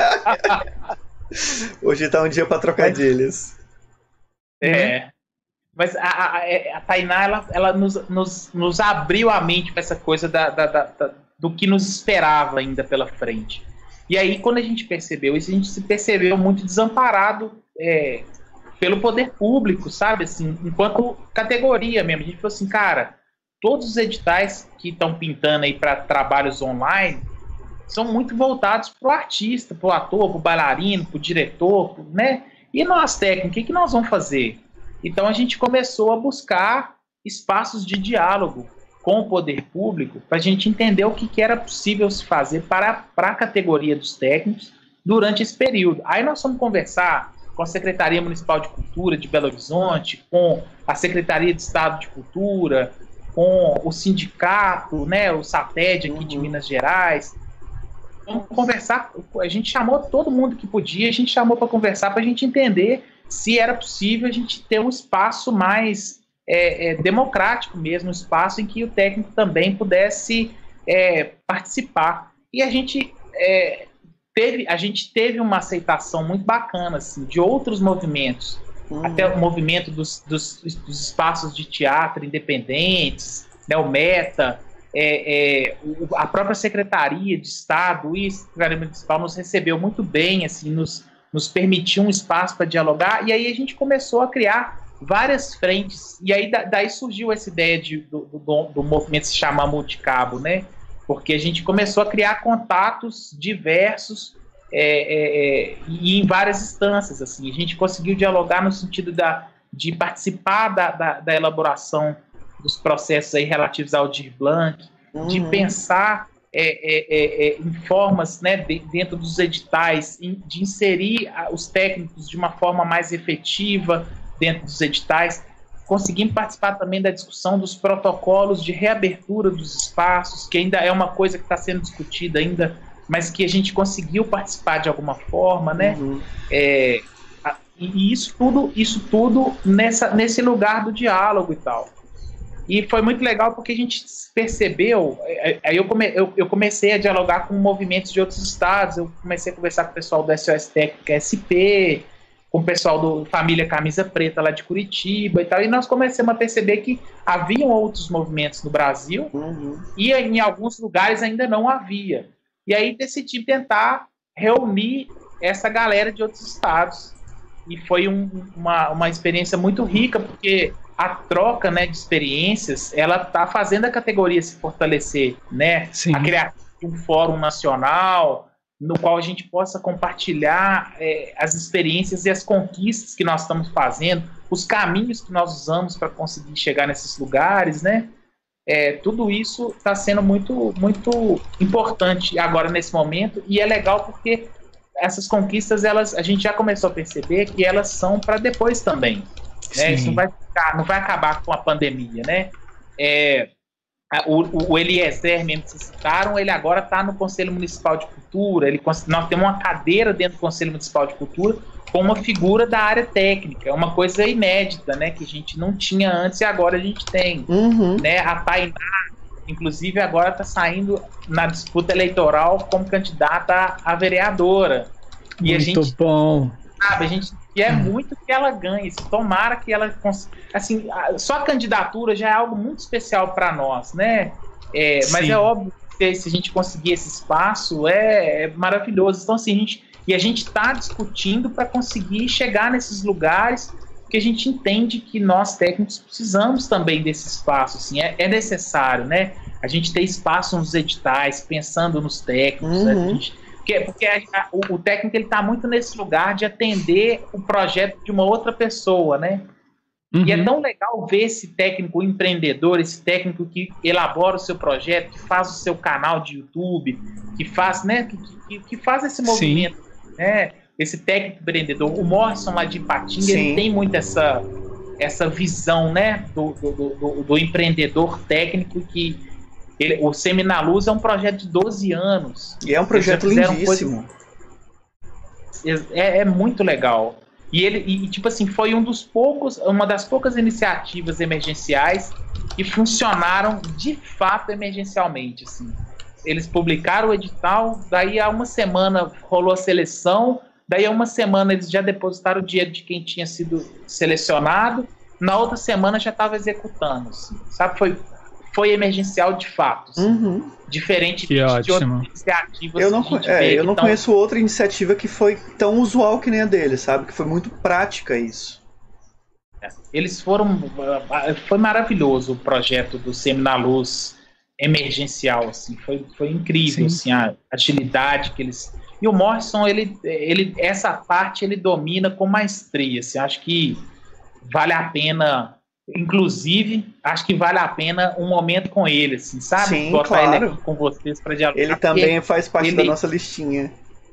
Hoje tá um dia para trocadilhos. É. Mas a, a, a Tainá, ela, ela nos, nos, nos abriu a mente para essa coisa da, da, da, da, do que nos esperava ainda pela frente. E aí, quando a gente percebeu isso, a gente se percebeu muito desamparado é, pelo poder público, sabe? Assim, enquanto categoria mesmo. A gente falou assim, cara, todos os editais que estão pintando aí para trabalhos online são muito voltados para o artista, para o ator, para o bailarino, para o diretor, né? E nós, técnicos, o que, que nós vamos fazer? Então a gente começou a buscar espaços de diálogo com o poder público para a gente entender o que, que era possível se fazer para, para a categoria dos técnicos durante esse período. Aí nós fomos conversar com a Secretaria Municipal de Cultura de Belo Horizonte, com a Secretaria de Estado de Cultura, com o sindicato, né, o SATED aqui de Minas Gerais. Vamos conversar, a gente chamou todo mundo que podia, a gente chamou para conversar para a gente entender se era possível a gente ter um espaço mais é, é, democrático mesmo, um espaço em que o técnico também pudesse é, participar. E a gente, é, teve, a gente teve uma aceitação muito bacana assim, de outros movimentos, uhum. até o movimento dos, dos, dos espaços de teatro independentes, né, o META, é, é, o, a própria Secretaria de Estado e a Secretaria Municipal nos recebeu muito bem, assim, nos nos permitiu um espaço para dialogar, e aí a gente começou a criar várias frentes, e aí da, daí surgiu essa ideia de, do, do, do movimento se chamar Multicabo, né? Porque a gente começou a criar contatos diversos é, é, e em várias instâncias, assim, a gente conseguiu dialogar no sentido da, de participar da, da, da elaboração dos processos aí relativos ao Aldir Blanc, uhum. de pensar É, é, é, em formas, né, de, dentro dos editais, in, de inserir a, os técnicos de uma forma mais efetiva dentro dos editais. Conseguimos participar também da discussão dos protocolos de reabertura dos espaços, que ainda é uma coisa que está sendo discutida ainda, mas que a gente conseguiu participar de alguma forma, né? Uhum. É, a, e isso tudo, isso tudo nessa, nesse lugar do diálogo e tal. E foi muito legal porque a gente percebeu, aí eu, come, eu, eu comecei a dialogar com movimentos de outros estados, eu comecei a conversar com o pessoal do S O S Técnica S P, com o pessoal do Família Camisa Preta lá de Curitiba e tal, e nós começamos a perceber que haviam outros movimentos no Brasil, uhum. e em alguns lugares ainda não havia. E aí decidi tentar reunir essa galera de outros estados. E foi um, uma, uma experiência muito rica, porque a troca, né, de experiências, ela está fazendo a categoria se fortalecer, né? Sim. A criação de um fórum nacional, no qual a gente possa compartilhar é, as experiências e as conquistas que nós estamos fazendo, os caminhos que nós usamos para conseguir chegar nesses lugares, né? É, tudo isso está sendo muito, muito importante agora nesse momento, e é legal porque essas conquistas, elas, a gente já começou a perceber que elas são para depois também, né? Isso não vai, ficar, não vai acabar com a pandemia, né? É, o, o Eliezer mesmo que vocês citaram, ele agora está no Conselho Municipal de Cultura, ele, nós temos uma cadeira dentro do Conselho Municipal de Cultura com uma figura da área técnica, é uma coisa inédita, né? Que a gente não tinha antes e agora a gente tem, uhum. né? A Tainá, inclusive, agora está saindo na disputa eleitoral como candidata a vereadora. E muito a gente, bom. Sabe, a gente quer hum. muito que ela ganhe. Tomara que ela consiga. Assim, só a candidatura já é algo muito especial para nós, né? É, mas é óbvio que se a gente conseguir esse espaço, é, é maravilhoso. Então, assim, a gente, e a gente está discutindo para conseguir chegar nesses lugares, porque a gente entende que nós técnicos precisamos também desse espaço, assim, é, é necessário, né? A gente ter espaço nos editais, pensando nos técnicos, uhum. né? A gente, porque, porque a, a, o, o técnico ele está muito nesse lugar de atender o projeto de uma outra pessoa, né? Uhum. E é tão legal ver esse técnico empreendedor, esse técnico que elabora o seu projeto, que faz o seu canal de YouTube, que faz, né? Que, que, que faz esse movimento, Sim. né? Esse técnico empreendedor, o Morrison lá de Ipatinga, ele tem muito essa, essa visão, né, do, do, do, do empreendedor técnico, que ele, o Seminaluz é um projeto de doze anos. E é um projeto lindíssimo. Coisa, é, é muito legal. E ele, e, tipo assim, foi um dos poucos, uma das poucas iniciativas emergenciais que funcionaram de fato emergencialmente, assim. Eles publicaram o edital, daí há uma semana rolou a seleção. Daí, há uma semana, eles já depositaram o dinheiro de quem tinha sido selecionado, na outra semana já estava executando, assim, sabe? Foi, foi emergencial de fato, assim, Uhum. diferente Que de, de ótimo. outras iniciativas. Eu não, que a gente é, vê eu que não tão- conheço outra iniciativa que foi tão usual que nem a dele, sabe? Que foi muito prática isso. Eles foram. Foi maravilhoso o projeto do Semi na Luz emergencial, assim, foi, foi incrível, assim, a agilidade que eles. E o Morrison, ele, ele, essa parte ele domina com maestria, assim, acho que vale a pena, inclusive, acho que vale a pena um momento com ele, assim, sabe? Sim, botar claro. ele aqui com vocês para dialogar. Ele também faz parte ele... da nossa listinha.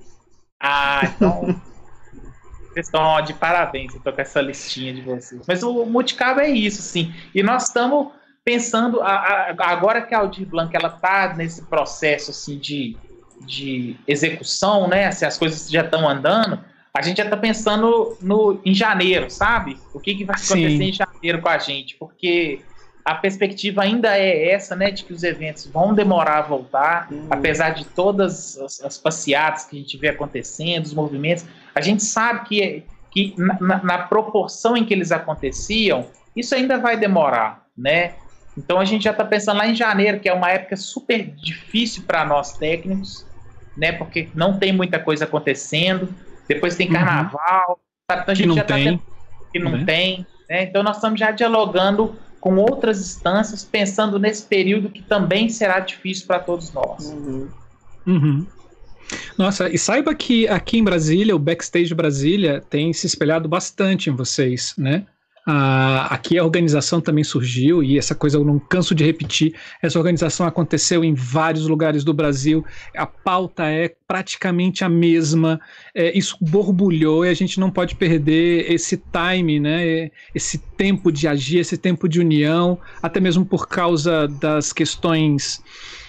Ah, então. Vocês estão de parabéns, eu tô com essa listinha de vocês. Mas o Multicabo é isso, sim. E nós estamos pensando, a, a, agora que a Aldir Blanc ela está nesse processo assim, de, de execução, né? Assim, as coisas já estão andando, a gente já está pensando no, em janeiro, sabe? O que, que vai acontecer sim. em janeiro com a gente? Porque a perspectiva ainda é essa, né? De que os eventos vão demorar a voltar, uhum. apesar de todas as, as passeatas que a gente vê acontecendo, os movimentos. A gente sabe que, que na, na proporção em que eles aconteciam, isso ainda vai demorar, né? Então a gente já está pensando lá em janeiro, que é uma época super difícil para nós técnicos, né? Porque não tem muita coisa acontecendo. Depois tem carnaval, uhum. sabe? Então a gente que já está tem que não uhum. tem, né? Então nós estamos já dialogando com outras instâncias, pensando nesse período que também será difícil para todos nós. Uhum. Uhum. Nossa, e saiba que aqui em Brasília, o Backstage Brasília tem se espelhado bastante em vocês, né? Ah, aqui a organização também surgiu, e essa coisa eu não canso de repetir, essa organização aconteceu em vários lugares do Brasil, a pauta é praticamente a mesma, é, isso borbulhou e a gente não pode perder esse time, né? Esse tempo de agir, esse tempo de união, até mesmo por causa das questões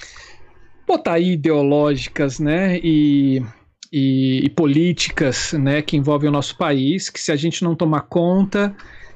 botar aí ideológicas, né, e, e, e políticas, né, que envolvem o nosso país, que se a gente não tomar conta,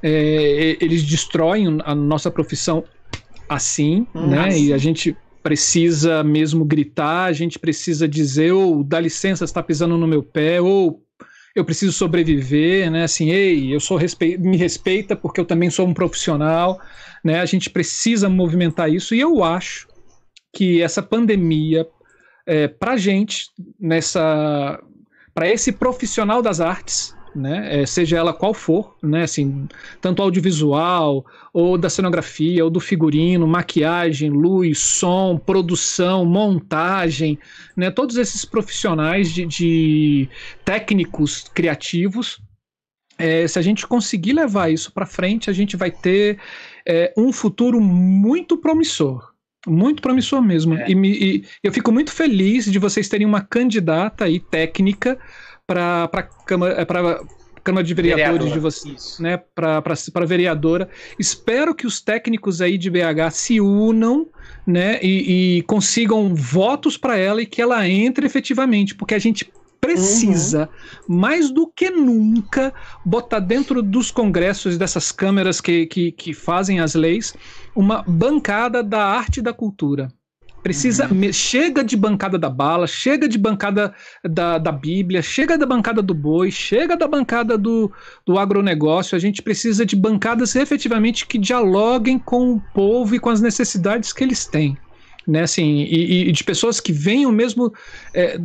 é, eles destroem a nossa profissão assim, hum, né, assim. E a gente precisa mesmo gritar, a gente precisa dizer, ou dá licença, está pisando no meu pé, ou eu preciso sobreviver, né, assim, ei, eu sou respe... me respeita porque eu também sou um profissional, né, a gente precisa movimentar isso, e eu acho que essa pandemia, é, para a gente, nessa, para esse profissional das artes, né, é, seja ela qual for, né, assim, tanto audiovisual, ou da cenografia, ou do figurino, maquiagem, luz, som, produção, montagem, né, todos esses profissionais de, de técnicos criativos, é, se a gente conseguir levar isso para frente, a gente vai ter é, um futuro muito promissor. Muito promissor mesmo. É. E, me, e eu fico muito feliz de vocês terem uma candidata aí técnica para a Câmara, Câmara de Vereadores Vereadora. de vocês, né? Para vereadora. Espero que os técnicos aí de B H se unam, né? E, e consigam votos para ela e que ela entre efetivamente, porque a gente precisa, uhum. mais do que nunca, botar dentro dos congressos, dessas câmeras que, que, que fazem as leis, uma bancada da arte e da cultura. Precisa, uhum. chega de bancada da bala, chega de bancada da, da Bíblia, chega da bancada do boi, chega da bancada do, do agronegócio. A gente precisa de bancadas efetivamente que dialoguem com o povo e com as necessidades que eles têm, né? Assim, e, e de pessoas que venham mesmo... É,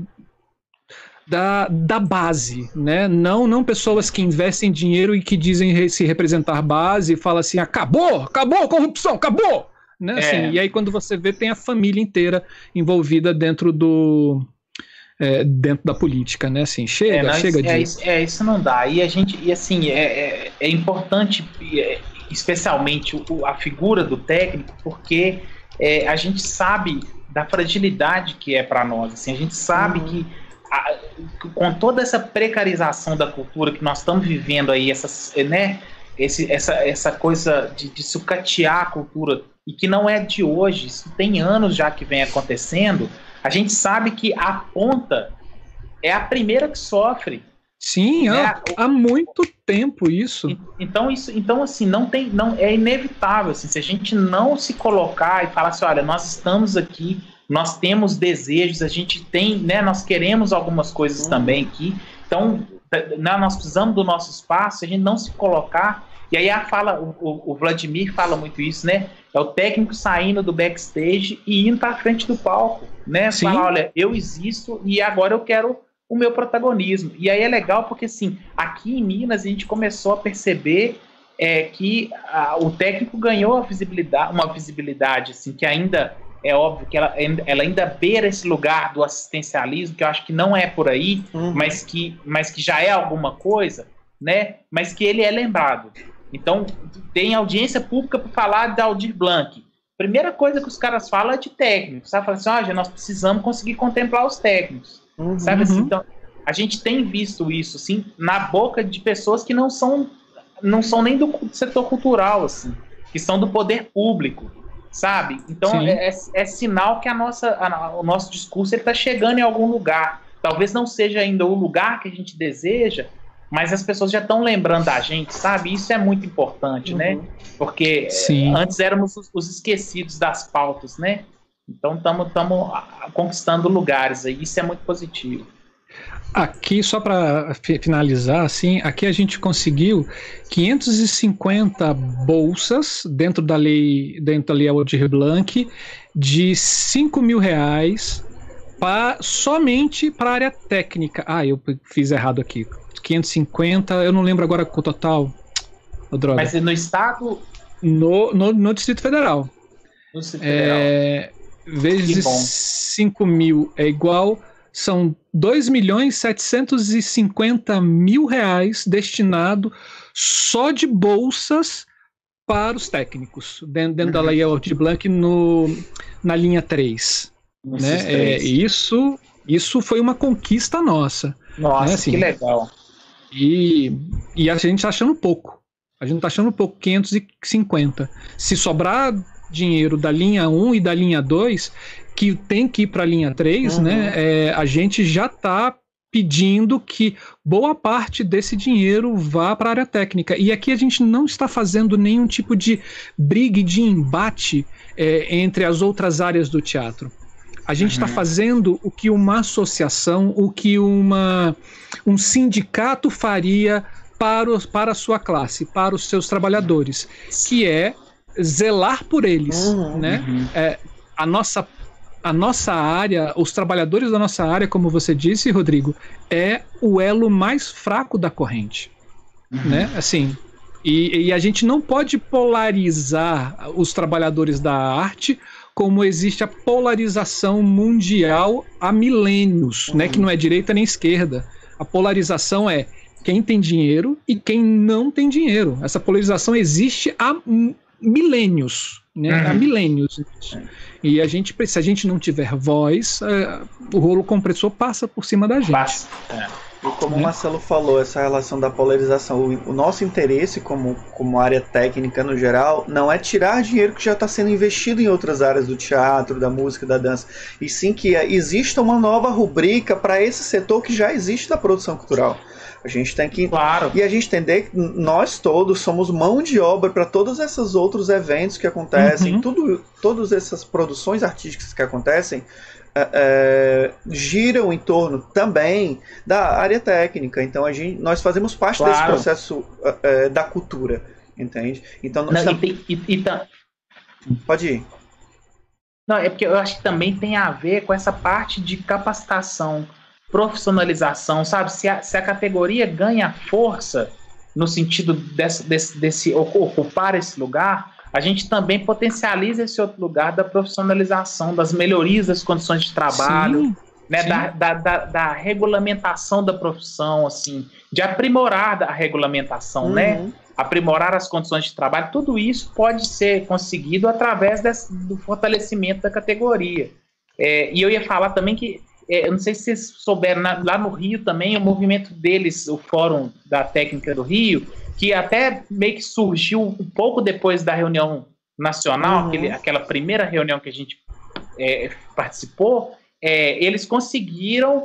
Da, da base, né? Não, não pessoas que investem dinheiro e que dizem se representar base e falam assim, acabou, acabou a corrupção, acabou! Né? Assim, é. E aí quando você vê, tem a família inteira envolvida dentro do... É, dentro da política, né? Assim, chega, é, não, chega é, disso. É, é, isso não dá. E a gente, e assim, é, é, é importante, especialmente a figura do técnico, porque é, a gente sabe da fragilidade que é para nós. Assim, a gente sabe uhum. que A, com toda essa precarização da cultura que nós estamos vivendo aí, essas, né, esse, essa, essa coisa de, de sucatear a cultura, e que não é de hoje, isso tem anos já que vem acontecendo, a gente sabe que a ponta é a primeira que sofre. Sim, né? há, há muito tempo isso. Então, isso, então assim, não tem, não, é inevitável, assim, se a gente não se colocar e falar assim, olha, nós estamos aqui, nós temos desejos, a gente tem, né, nós queremos algumas coisas uhum. também aqui, então né, nós precisamos do nosso espaço, se a gente não se colocar E aí a fala, o, o Vladimir fala muito isso, né? É o técnico saindo do backstage e indo para frente do palco, né? Sim. Fala, olha, eu existo e agora eu quero o meu protagonismo. E aí é legal porque, assim, aqui em Minas a gente começou a perceber é, que a, o técnico ganhou a visibilidade, uma visibilidade, assim, que ainda é óbvio que ela, ela ainda beira esse lugar do assistencialismo, que eu acho que não é por aí, uhum. mas, que, mas que já é alguma coisa, né? Mas que ele é lembrado. Então, tem audiência pública para falar da Aldir Blanc. Primeira coisa que os caras falam é de técnicos, sabe? Falam assim, ah, nós precisamos conseguir contemplar os técnicos, uhum. sabe assim? Então, a gente tem visto isso, assim, na boca de pessoas que não são, não são nem do setor cultural, assim, que são do poder público, sabe? Então, é, é, é sinal que a nossa, a, o nosso discurso está chegando em algum lugar. Talvez não seja ainda o lugar que a gente deseja, mas as pessoas já estão lembrando da gente, sabe? Isso é muito importante, uhum. né? Porque Sim. antes éramos os, os esquecidos das pautas, né? Então estamos conquistando lugares aí, isso é muito positivo. Aqui, só para finalizar, assim, aqui a gente conseguiu quinhentas e cinquenta bolsas dentro da lei, dentro da lei Aldir Blanc, de cinco mil reais pra, somente para a área técnica. Ah, eu fiz errado aqui. quinhentos e cinquenta, eu não lembro agora o total. Oh, droga. Mas no estado? No, no, no Distrito Federal. No Distrito Federal. É, vezes cinco mil é igual, são dois milhões setecentos e cinquenta mil reais destinado só de bolsas para os técnicos, dentro, dentro uhum. da lei Aldir Blanc, no, na linha três. Né? É, isso, isso foi uma conquista nossa. Nossa, né? Assim, que legal. E, e a gente tá achando pouco. A gente tá achando pouco, quinhentos e cinquenta. Se sobrar dinheiro da linha um e da linha dois, que tem que ir para a linha três, uhum. né? É, a gente já tá pedindo que boa parte desse dinheiro vá para a área técnica. E aqui a gente não está fazendo nenhum tipo de briga, de embate é, entre as outras áreas do teatro. A gente está uhum. fazendo o que uma associação, o que uma, um sindicato faria para, os, para a sua classe, para os seus trabalhadores, que é zelar por eles. Uhum. Né? Uhum. É, a, nossa, a nossa área, os trabalhadores da nossa área, como você disse, Rodrigo, é o elo mais fraco da corrente. Uhum. Né? Assim, e, e a gente não pode polarizar os trabalhadores da arte como existe a polarização mundial há milênios, uhum. né, que não é direita nem esquerda. A polarização é quem tem dinheiro e quem não tem dinheiro. Essa polarização existe há milênios, né, uhum. há milênios. E a gente, se a gente não tiver voz, é, o rolo compressor passa por cima da gente. Passa. É. E como é. o Marcelo falou, essa relação da polarização, o, o nosso interesse como, como área técnica no geral, não é tirar dinheiro que já está sendo investido em outras áreas do teatro, da música, da dança, e sim que exista uma nova rubrica para esse setor que já existe da produção cultural. A gente tem que... Claro. E a gente entender que nós todos somos mão de obra para todos esses outros eventos que acontecem, uhum. tudo, todas essas produções artísticas que acontecem, É, é, giram em torno também da área técnica. Então a gente, nós fazemos parte claro. desse processo é, da cultura, entende? Então nós Não, tam... e, e, e tam... Pode ir. Não, é porque eu acho que também tem a ver com essa parte de capacitação, profissionalização, sabe? Se a, se a categoria ganha força no sentido desse, desse, desse ocupar esse lugar, a gente também potencializa esse outro lugar da profissionalização, das melhorias das condições de trabalho, sim, né, sim. Da, da, da, da regulamentação da profissão, assim, de aprimorar a regulamentação, uhum. né? Aprimorar as condições de trabalho, tudo isso pode ser conseguido através desse, do fortalecimento da categoria. É, e eu ia falar também que, é, eu não sei se vocês souberam, na, lá no Rio também, o movimento deles, o Fórum da Técnica do Rio, que até meio que surgiu um pouco depois da reunião nacional, uhum. aquele, aquela primeira reunião que a gente é, participou, é, eles conseguiram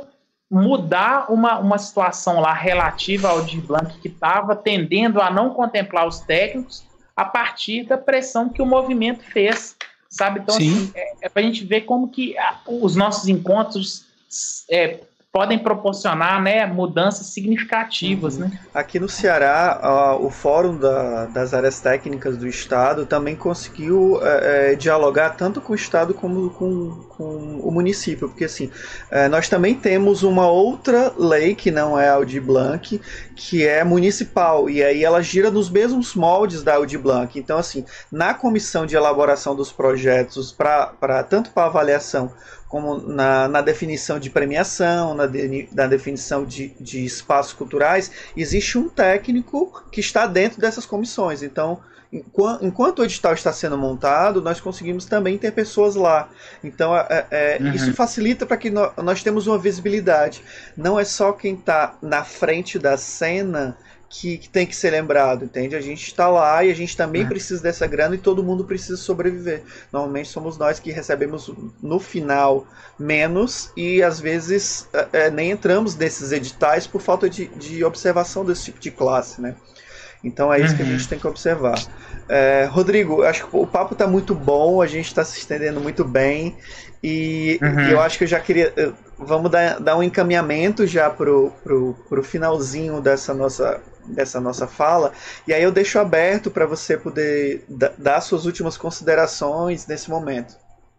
mudar uma, uma situação lá relativa ao Aldir Blanc, que estava tendendo a não contemplar os técnicos a partir da pressão que o movimento fez, sabe? Então, assim, é, é para a gente ver como que a, os nossos encontros é, podem proporcionar, né, mudanças significativas. Uhum. Né? Aqui no Ceará, uh, o Fórum da, das Áreas Técnicas do Estado também conseguiu uh, uh, dialogar tanto com o Estado como com, com o município, porque assim, uh, nós também temos uma outra lei que não é a Aldir Blanc, que é municipal, e aí ela gira nos mesmos moldes da Aldir Blanc. Então, assim, na comissão de elaboração dos projetos, pra, pra, tanto para avaliação como na, na definição de premiação, na, de, na definição de, de espaços culturais, existe um técnico que está dentro dessas comissões. Então, enquanto, enquanto o edital está sendo montado, nós conseguimos também ter pessoas lá. Então, é, é, uhum. isso facilita para que nós, nós temos uma visibilidade. Não é só quem está na frente da cena Que, que tem que ser lembrado, entende? A gente está lá e a gente também uhum. precisa dessa grana e todo mundo precisa sobreviver. Normalmente somos nós que recebemos no final menos e às vezes é, nem entramos nesses editais por falta de, de observação desse tipo de classe, né? Então é isso uhum. que a gente tem que observar. É, Rodrigo, acho que o papo está muito bom, a gente está se estendendo muito bem e, uhum. e eu acho que eu já queria... Vamos dar, dar um encaminhamento já pro, pro, pro finalzinho dessa nossa, dessa nossa fala, e aí eu deixo aberto para você poder da, dar suas últimas considerações nesse momento.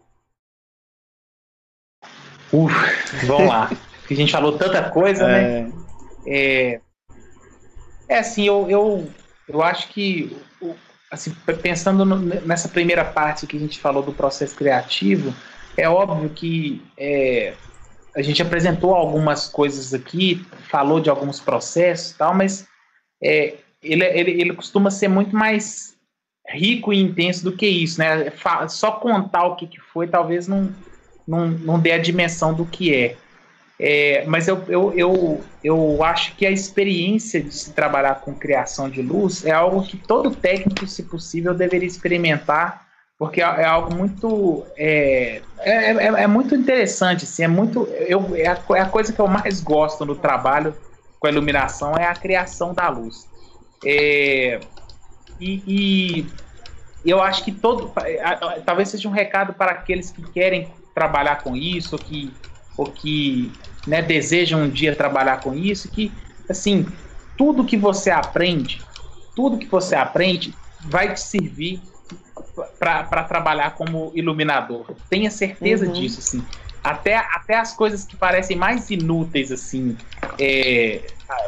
Uf, vamos lá. A gente falou tanta coisa, é... né? É, é assim, eu, eu, eu acho que, assim, pensando no, nessa primeira parte que a gente falou do processo criativo, é óbvio que é, a gente apresentou algumas coisas aqui, falou de alguns processos e tal, mas é, ele, ele, ele costuma ser muito mais rico e intenso do que isso, né? Só contar o que, que foi talvez não, não, não dê a dimensão do que é. É, mas eu, eu, eu, eu acho que a experiência de se trabalhar com criação de luz é algo que todo técnico, se possível, deveria experimentar, porque é algo muito é, é, é, é muito interessante, assim, é, muito, eu, é, a, é a coisa que eu mais gosto no trabalho com a iluminação, é a criação da luz. É, e, e eu acho que todo, talvez seja um recado para aqueles que querem trabalhar com isso, ou que, ou que né, desejam um dia trabalhar com isso, que, assim, tudo que você aprende, tudo que você aprende vai te servir para trabalhar como iluminador. Tenha certeza uhum. disso, assim. Até, até as coisas que parecem mais inúteis, assim, é,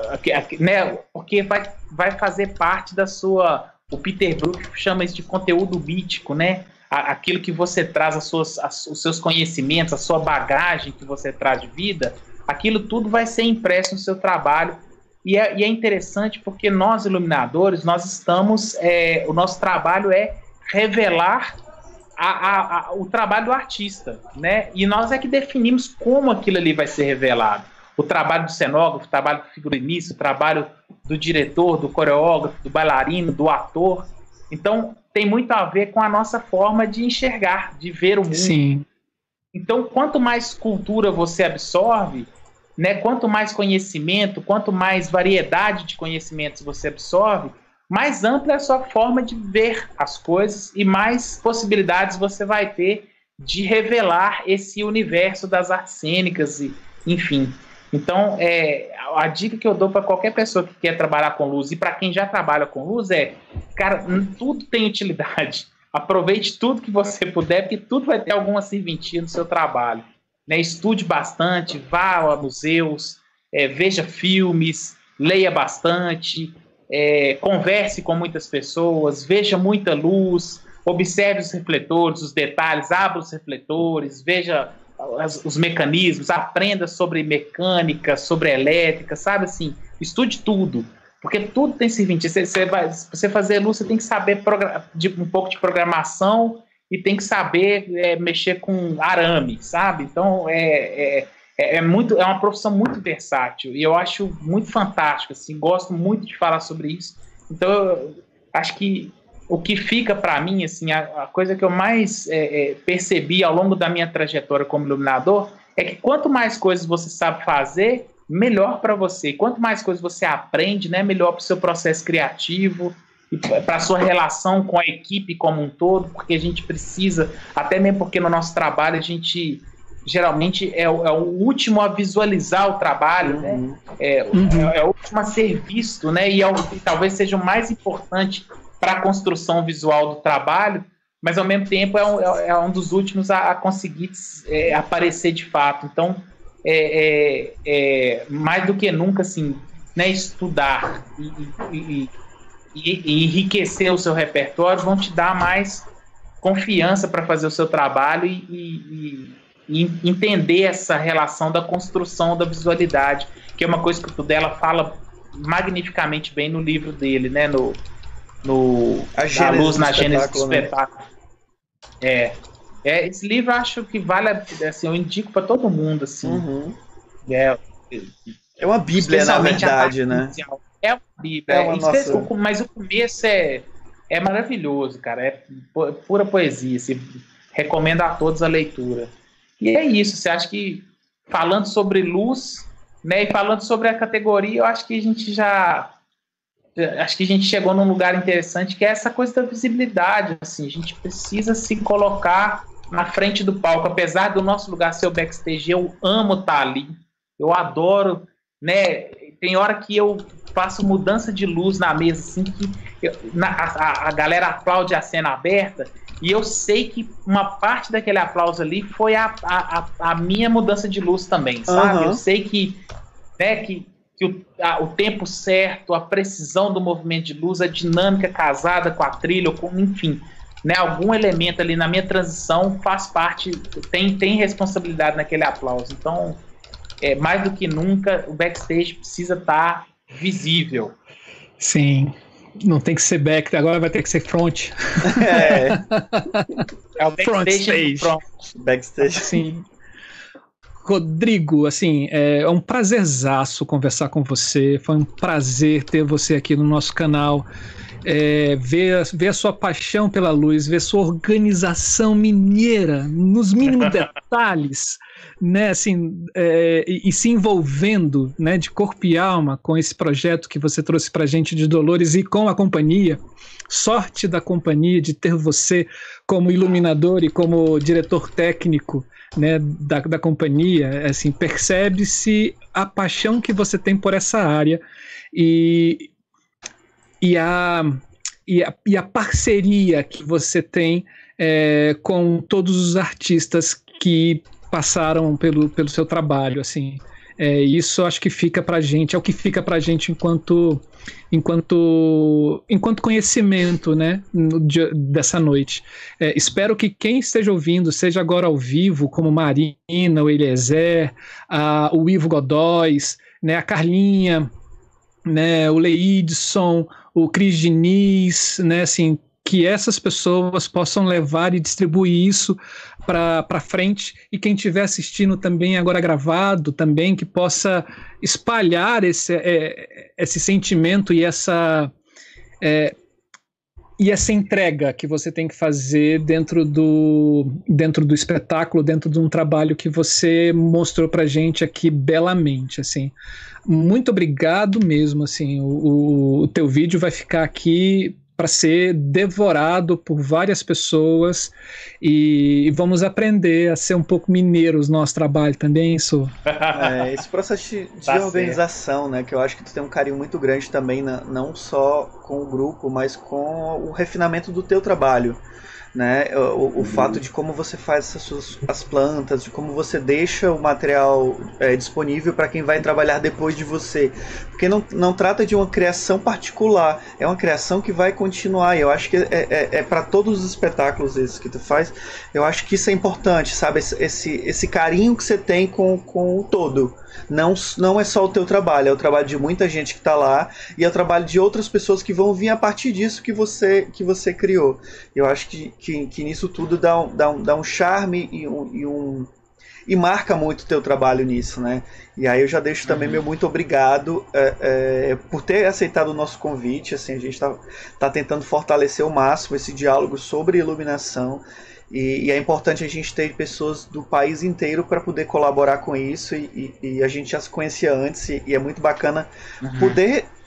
né, porque vai, vai fazer parte da sua... O Peter Brook chama isso de conteúdo mítico, né? Aquilo que você traz, as suas, as, os seus conhecimentos, a sua bagagem que você traz de vida, aquilo tudo vai ser impresso no seu trabalho. E é, e é interessante porque nós, iluminadores, nós estamos... É, o nosso trabalho é revelar a, a, a, o trabalho do artista, né? E nós é que definimos como aquilo ali vai ser revelado. O trabalho do cenógrafo, o trabalho do figurinista, o trabalho do diretor, do coreógrafo, do bailarino, do ator. Então, tem muito a ver com a nossa forma de enxergar, de ver o mundo. Sim. Então, quanto mais cultura você absorve, né, quanto mais conhecimento, quanto mais variedade de conhecimentos você absorve, mais ampla é a sua forma de ver as coisas e mais possibilidades você vai ter de revelar esse universo das artes cênicas, e, enfim. Então, é, a dica que eu dou para qualquer pessoa que quer trabalhar com luz e para quem já trabalha com luz é, cara, tudo tem utilidade. Aproveite tudo que você puder, porque tudo vai ter alguma serventia no seu trabalho. Né? Estude bastante, vá a museus, é, veja filmes, leia bastante, é, converse com muitas pessoas, veja muita luz, observe os refletores, os detalhes, abra os refletores, veja as, os mecanismos, aprenda sobre mecânica, sobre elétrica, sabe assim, estude tudo, porque tudo tem serventia. Você, você vai, se você fazer luz, você tem que saber de, um pouco de programação e tem que saber é, mexer com arame, sabe? Então é, é, é, muito, é uma profissão muito versátil e eu acho muito fantástico, assim, gosto muito de falar sobre isso. Então eu acho que o que fica para mim, assim, a, a coisa que eu mais é, é, percebi ao longo da minha trajetória como iluminador é que quanto mais coisas você sabe fazer, melhor para você. Quanto mais coisas você aprende, né, melhor para o seu processo criativo e para a sua relação com a equipe como um todo, porque a gente precisa, até mesmo porque no nosso trabalho a gente geralmente é o, é o último a visualizar o trabalho, uhum. né? É, uhum. é, é o último a ser visto, né? E, é o, e talvez seja o mais importante para a construção visual do trabalho, mas ao mesmo tempo é um, é um dos últimos a, a conseguir é, aparecer de fato. Então, é, é, é, mais do que nunca, assim, né, estudar e, e, e, e enriquecer o seu repertório vão te dar mais confiança para fazer o seu trabalho e, e, e entender essa relação da construção da visualidade, que é uma coisa que o Tudela fala magnificamente bem no livro dele, né, no, no A Luz na Gênese do Espetáculo. É, é, esse livro eu acho que vale, assim, eu indico para todo mundo, assim. Uhum. É, é uma bíblia, na verdade, né? É uma bíblia, é uma nossa... o, mas o começo é, é maravilhoso, cara, é pura poesia, assim, recomendo a todos a leitura. E é isso, você acha que falando sobre luz, né, e falando sobre a categoria, eu acho que a gente já acho que a gente chegou num lugar interessante, que é essa coisa da visibilidade, assim, a gente precisa se colocar na frente do palco, apesar do nosso lugar ser o backstage, eu amo estar ali, eu adoro, né, tem hora que eu faço mudança de luz na mesa, assim, que eu, na, a, a galera aplaude a cena aberta, e eu sei que uma parte daquele aplauso ali foi a, a, a minha mudança de luz também, sabe? Uhum. Eu sei que, né, que que o, a, o tempo certo, a precisão do movimento de luz, a dinâmica casada com a trilha, com, enfim, né, algum elemento ali na minha transição faz parte, tem, tem responsabilidade naquele aplauso. Então, é, mais do que nunca, o backstage precisa estar visível. Sim, não tem que ser back, agora vai ter que ser front. É, é o backstage. Front stage. Front. Backstage. Sim. Rodrigo, assim, é um prazerzaço conversar com você, foi um prazer ter você aqui no nosso canal, é, ver, ver a sua paixão pela luz, ver sua organização mineira nos mínimos detalhes, né, assim, é, e, e se envolvendo, né, de corpo e alma com esse projeto que você trouxe pra gente de Dolores e com a companhia. Sorte da companhia de ter você como iluminador e como diretor técnico, né, da, da companhia. Assim, percebe-se a paixão que você tem por essa área e, e, a, e, a, e a parceria que você tem é, com todos os artistas que passaram pelo, pelo seu trabalho, assim. É, isso acho que fica pra gente, é o que fica pra gente enquanto, enquanto, enquanto conhecimento, né, no dia, dessa noite. É, espero que quem esteja ouvindo, seja agora ao vivo, como Marina, o Eliezer, a, o Ivo Godóis, né, a Carlinha, né, o Leidson, o Cris Diniz, né, assim, que essas pessoas possam levar e distribuir isso para frente, e quem estiver assistindo também agora gravado, também que possa espalhar esse, é, esse sentimento e essa, é, e essa entrega que você tem que fazer dentro do, dentro do espetáculo, dentro de um trabalho que você mostrou para gente aqui belamente, assim. Muito obrigado mesmo, assim, o, o teu vídeo vai ficar aqui para ser devorado por várias pessoas, e vamos aprender a ser um pouco mineiros no nosso trabalho também, isso. É, esse processo de, de tá organização, né, que eu acho que tu tem um carinho muito grande também, na, não só com o grupo, mas com o refinamento do teu trabalho, né, o, o uhum. fato de como você faz as, suas, as plantas, de como você deixa o material é, disponível para quem vai trabalhar depois de você, porque não, não trata de uma criação particular, é uma criação que vai continuar, e eu acho que é, é, é para todos os espetáculos esses que tu faz, eu acho que isso é importante, sabe, esse, esse, esse carinho que você tem com, com o todo. Não, não é só o teu trabalho, é o trabalho de muita gente que está lá, e é o trabalho de outras pessoas que vão vir a partir disso que você, que você criou. Eu acho que, que, que nisso tudo dá um, dá um, dá um charme e um, e um e marca muito o teu trabalho nisso, né? E aí eu já deixo também uhum. meu muito obrigado é, é, por ter aceitado o nosso convite. Assim, a gente está tá tentando fortalecer ao máximo esse diálogo sobre iluminação. E, e é importante a gente ter pessoas do país inteiro para poder colaborar com isso, e, e, e a gente já se conhecia antes, e, e é muito bacana uhum. poder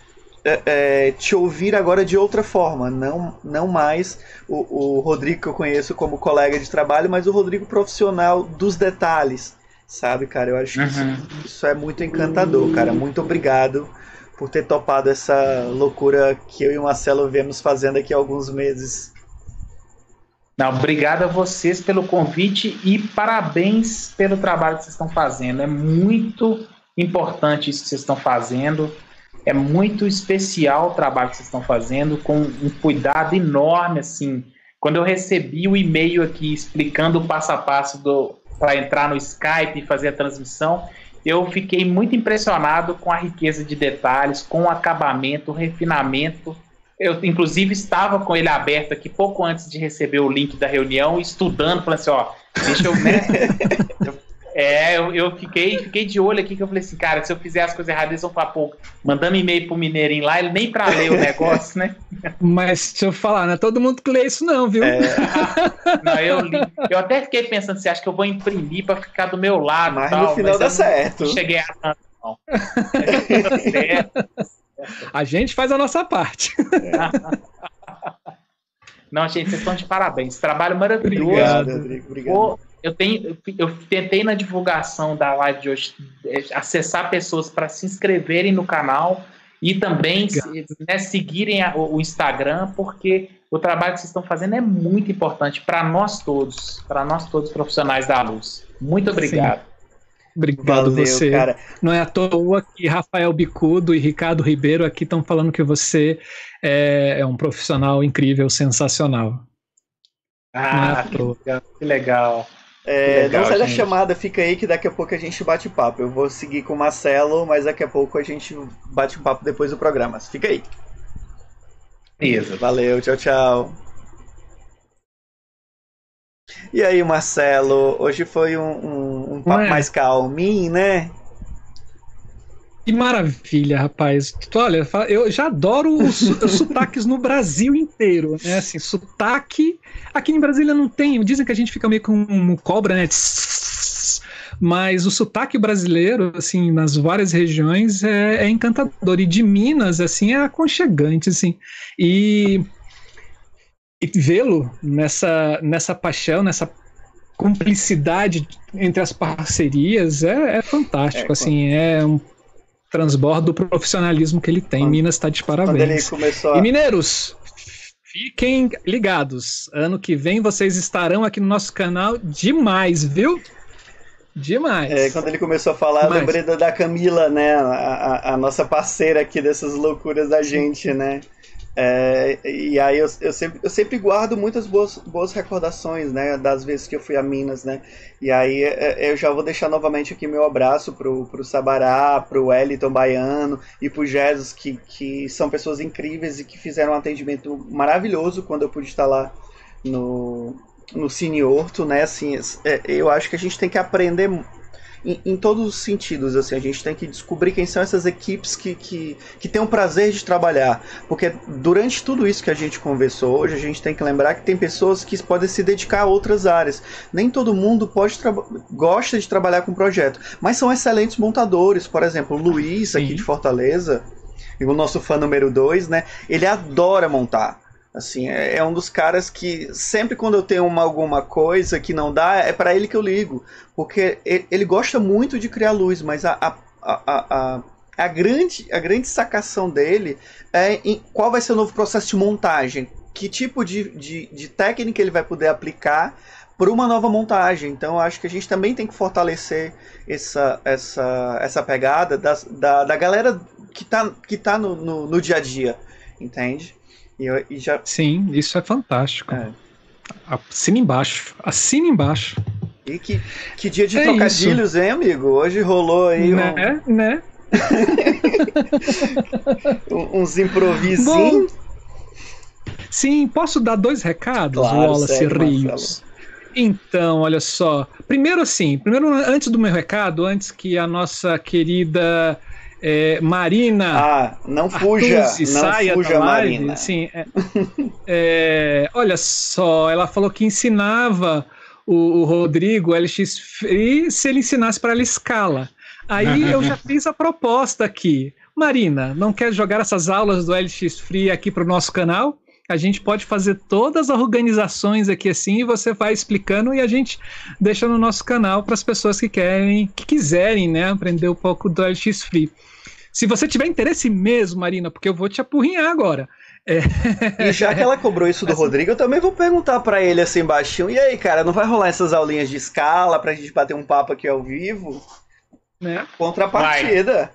é, é, te ouvir agora de outra forma, não, não mais o, o Rodrigo que eu conheço como colega de trabalho, mas o Rodrigo profissional dos detalhes, sabe, cara? Eu acho que Uhum. isso, isso é muito encantador, cara. Muito obrigado por ter topado essa loucura que eu e o Marcelo viemos fazendo aqui há alguns meses. Não, obrigado a vocês pelo convite e parabéns pelo trabalho que vocês estão fazendo. É muito importante isso que vocês estão fazendo. É muito especial o trabalho que vocês estão fazendo, com um cuidado enorme, assim. Quando eu recebi o e-mail aqui explicando o passo a passo para entrar no Skype e fazer a transmissão, eu fiquei muito impressionado com a riqueza de detalhes, com o acabamento, o refinamento. Eu, inclusive, estava com ele aberto aqui pouco antes de receber o link da reunião, estudando, falando assim, ó, deixa eu... Né? É, eu, eu fiquei, fiquei de olho aqui, que eu falei assim, cara, se eu fizer as coisas erradas, eles vão falar, pô, mandando e-mail pro Mineirinho lá, ele nem pra ler o negócio, né? Mas deixa eu falar, não é todo mundo que lê isso não, viu? É, Não, eu li. Eu até fiquei pensando, você acha que eu vou imprimir pra ficar do meu lado? mas tal, no final mas dá eu certo. Não cheguei a tanto, não. Tá certo. A gente faz a nossa parte. Não, gente, vocês estão de parabéns. Trabalho maravilhoso. Obrigado, Rodrigo. Obrigado. Pô, eu, tenho, eu tentei na divulgação da live de hoje acessar pessoas para se inscreverem no canal e também né, seguirem a, o Instagram, porque o trabalho que vocês estão fazendo é muito importante para nós todos, para nós todos profissionais da luz. Muito obrigado. Sim. Obrigado. Valeu, você. Cara. Não é à toa que Rafael Bicudo e Ricardo Ribeiro aqui estão falando que você é, é um profissional incrível, sensacional. Ah, que legal. Que legal. É, que legal, não sai da gente. chamada, fica aí que daqui a pouco a gente bate papo. Eu vou seguir com o Marcelo, mas daqui a pouco a gente bate papo depois do programa. Fica aí. Beleza. Valeu, tchau, tchau. E aí, Marcelo? Hoje foi um, um, um papo Ué. mais calminho, né? Que maravilha, rapaz. Olha, eu já adoro os, os sotaques no Brasil inteiro, né? Assim, sotaque... Aqui em Brasília não tem, dizem que a gente fica meio com um cobra, né? Mas o sotaque brasileiro, assim, nas várias regiões é, é encantador. E de Minas, assim, é aconchegante, assim. E... E vê-lo nessa, nessa paixão, nessa cumplicidade entre as parcerias é, é fantástico, é, assim, é um transbordo do profissionalismo que ele tem. Quando, Minas está de parabéns. Quando ele começou a... E mineiros, fiquem ligados. Ano que vem vocês estarão aqui no nosso canal demais, viu? Demais. É, quando ele começou a falar, eu lembrei da Camila, né? A, a, a nossa parceira aqui dessas loucuras da gente, né? É, e aí eu, eu, sempre, eu sempre guardo muitas boas, boas recordações, né, das vezes que eu fui a Minas, né, e aí eu já vou deixar novamente aqui meu abraço pro, pro Sabará, pro Wellington Baiano e pro Jesus, que, que são pessoas incríveis e que fizeram um atendimento maravilhoso quando eu pude estar lá no, no Cine Horto, né, assim, eu acho que a gente tem que aprender Em, em todos os sentidos, assim, a gente tem que descobrir quem são essas equipes que, que, que têm o prazer de trabalhar, porque durante tudo isso que a gente conversou hoje, a gente tem que lembrar que tem pessoas que podem se dedicar a outras áreas, nem todo mundo pode gosta de trabalhar com projeto, mas são excelentes montadores. Por exemplo, o Luiz, aqui Sim. de Fortaleza, o nosso fã número dois, né, ele adora montar. Assim, é, é um dos caras que sempre quando eu tenho uma, alguma coisa que não dá, é para ele que eu ligo. Porque ele, ele gosta muito de criar luz, mas a, a, a, a, a, grande, a grande sacação dele é em qual vai ser o novo processo de montagem. Que tipo de, de, de técnica ele vai poder aplicar para uma nova montagem. Então eu acho que a gente também tem que fortalecer essa, essa, essa pegada das, da, da galera que está que tá no, no, no dia a dia, entende? E eu, e já... Sim, isso é fantástico. É. Assina embaixo, assina embaixo. E que, que dia de é trocadilhos, isso. Hein, amigo? Hoje rolou aí né, um... né? uns improvisinhos. Sim, posso dar dois recados, claro, Wallace sério, Rios? Marcelo. Então, olha só. Primeiro assim, primeiro antes do meu recado, antes que a nossa querida... É, Marina, ah, não fuja, Artusi, não saia fuja, da live. Marina. Sim, é, é, olha só, ela falou que ensinava o, o Rodrigo L X Free se ele ensinasse para ela escala. Aí eu já fiz a proposta aqui. Marina, não quer jogar essas aulas do L X Free aqui para o nosso canal? A gente pode fazer todas as organizações aqui assim e você vai explicando e a gente deixa no nosso canal para as pessoas que querem, que quiserem, né, aprender um pouco do L X Free. Se você tiver interesse mesmo, Marina, porque eu vou te apurrinhar agora. É... E já que ela cobrou isso do assim... Rodrigo, eu também vou perguntar para ele assim baixinho. E aí, cara, não vai rolar essas aulinhas de escala pra gente bater um papo aqui ao vivo? Né? Contrapartida.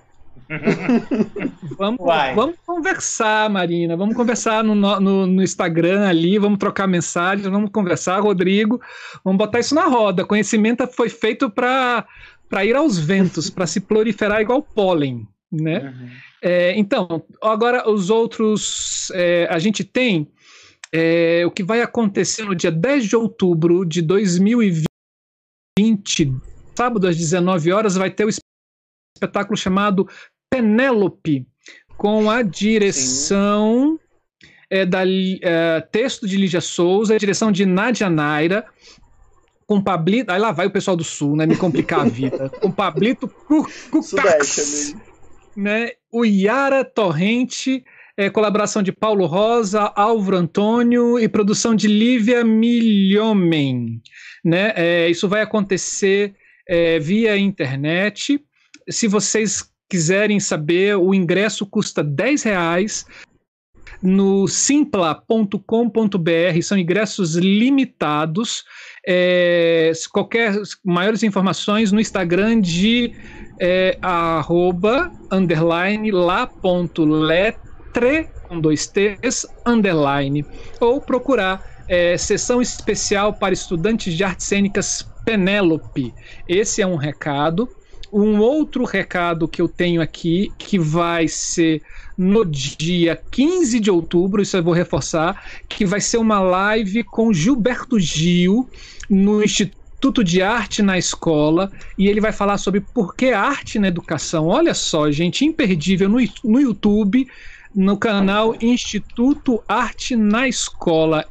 vamos, vamos conversar, Marina. Vamos conversar no, no, no Instagram ali, vamos trocar mensagens, vamos conversar, Rodrigo. Vamos botar isso na roda. Conhecimento foi feito para ir aos ventos, para se proliferar igual pólen, né? Uhum. É, então, agora os outros, é, a gente tem é, o que vai acontecer no dia dez de outubro de dois mil e vinte, sábado às dezenove horas, vai ter o espetáculo chamado Penélope, com a direção é, da é, texto de Lígia Souza, a direção de Nádia Naira, com Pablito, aí lá vai o pessoal do Sul, né, me complicar a vida, com Pablito Cucax, né, o Yara Torrente, é, colaboração de Paulo Rosa, Álvaro Antônio e produção de Lívia Milhomem, né, é, isso vai acontecer é, via internet. Se vocês quiserem saber, o ingresso custa dez reais no simpla ponto com ponto br, são ingressos limitados. É, qualquer maiores informações no Instagram de é, arroba, underline, lá ponto letre, com dois T's, underline, ou procurar é, sessão especial para estudantes de artes cênicas Penélope. Esse é um recado. Um outro recado que eu tenho aqui, que vai ser no dia quinze de outubro, isso eu vou reforçar, que vai ser uma live com Gilberto Gil, no Instituto de Arte na Escola, e ele vai falar sobre por que arte na educação. Olha só, gente, imperdível, no, no YouTube, no canal Instituto Arte na Escola.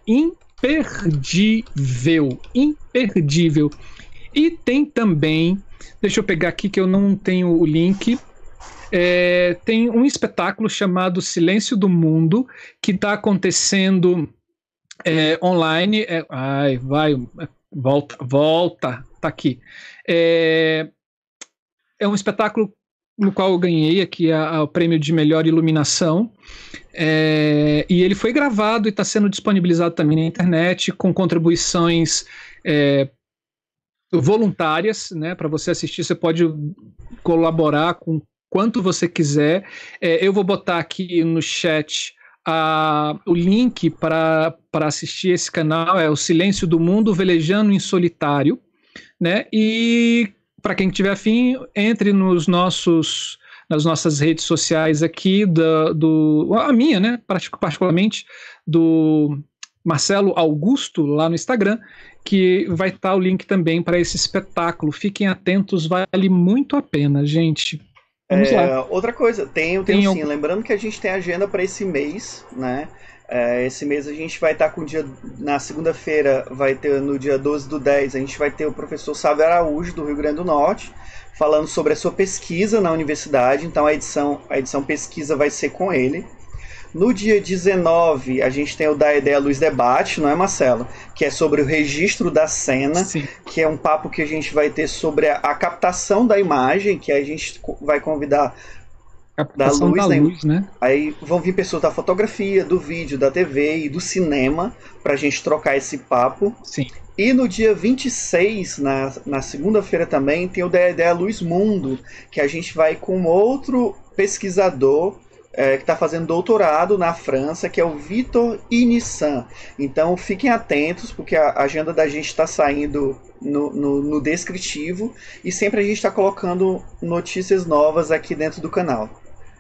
Imperdível, imperdível. E tem também... Deixa eu pegar aqui que eu não tenho o link. É, tem um espetáculo chamado Silêncio do Mundo, que está acontecendo é, online. É, ai, vai, volta, volta, tá aqui. É, é um espetáculo no qual eu ganhei aqui a, a, o prêmio de melhor iluminação. É, e ele foi gravado e está sendo disponibilizado também na internet, com contribuições é, voluntárias, né? Para você assistir, você pode colaborar com quanto você quiser. É, eu vou botar aqui no chat a, o link para assistir esse canal, é o Silêncio do Mundo Velejando em Solitário, né? E para quem tiver afim, entre nos nossos, nas nossas redes sociais aqui, do, do, a minha, né? Particularmente, do Marcelo Augusto, lá no Instagram, que vai estar o link também para esse espetáculo. Fiquem atentos, vale muito a pena, gente. Vamos é, lá. Outra coisa, tem, tem, tem sim, um... lembrando que a gente tem agenda para esse mês, né? É, esse mês a gente vai estar com o dia, na segunda-feira, vai ter no dia doze do dez, a gente vai ter o professor Sábio Araújo, do Rio Grande do Norte, falando sobre a sua pesquisa na universidade. Então a edição, a edição pesquisa vai ser com ele. No dia dezenove, a gente tem o Da Ideia Luz Debate, não é, Marcelo? Que é sobre o registro da cena, Sim. que é um papo que a gente vai ter sobre a, a captação da imagem, que a gente vai convidar captação da luz, da né? luz, né? Aí vão vir pessoas da fotografia, do vídeo, da T V e do cinema, pra gente trocar esse papo. Sim. E no dia vinte e seis, na, na segunda-feira também, tem o Da Ideia Luz Mundo, que a gente vai com outro pesquisador, É, que está fazendo doutorado na França, que é o Vitor Inissan. Então fiquem atentos, porque a agenda da gente está saindo no, no, no descritivo, e sempre a gente está colocando notícias novas aqui dentro do canal.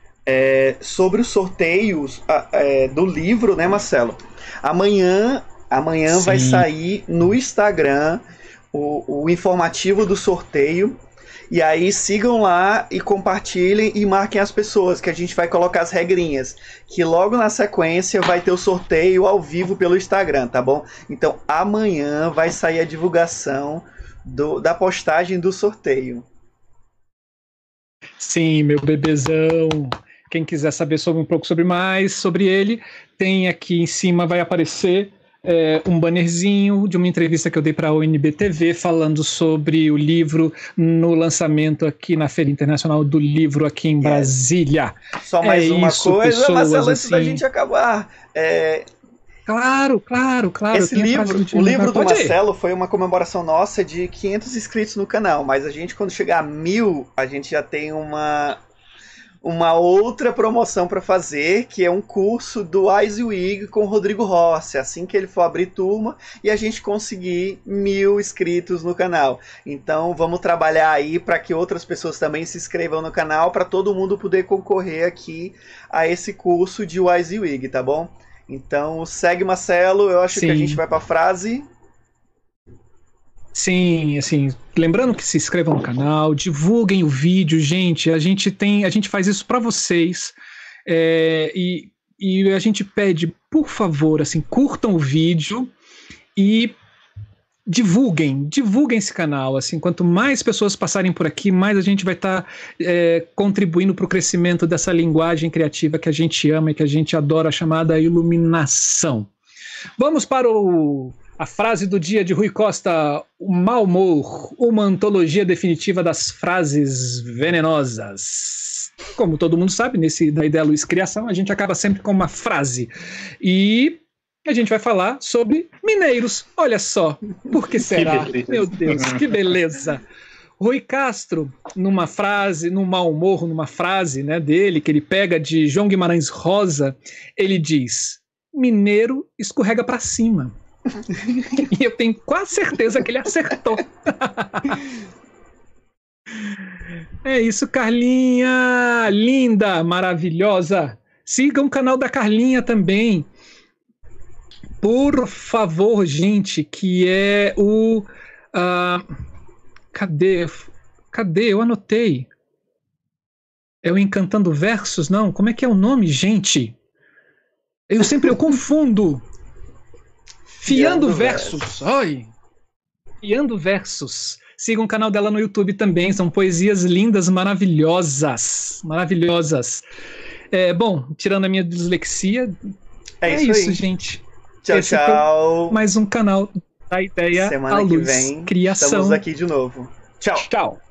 É, sobre os sorteios é, do livro, né, Marcelo? Amanhã, amanhã vai sair no Instagram o, o informativo do sorteio. E aí sigam lá e compartilhem e marquem as pessoas, que a gente vai colocar as regrinhas, que logo na sequência vai ter o sorteio ao vivo pelo Instagram, tá bom? Então amanhã vai sair a divulgação do, da postagem do sorteio. Sim, meu bebezão. Quem quiser saber sobre um pouco sobre mais sobre ele, tem aqui em cima, vai aparecer é, um bannerzinho de uma entrevista que eu dei para a O N B T V falando sobre o livro no lançamento aqui na Feira Internacional do Livro aqui em Brasília. Só mais é uma isso, coisa, pessoas, Marcelo, antes assim... da gente acabar. É... Claro, claro, claro. Esse livro, o livro do Marcelo ir. foi uma comemoração nossa de quinhentos inscritos no canal, mas a gente, quando chegar a mil, a gente já tem uma... uma outra promoção para fazer, que é um curso do WYSIWYG com o Rodrigo Rossi, assim que ele for abrir turma e a gente conseguir mil inscritos no canal. Então vamos trabalhar aí para que outras pessoas também se inscrevam no canal, para todo mundo poder concorrer aqui a esse curso de WYSIWYG, tá bom? Então segue, Marcelo, eu acho Sim. que a gente vai para a frase... Sim, assim, lembrando que se inscrevam no canal, divulguem o vídeo, gente, a gente tem, a gente faz isso para vocês, é, e, e a gente pede, por favor, assim, curtam o vídeo e divulguem, divulguem esse canal, assim, quanto mais pessoas passarem por aqui, mais a gente vai estar tá, é, contribuindo para o crescimento dessa linguagem criativa que a gente ama e que a gente adora, chamada iluminação. Vamos para o... A frase do dia de Rui Costa, o mau humor, uma antologia definitiva das frases venenosas. Como todo mundo sabe, nesse da Ideia Luz Criação, a gente acaba sempre com uma frase. E a gente vai falar sobre mineiros. Olha só, por que será? Que Meu Deus, que beleza. Rui Castro, numa frase, num mau humor, numa frase né, dele, que ele pega de João Guimarães Rosa, ele diz, mineiro escorrega para cima. E eu tenho quase certeza que ele acertou. É isso, Carlinha, linda, maravilhosa. Sigam o canal da Carlinha também, por favor, gente, que é o uh, cadê? Cadê? Eu anotei. É o Encantando Versos, não? Como é que é o nome, gente? Eu sempre eu confundo. Fiando, Fiando Versos. Versos. Oi. Fiando Versos. Sigam o canal dela no YouTube também. São poesias lindas, maravilhosas. Maravilhosas. É, bom, tirando a minha dislexia, é, é isso, isso gente. Tchau, Esse tchau. Mais um canal da Ideia Semana à Luz que vem, Criação. Estamos aqui de novo. Tchau. Tchau.